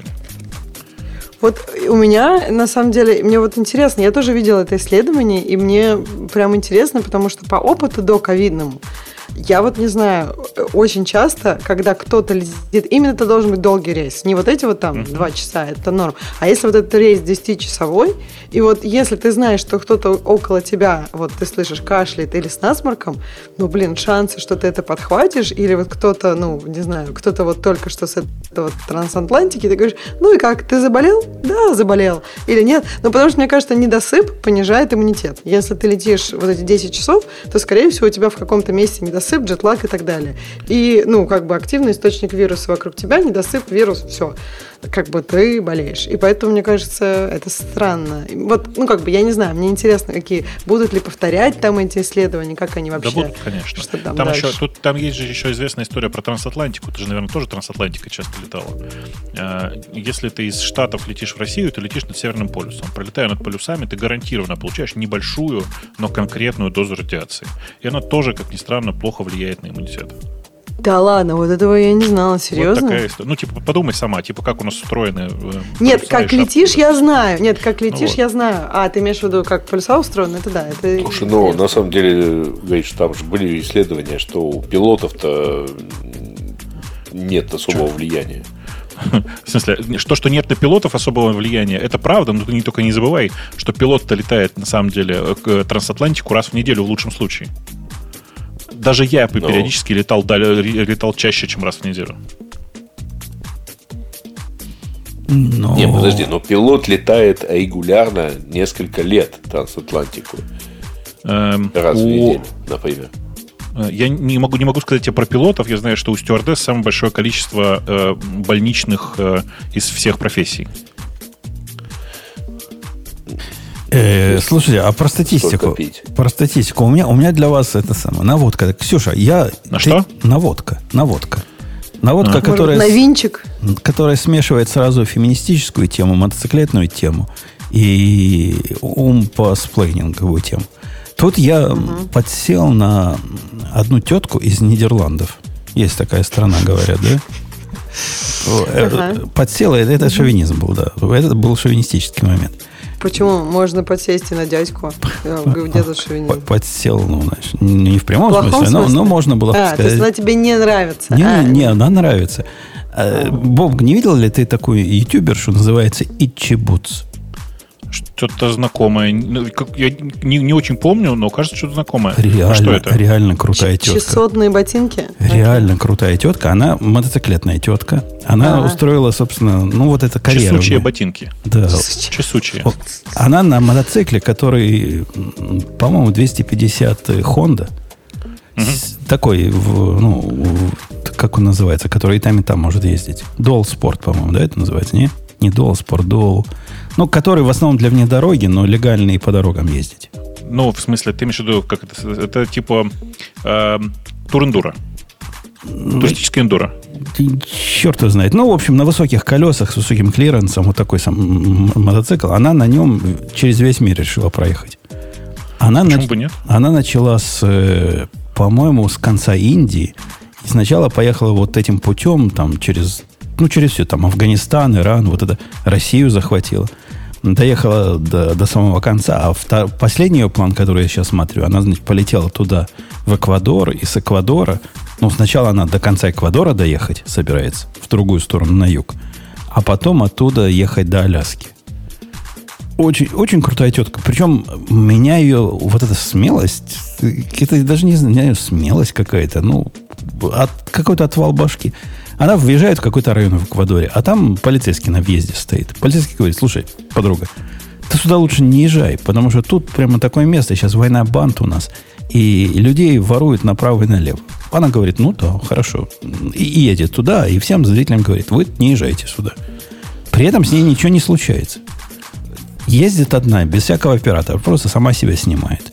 Вот у меня, на самом деле, мне вот интересно, я тоже видела это исследование, и мне прям интересно, потому что по опыту до ковидному, я вот не знаю, очень часто, когда кто-то летит, именно это должен быть долгий рейс, не вот эти вот там 2 часа, это норм, а если вот этот рейс 10-часовой, и вот если ты знаешь, что кто-то около тебя, вот ты слышишь, кашляет или с насморком, шансы, что ты это подхватишь, или вот кто-то, не знаю, кто-то вот только что с этого трансатлантики, ты говоришь, и как, ты заболел? Да, заболел. Или нет? Потому что, мне кажется, недосып понижает иммунитет. Если ты летишь вот эти 10 часов, то, скорее всего, у тебя в каком-то месте недосып, джетлаг и так далее. И, активный источник вируса вокруг тебя, недосып, вирус, все. Ты болеешь. И поэтому, мне кажется, это странно. Вот, я не знаю, мне интересно, будут ли повторять там эти исследования, как они вообще... Да будут, конечно. Что там там, дальше? там есть же еще известная история про трансатлантику. Ты же, наверное, тоже трансатлантикой часто летала. Если ты из Штатов летишь в Россию, ты летишь над Северным полюсом. Пролетая над полюсами, ты гарантированно получаешь небольшую, но конкретную дозу радиации. И она тоже, как ни странно, плохо влияет на иммунитет. Да ладно, вот этого я не знала, серьезно? Вот такая история. Подумай сама, как у нас устроены... Нет, как летишь, я знаю. Я знаю. А, ты имеешь в виду, как полюса устроены? Это да. Слушай, на самом деле, говоришь, там же были исследования, что у пилотов-то нет особого влияния. В смысле, что нет на пилотов особого влияния, это правда, но ты только не забывай, что пилот-то летает, на самом деле, к трансатлантику раз в неделю в лучшем случае. Даже я периодически летал чаще, чем раз в неделю. Не, подожди, но пилот летает регулярно несколько лет трансатлантику. Раз в неделю, например. Я не могу сказать тебе про пилотов. Я знаю, что у стюардесс самое большое количество больничных из всех профессий. Слушайте, а про статистику? Про статистику. У меня для вас это самое. Наводка. Ксюша, что? Наводка, которая... На винчик? Которая смешивает сразу феминистическую тему, мотоциклетную тему и умпосплейнинговую тему. Тут я подсел на одну тетку из Нидерландов. Есть такая страна, говорят, да? Подсела, это шовинизм был, да. Это был шовинистический момент. Почему? Можно подсесть и на дядьку. Где тут шовинизм? Подсел, значит, не в прямом смысле, но можно было сказать. То есть она тебе не нравится? Не, она нравится. Боб, не видел ли ты такую ютубершу, называется Itchy Boots? Что-то знакомое. Я не очень помню, но кажется, что-то знакомое. Что это? Реально крутая тетка. Чесотные ботинки? Реально крутая тетка. Она мотоциклетная тетка. Она устроила, собственно, вот это карьеру. Чесучие ботинки. Да. Чесучие. Она на мотоцикле, который, по-моему, 250 Honda. Такой, как он называется, который и там может ездить. Dual Sport, по-моему, да, это называется, не? Не Dual Sport, Dual... который в основном для внедороги, но легально и по дорогам ездить. В смысле, ты имеешь в виду, как это? Это типа тур-эндуро. Туристическое эндуро. Черт его знает. В общем, на высоких колесах, с высоким клиренсом, вот такой сам мотоцикл, она на нем через весь мир решила проехать. Почему бы нет? Она начала по-моему, с конца Индии. И сначала поехала вот этим путем, там, через все, там, Афганистан, Иран, вот это, Россию захватила. Доехала до самого конца. А последний ее план, который я сейчас смотрю, она, значит, полетела туда, в Эквадор, и с Эквадора, сначала она до конца Эквадора доехать собирается, в другую сторону, на юг, а потом оттуда ехать до Аляски. Очень, очень крутая тетка. Причем меня ее, вот эта смелость, это даже не знаю, смелость какая-то, какой-то отвал башки. Она въезжает в какой-то район в Эквадоре, а там полицейский на въезде стоит. Полицейский говорит: слушай, подруга, ты сюда лучше не езжай, потому что тут прямо такое место, сейчас война банд у нас, и людей воруют направо и налево. Она говорит: да, хорошо. И едет туда, и всем зрителям говорит: вы не езжайте сюда. При этом с ней ничего не случается. Ездит одна, без всякого оператора, просто сама себя снимает.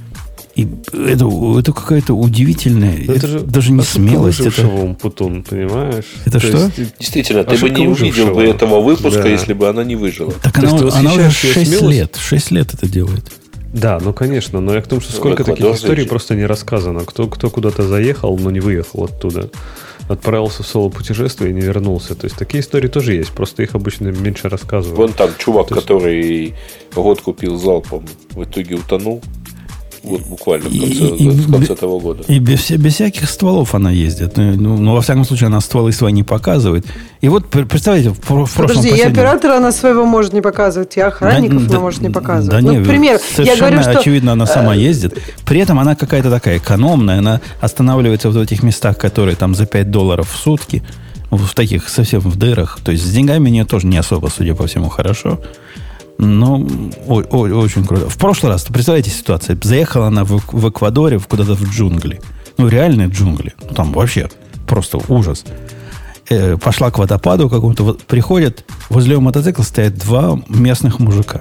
И это какая-то удивительная, это же даже не смелость. Это Умпутун, понимаешь? Это что? Есть, действительно, ты бы не увидел бы этого выпуска, если бы она не выжила. Так она уже 6 лет это делает. Да, конечно, но я к тому, что сколько таких историй просто не рассказано. Кто куда-то заехал, но не выехал оттуда. Отправился в соло-путешествие и не вернулся. То есть такие истории тоже есть, просто их обычно меньше рассказывают. Вон там чувак, который год купил залпом, в итоге утонул. Вот буквально в конце того года. И без всяких стволов она ездит. Во всяком случае, она стволы свои не показывает. И вот, представляете, в прошлом... Подожди, и оператора она своего может не показывать, и охранников она может не показывать. Да нет, например, совершенно я говорю, что... очевидно, она сама ездит. При этом она какая-то такая экономная. Она останавливается в этих местах, которые там за $5 в сутки. В таких совсем в дырах. То есть с деньгами у нее тоже не особо, судя по всему, хорошо. Очень круто. В прошлый раз, представляете ситуацию, заехала она в Эквадоре куда-то в джунгли. Реальные джунгли. Там вообще просто ужас. Пошла к водопаду какому-то, приходят, возле мотоцикла стоят 2 местных мужика.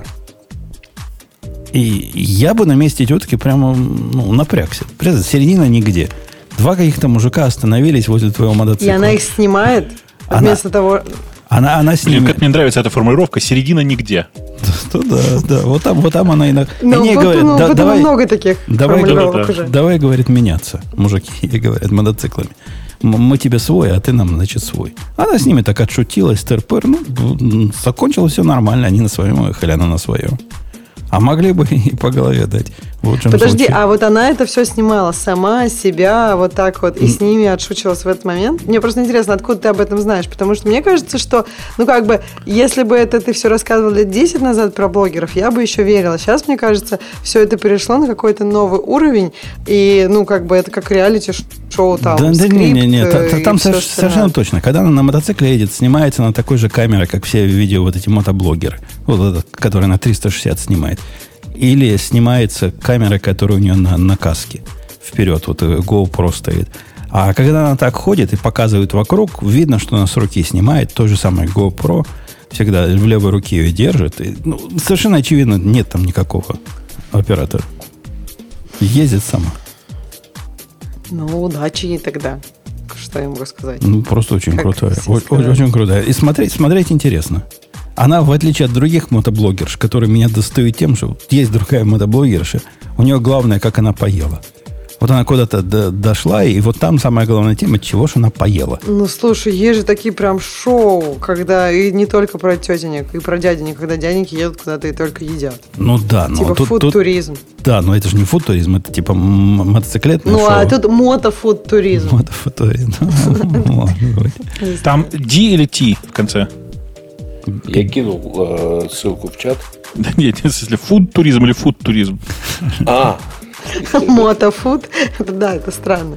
И я бы на месте тетки прямо напрягся. Середина нигде. 2 каких-то мужика остановились возле твоего мотоцикла. И она их снимает вместо того... Она с ними... Как мне нравится эта формулировка: середина нигде. Да. Вот там она и... Они говорят, давай... много таких формулировок уже. Давай, говорит, меняться, мужики, и говорят, мотоциклами. Мы тебе свой, а ты нам, значит, свой. Она с ними так отшутилась, тыр-пыр. Закончилось все нормально. Они на своем ехали, она на своем. А могли бы и по голове дать. Подожди, а вот она это все снимала сама, себя, вот так вот, и с ними отшучивалась в этот момент? Мне просто интересно, откуда ты об этом знаешь? Потому что мне кажется, что, если бы это ты все рассказывал лет 10 назад про блогеров, я бы еще верила. Сейчас, мне кажется, все это перешло на какой-то новый уровень, и, это как реалити-шоу там, Нет, там совершенно точно. Когда она на мотоцикле едет, снимается на такой же камере, как все видео вот эти мотоблогеры, вот этот, который на 360 снимает. Или снимается камера, которая у нее на каске. Вперед, вот GoPro стоит. А когда она так ходит и показывает вокруг, видно, что она с руки снимает. То же самое GoPro. всегда в левой руке ее держит. И, совершенно очевидно, нет там никакого оператора. Ездит сама. Ну, удачи ей тогда. Что я могу сказать? Просто очень крутая. Очень крутая. И смотреть интересно. Она, в отличие от других мотоблогерш, которые меня достают тем, что есть другая мотоблогерша, у нее главное, как она поела. Вот она куда-то дошла, и вот там самая главная тема, чего же она поела. Ну, слушай, есть же такие прям шоу, когда и не только про тетенек, и про дяденек, когда дяденьки едут куда-то и только едят. Ну да, но типа фуд-туризм. Да, но это же не фуд-туризм, это типа мотоциклетное шоу. Ну, а тут мотофуд-туризм. Мотофуд-туризм. Там D или T в конце? Я кинул ссылку в чат. Да нет, если фуд-туризм или фуд-туризм. Мотофуд. Да, это странно.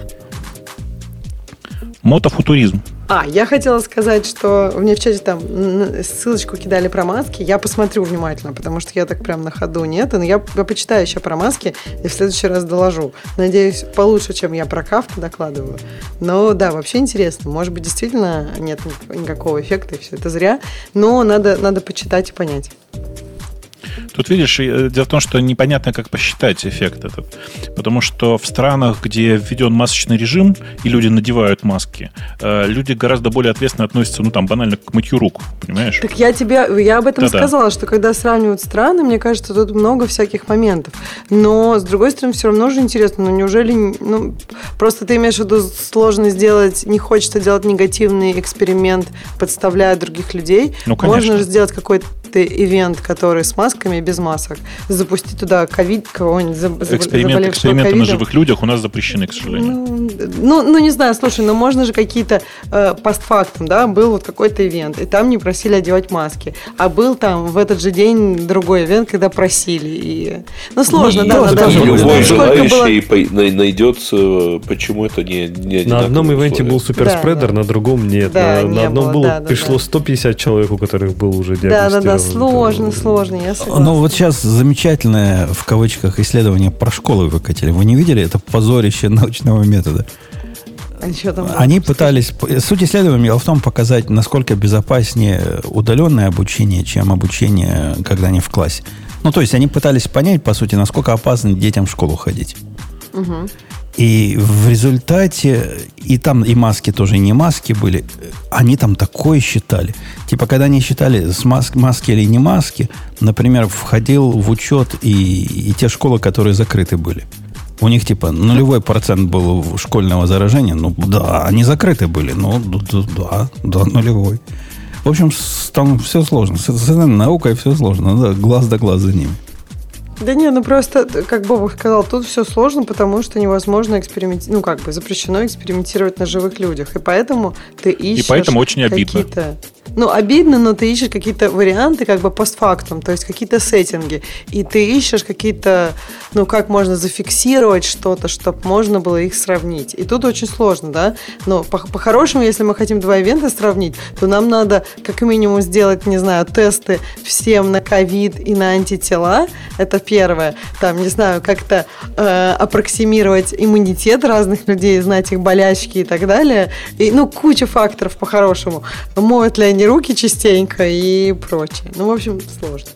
Мотофутуризм. Я хотела сказать, что мне в чате там ссылочку кидали про маски. Я посмотрю внимательно, потому что я так прям на ходу нет. Но я почитаю еще про маски и в следующий раз доложу. Надеюсь, получше, чем я про Кавку докладываю. Но да, вообще интересно. Может быть, действительно нет никакого эффекта, и все это зря. Но надо почитать и понять. Тут, видишь, дело в том, что непонятно, как посчитать эффект этот. Потому что в странах, где введен масочный режим, и люди надевают маски, люди гораздо более ответственно относятся, банально к мытью рук, понимаешь? Так я об этом сказала, что когда сравнивают страны, мне кажется, тут много всяких моментов. Но, с другой стороны, все равно же интересно, неужели, просто ты имеешь в виду сложно сделать, не хочется делать негативный эксперимент, подставляя других людей. Можно же сделать какой-то ивент, который с масками и без масок. Запустить туда кого-нибудь Эксперименты на живых людях у нас запрещены, к сожалению. Не знаю, слушай, можно же какие-то постфактум, да, был вот какой-то ивент, и там не просили одевать маски. А был там в этот же день другой ивент, когда просили. Сложно, да. Любой желающий найдется, почему это не на одном ивенте был суперспредер, на другом нет. На одном пришло 150 человек, у которых был уже диагностирован. Сложно, я согласна. Ну, вот сейчас замечательное, в кавычках, исследование про школы выкатили. Вы не видели? Это позорище научного метода. Они пытались... Суть исследования в том, показать, насколько безопаснее удаленное обучение, чем обучение, когда они в классе. То есть, они пытались понять, по сути, насколько опасно детям в школу ходить. Угу. И в результате, и там и маски тоже, и не маски были, они там такое считали. Типа, когда они считали, маски или не маски, например, входил в учет и те школы, которые закрыты были. У них, типа, 0% было школьного заражения. Да, они закрыты были. Да, 0. В общем, там все сложно. С этой наукой все сложно. Надо глаз да глаз за ними. Да не, просто, как Бобок сказал, тут все сложно, потому что невозможно экспериментировать, запрещено экспериментировать на живых людях. И поэтому ты ищешь... И поэтому очень обидно. Обидно, но ты ищешь какие-то варианты постфактум, то есть какие-то сеттинги. И ты ищешь какие-то, как можно зафиксировать что-то, чтобы можно было их сравнить. И тут очень сложно, да? Но по-хорошему, если мы хотим два ивента сравнить, то нам надо как минимум сделать, не знаю, тесты всем на ковид и на антитела. Это первое. Там, не знаю, как-то аппроксимировать иммунитет разных людей, знать их болячки и так далее. И, куча факторов по-хорошему. Моют ли они руки частенько и прочее. В общем, сложно.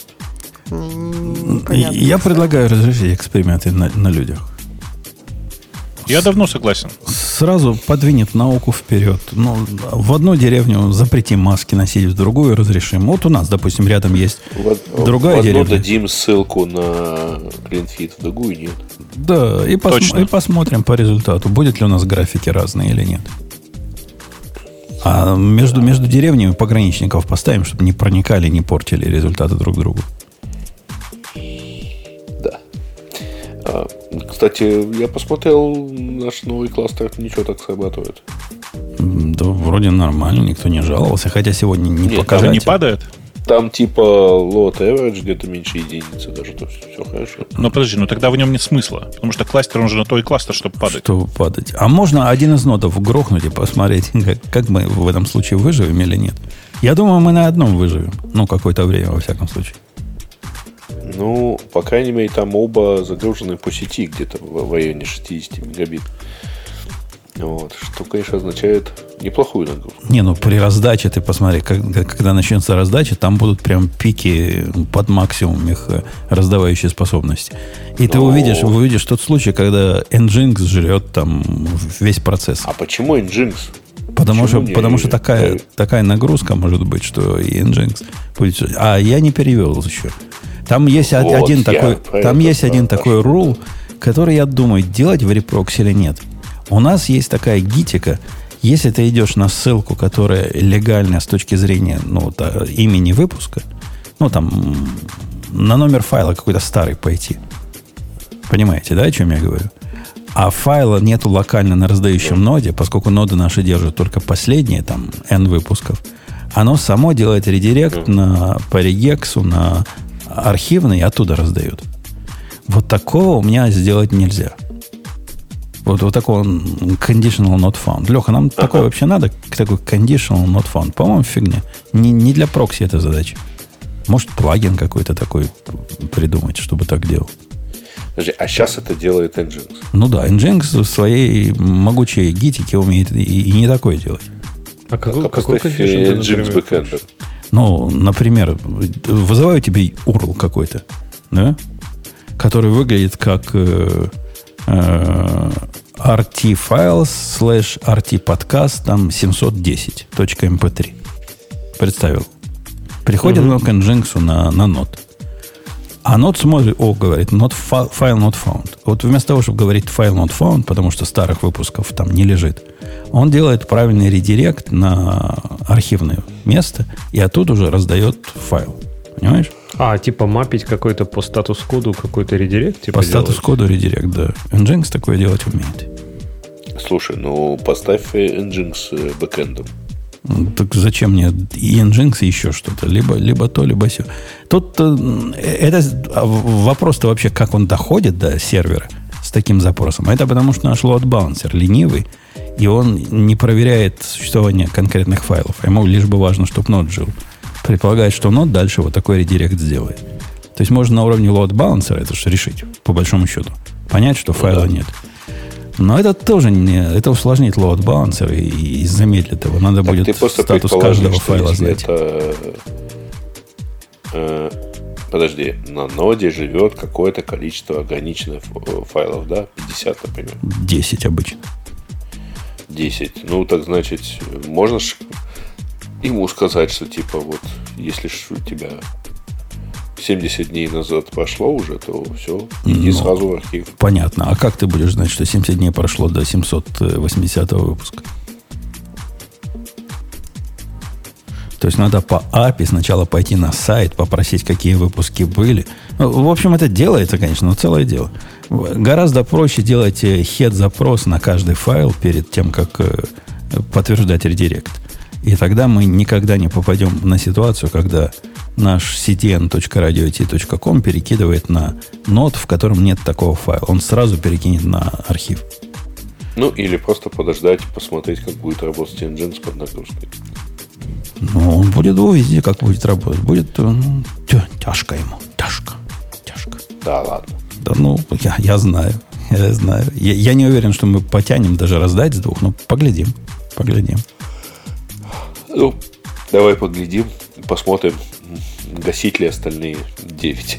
Я предлагаю разрешить эксперименты на людях. Я давно согласен. Сразу подвинет науку вперед. В одну деревню запретим маски носить, в другую разрешим. Вот у нас, допустим, рядом есть другая деревня. В одну дадим ссылку на CleanFit, в другую нет. Да, и посмотрим по результату, будет ли у нас графики разные или нет. А между деревнями пограничников поставим, чтобы не проникали, не портили результаты друг другу. Да. Кстати, я посмотрел наш новый кластер, ничего так срабатывает. Да, вроде нормально, никто не жаловался. Хотя сегодня не показатель. Там не падает? Там типа load average где-то меньше единицы даже, то есть все хорошо. Но подожди, тогда в нем нет смысла. Потому что кластер, он же на то и кластер, чтобы падать. Чтобы падать. А можно один из нодов грохнуть и посмотреть, как мы в этом случае выживем или нет? Я думаю, мы на одном выживем. Какое-то время, во всяком случае. По крайней мере, там оба загружены по сети где-то в районе 60 мегабит. Вот, что, конечно, означает неплохую нагрузку. Не, ну при раздаче, ты посмотри, когда начнется раздача, там будут прям пики под максимум их раздавающие способности. И ты увидишь тот случай, когда Nginx жрет там весь процесс. А почему Nginx? Потому что такая нагрузка может быть, что и Nginx будет... А я не перевел еще. Там есть один такой рул, который, я думаю, делать в репроксе или нет. У нас есть такая гитика. Если ты идешь на ссылку, которая легальная с точки зрения имени выпуска, там на номер файла какой-то старый пойти. Понимаете, да, о чем я говорю? А файла нету локально на раздающем ноде, поскольку ноды наши держат только последние, там, N выпусков, оно само делает редирект по регексу, на архивный, и оттуда раздают. Вот такого у меня сделать нельзя. Вот такого conditional not found. Леха, нам такое вообще надо? Такой conditional not found? По-моему, фигня. Не для прокси эта задача. Может, плагин какой-то такой придумать, чтобы так делал. Подожди, а сейчас это делает Nginx? Ну да, Nginx в своей могучей гитике умеет и не такое делать. А какой Nginx бэкэндер? Ну, например, вызываю тебе URL какой-то, да? Который выглядит как rt-files /rt-podcast там 710.mp3. Представил. Приходит он к Nginx на нод. А нод смотрит, говорит, file not found. Вот вместо того, чтобы говорить file not found, потому что старых выпусков там не лежит, он делает правильный редирект на архивное место и оттуда уже раздает файл. Понимаешь? Типа мапить какой-то по статус-коду какой-то редирект? Типа по статус-коду редирект, да. Nginx такое делать умеет. Слушай, поставь Nginx бэкэндом. Так зачем мне и Nginx, и еще что-то? Либо то, либо все. Тут это вопрос-то вообще, как он доходит до сервера с таким запросом. Это потому, что наш load-балансер ленивый, и он не проверяет существование конкретных файлов. Ему лишь бы важно, чтобы нод жил. Предполагает, что нод дальше вот такой редирект сделает. То есть можно на уровне load-балансера это же решить, по большому счету. Понять, что файла нет. Но это тоже это усложнит load-балансер и замедлит его. Надо так будет статус каждого файла знать. Подожди, на ноде живет какое-то количество ограниченных файлов, да? 50, например. 10 обычно. 10. Так значит, можно ему сказать, что типа вот, если у тебя 70 дней назад прошло уже, то все, иди сразу в архив. Понятно. А как ты будешь знать, что 70 дней прошло до 780 выпуска? То есть надо по API сначала пойти на сайт, попросить, какие выпуски были. В общем, это делается, конечно, но целое дело. Гораздо проще делать head-запрос на каждый файл перед тем, как подтверждать редирект. И тогда мы никогда не попадем на ситуацию, когда наш ctn.radio.t.com перекидывает на нод, в котором нет такого файла. Он сразу перекинет на архив. Или просто подождать, посмотреть, как будет работать Nginx под нагрузкой. Он будет увидеть, как будет работать. Будет тяжко ему. Тяжко. Да, ладно. Да, я знаю. Я не уверен, что мы потянем даже раздать с двух, но поглядим. Давай поглядим, посмотрим, гасить ли остальные 9.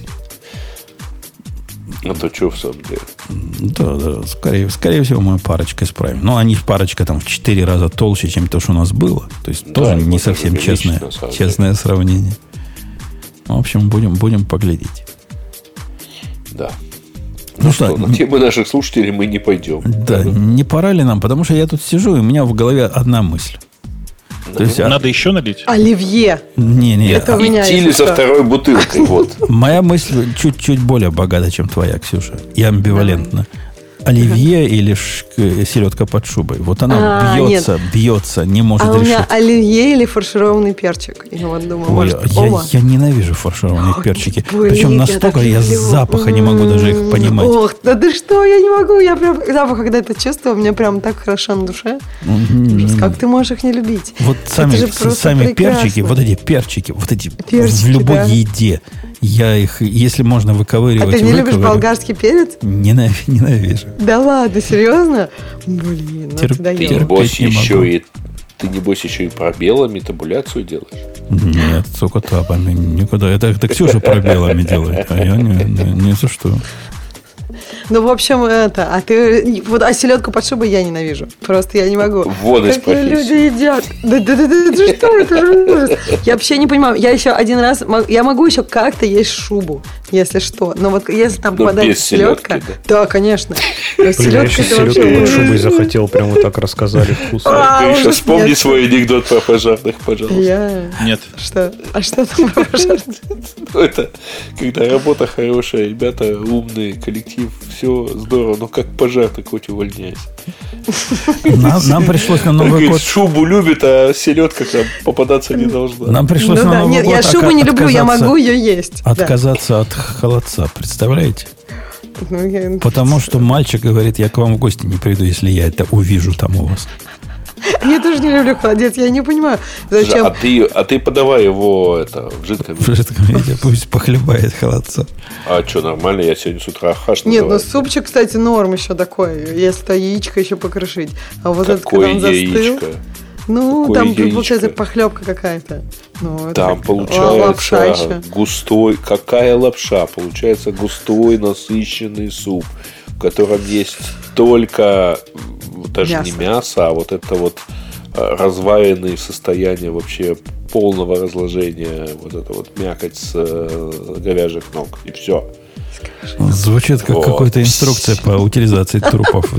А то что в самом деле? Да, скорее всего, мы парочкой справим. Но они парочка там в 4 раза толще, чем то, что у нас было. То есть тоже не совсем честное сравнение. В общем, будем поглядеть. Да. Что, на темы наших слушателей мы не пойдем. Да, не пора ли нам? Потому что я тут сижу, и у меня в голове одна мысль. То есть, надо еще налить? Оливье. Не. Это у меня идти ли со второй бутылкой? Вот. Моя мысль чуть-чуть более богата, чем твоя, Ксюша. И амбивалентна. Оливье или селедка под шубой. Вот она бьется, не может решить. А у меня оливье или фаршированный перчик. Я вот думаю, я ненавижу фаршированные перчики. Причем настолько я запаха не могу даже их понимать. Ох, да ты что, я не могу. Я прям запах, когда это чувствую, мне прям так хорошо на душе. Как ты можешь их не любить? Вот сами перчики, вот эти перчики в любой еде. Я их, если можно выковыривать... А ты не любишь болгарский перец? Ненавижу. Да ладно, серьезно? Блин, ну ты даешь. Ты, небось, еще и пробелами табуляцию делаешь? Нет, цукотапами никуда. Это Ксюша пробелами делает, а я не за что. Ну, в общем, это... А селедку под шубой я ненавижу. Просто я не могу. Вот из профессии. Люди едят. Да что это же ужас. Я вообще не понимаю. Я еще один раз... Я могу еще как-то есть шубу, если что. Но вот если там попадает селедка... Да, конечно. Блин, я еще селедку под шубой захотел. Прям вот так рассказали вкусно. Ты еще вспомни свой анекдот про пожарных, пожалуйста. Нет. Что? А что там про пожарных? Это когда работа хорошая, ребята умные, коллектив, все здорово, но как пожар, так хоть увольняйся. Нам пришлось на Новый год... Шубу любит, а селедка к нам попадаться не должна. Нам пришлось на Новый год... Нет, я шубу не люблю, я могу ее есть. Отказаться от холодца, представляете? Потому что мальчик говорит, я к вам в гости не приду, если я это увижу там у вас. Я тоже не люблю холодец, я не понимаю, зачем. А ты подавай его в жидком виде. В жидком виде, пусть похлебает холодца. А что, нормально? Я сегодня с утра хаш называю. Нет, ну супчик, кстати, норм еще такой, если то яичко еще покрошить. А вот этот, когда он застыл... Ну, какое там яичко? Получается похлебка какая-то. Ну, там получается густой... Какая лапша? Получается густой, насыщенный суп, в котором есть только... Даже мясо. Не мясо, а вот это вот разваренное состояние вообще полного разложения, вот это вот мякоть с говяжьих ног. И все. Звучит как какая-то инструкция по утилизации трупов.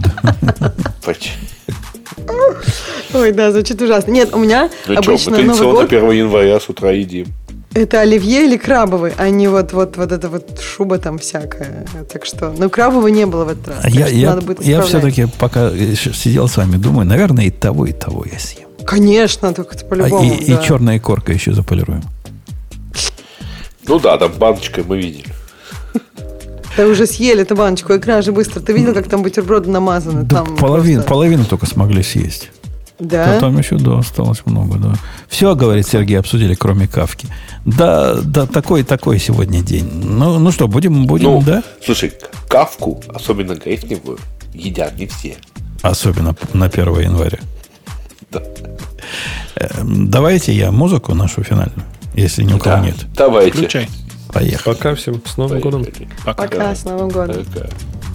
Ой, да, звучит ужасно. Нет, у меня обычно Новый год... 1 января с утра едим. Это оливье или крабовый, а не вот эта вот шуба там всякая. Так что, ну, крабового не было в этот раз. Я все-таки пока сидел с вами, думаю, наверное, и того я съем. Конечно, только это по-любому. И черная корка еще заполируем. Ну да, там баночкой мы видели. Да уже съели эту баночку, икра же быстро. Ты видел, как там бутерброды намазаны? Да, там половину только смогли съесть. Да? А там еще, осталось много, да. Все, говорит Сергей, обсудили, кроме кавки. Да, такой сегодня день. Ну что, будем, да? Слушай, кавку, особенно гречневую, едят не все. Особенно на 1 января. Да. Давайте я музыку нашу финальную, если ни у кого нет. Давайте. Включай. Поехали. Пока всем с Новым годом. Пока, с Новым годом. Пока.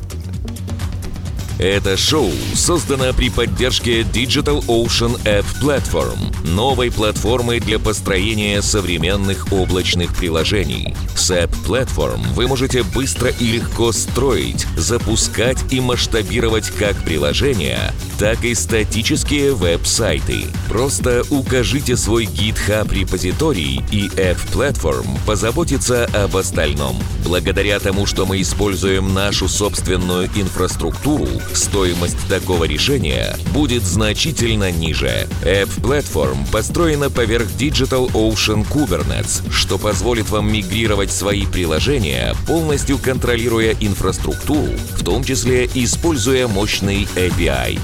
Это шоу создано при поддержке Digital Ocean App Platform, новой платформы для построения современных облачных приложений. С App Platform вы можете быстро и легко строить, запускать и масштабировать как приложения, так и статические веб-сайты. Просто укажите свой GitHub репозиторий, и App Platform позаботится об остальном. Благодаря тому, что мы используем нашу собственную инфраструктуру, стоимость такого решения будет значительно ниже. App Platform построена поверх Digital Ocean Kubernetes, что позволит вам мигрировать свои приложения, полностью контролируя инфраструктуру, в том числе используя мощный API.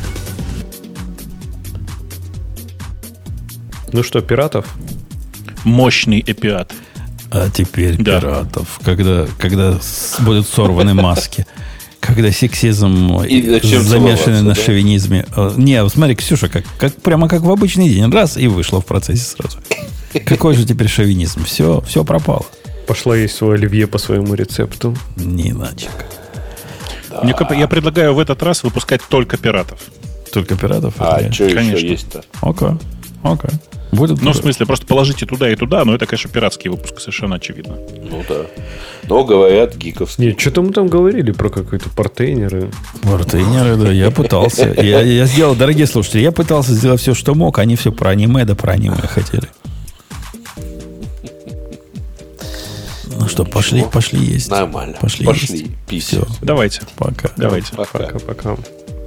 Ну что, пиратов? Мощный API. А теперь пиратов, когда будут сорваны маски. Когда сексизм замешанный на шовинизме. Не, смотри, Ксюша, прямо как в обычный день. Раз, и вышло в процессе сразу. Какой же теперь шовинизм? Все пропало. Пошла есть свой оливье по своему рецепту. Не иначе. Да. Я предлагаю в этот раз выпускать только пиратов. Только пиратов? А что еще есть-то? Окей. Будет в смысле, просто положите туда и туда, но это, конечно, пиратский выпуск, совершенно очевидно. Ну да. Но говорят гиковские. Нет, что-то мы там говорили про какие-то портейнеры. Портейнеры, да, я пытался. Я сделал, дорогие слушатели, я пытался сделать все, что мог, они все про аниме хотели. Ну что, пошли есть. Нормально. Пошли пить. Все. Давайте. Пока. Давайте. Пока.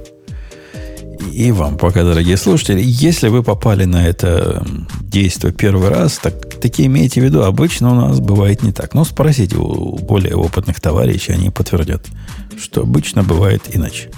И вам пока, дорогие слушатели. Если вы попали на это действие первый раз, таки имейте в виду, обычно у нас бывает не так. Но спросите у более опытных товарищей, они подтвердят, что обычно бывает иначе.